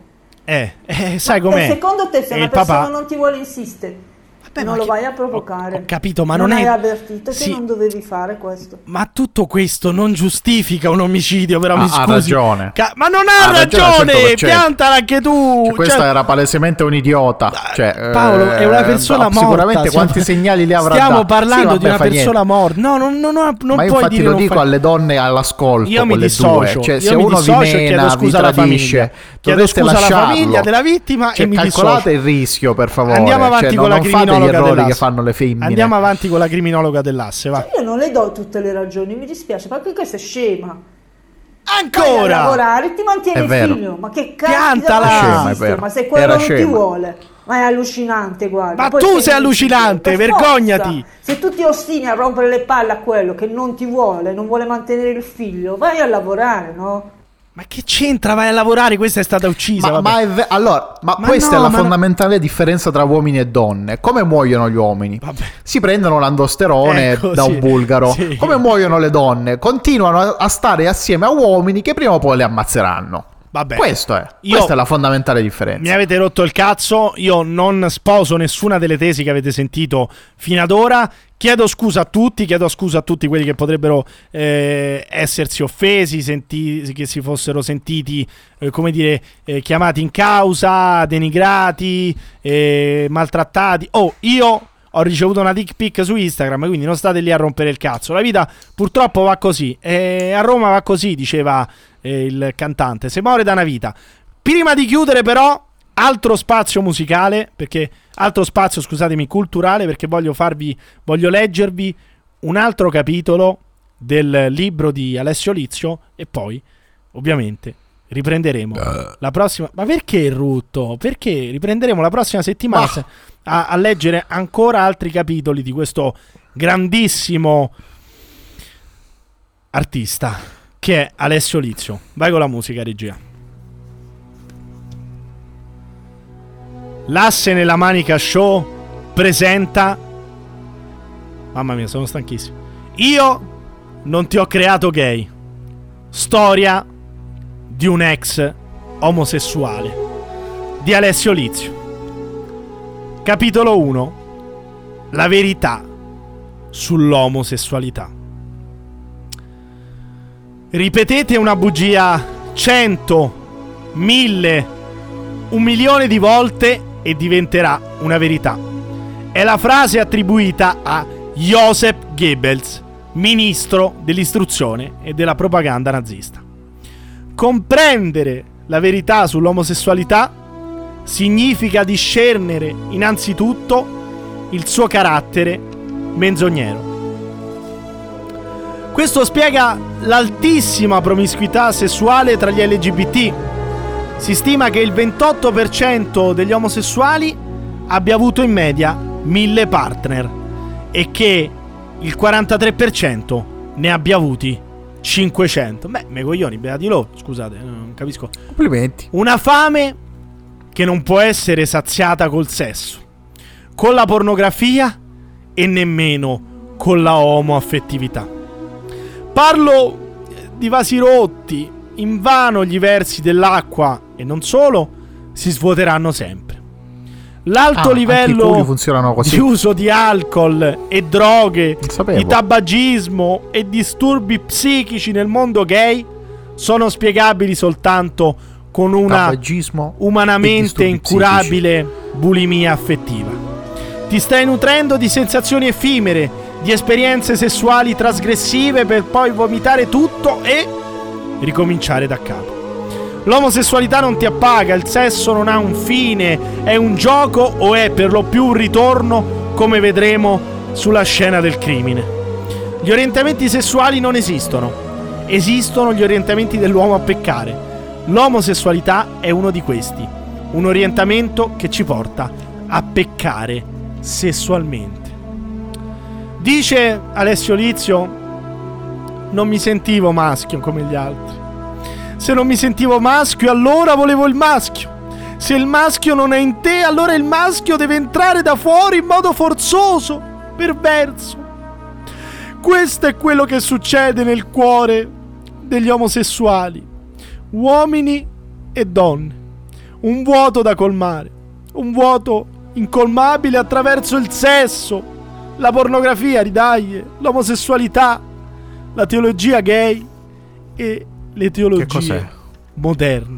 Sai com'è? Secondo te se una persona non ti vuole insistere, non lo vai a provocare. Ho capito, ma non hai avvertito che non dovevi fare questo. Ma tutto questo non giustifica un omicidio, però mi scusi. Ha ragione. Ma non ha ragione, piantala anche tu. Questo era palesemente un idiota. Paolo è una persona morta. Sicuramente quanti segnali li avrà Stiamo parlando di una persona morta. No, non ma puoi infatti dire. Lo dico alle donne all'ascolto. Io mi dissocio. Cioè, se uno vi mena, vi tradisce, chiedo scusa alla famiglia della vittima e mi dissocio. Calcolate il rischio, per favore. Andiamo avanti con la criminologa dell'Asse. Che fanno le femmine. Andiamo avanti con la criminologa dell'Asse, va. Io non le do tutte le ragioni, mi dispiace, perché questa è scema. Ancora! Vai a lavorare, ti mantieni il figlio. Ma che cazzo, ma se quello non ti vuole. Ma è allucinante, guarda. Ma poi tu sei allucinante, vergognati. Se tu ti ostini a rompere le palle a quello che non ti vuole, non vuole mantenere il figlio, vai a lavorare, no? Ma che c'entra? Vai a lavorare, questa è stata uccisa. Ma questa è la fondamentale differenza tra uomini e donne. Come muoiono gli uomini? Si prendono l'androsterone da un bulgaro. Sì. Come muoiono le donne? Continuano a stare assieme a uomini che prima o poi le ammazzeranno. Vabbè. Questa è la fondamentale differenza. Mi avete rotto il cazzo. Io non sposo nessuna delle tesi che avete sentito fino ad ora. Chiedo scusa a tutti quelli che potrebbero essersi offesi, che si fossero sentiti, chiamati in causa, denigrati, maltrattati. Io ho ricevuto una dick pic su Instagram, quindi non state lì a rompere il cazzo. La vita purtroppo va così. A Roma va così, diceva il cantante. Se muore da una vita. Prima di chiudere, però, altro spazio culturale, perché voglio leggervi un altro capitolo del libro di Alessio Lizio e poi, ovviamente, riprenderemo la prossima. Ma perché rutto? Perché riprenderemo la prossima settimana a leggere ancora altri capitoli di questo grandissimo artista che è Alessio Lizio. Vai con la musica, regia. L'Asse nella Manica Show presenta. Mamma mia, sono stanchissimo. Io non ti ho creato gay. Storia di un ex omosessuale di Alessio Lizio. Capitolo 1: la verità sull'omosessualità. Ripetete una bugia 100, 1000, 1.000.000 di volte e diventerà una verità. È la frase attribuita a Joseph Goebbels, ministro dell'istruzione e della propaganda nazista. Comprendere la verità sull'omosessualità significa discernere innanzitutto il suo carattere menzognero. Questo spiega l'altissima promiscuità sessuale tra gli LGBT. Si stima che il 28% degli omosessuali abbia avuto in media 1000 partner e che il 43% ne abbia avuti 500. Beh, me coglioni, beati loro, scusate, non capisco. Complimenti. Una fame che non può essere saziata col sesso, con la pornografia e nemmeno con la omoaffettività. Parlo di vasi rotti, invano gli versi dell'acqua e non solo si svuoteranno sempre. L'alto livello di uso di alcol e droghe, di tabagismo e disturbi psichici nel mondo gay sono spiegabili soltanto con una umanamente incurabile bulimia affettiva. Ti stai nutrendo di sensazioni effimere, di esperienze sessuali trasgressive per poi vomitare tutto e ricominciare da capo. L'omosessualità non ti appaga, il sesso non ha un fine, è un gioco o è per lo più un ritorno, come vedremo sulla scena del crimine. Gli orientamenti sessuali non esistono, esistono gli orientamenti dell'uomo a peccare. L'omosessualità è uno di questi, un orientamento che ci porta a peccare sessualmente. Dice Alessio Lizio: non mi sentivo maschio come gli altri. Se non mi sentivo maschio, allora volevo il maschio. Se il maschio non è in te, allora il maschio deve entrare da fuori in modo forzoso, perverso. Questo è quello che succede nel cuore degli omosessuali, uomini e donne. Un vuoto da colmare, un vuoto incolmabile attraverso il sesso, la pornografia, ridaglie, l'omosessualità, la teologia gay e le teologie moderne.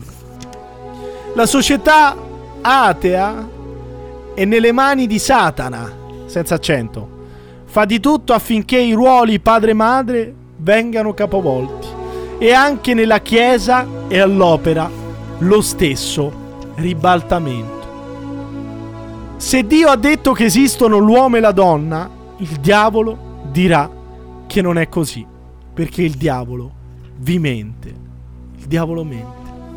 La società atea è nelle mani di Satana, senza accento. Fa di tutto affinché i ruoli padre-madre vengano capovolti. E anche nella Chiesa è all'opera lo stesso ribaltamento. Se Dio ha detto che esistono l'uomo e la donna, il diavolo dirà che non è così, perché il diavolo vi mente. Il diavolo mente.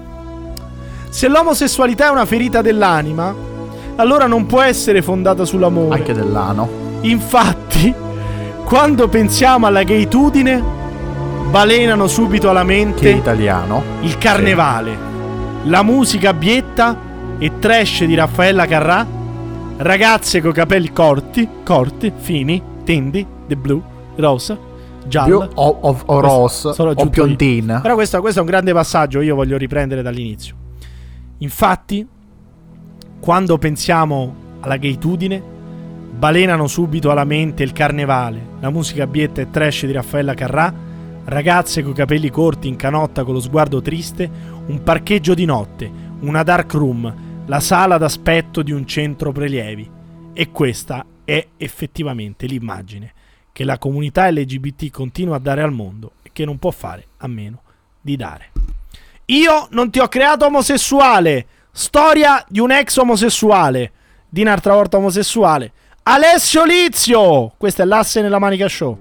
Se l'omosessualità è una ferita dell'anima, allora non può essere fondata sull'amore. Anche dell'ano. Infatti, quando pensiamo alla gayitudine, balenano subito alla mente che italiano il carnevale, la musica bietta e trash di Raffaella Carrà, ragazze coi capelli corti, fini, tendi, the blu, rosa, gialla o rosa o piondina. Però questo è un grande passaggio, io voglio riprendere dall'inizio. Infatti, quando pensiamo alla gayitudine, balenano subito alla mente il carnevale, la musica bietta e trash di Raffaella Carrà, ragazze coi capelli corti in canotta con lo sguardo triste, un parcheggio di notte, una dark room, la sala d'aspetto di un centro prelievi. E questa è effettivamente l'immagine che la comunità LGBT continua a dare al mondo e che non può fare a meno di dare. Io non ti ho creato omosessuale. Storia di un ex omosessuale, di un'altra volta omosessuale, Alessio Lizio. Questo è l'Asse nella Manica Show.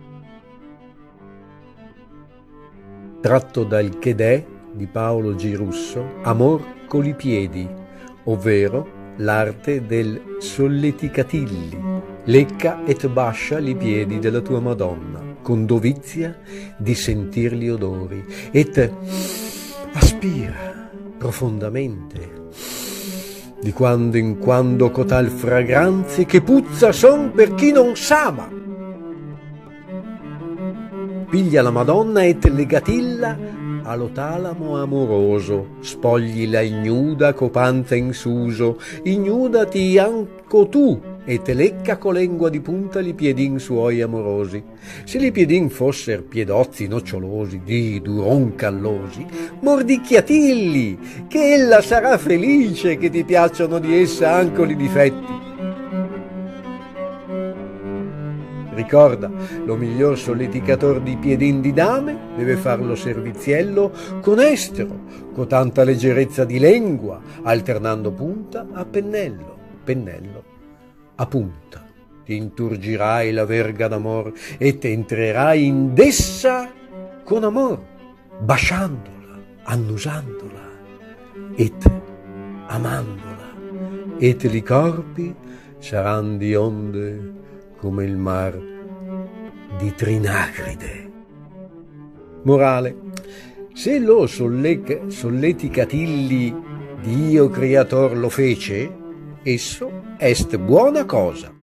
Tratto dal Chedè di Paolo G. Russo, Amor con i piedi, ovvero l'arte del solleticatilli. Lecca et bascia li piedi della tua Madonna, con dovizia di sentirli odori, et aspira profondamente, di quando in quando cotal fragranze che puzza son per chi non s'ama. Piglia la Madonna et legatilla allo talamo amoroso, spogli la ignuda copanza in suso, ignudati anco tu, e te lecca co lengua di punta li piedin suoi amorosi. Se li piedin fosser piedozzi nocciolosi, di duron callosi, mordicchiatilli, che ella sarà felice che ti piacciono di essa anco li difetti. Ricorda, lo miglior solleticator di piedin di dame deve farlo serviziello con estero, con tanta leggerezza di lengua, alternando punta a pennello, pennello a punta. Ti inturgirai la verga d'amor e t'entrerai in dessa con amor, basciandola, annusandola, et amandola, et li corpi saran di onde come il mar di Trinacride. Morale: se lo solleticatilli Dio creator lo fece, esso est buona cosa.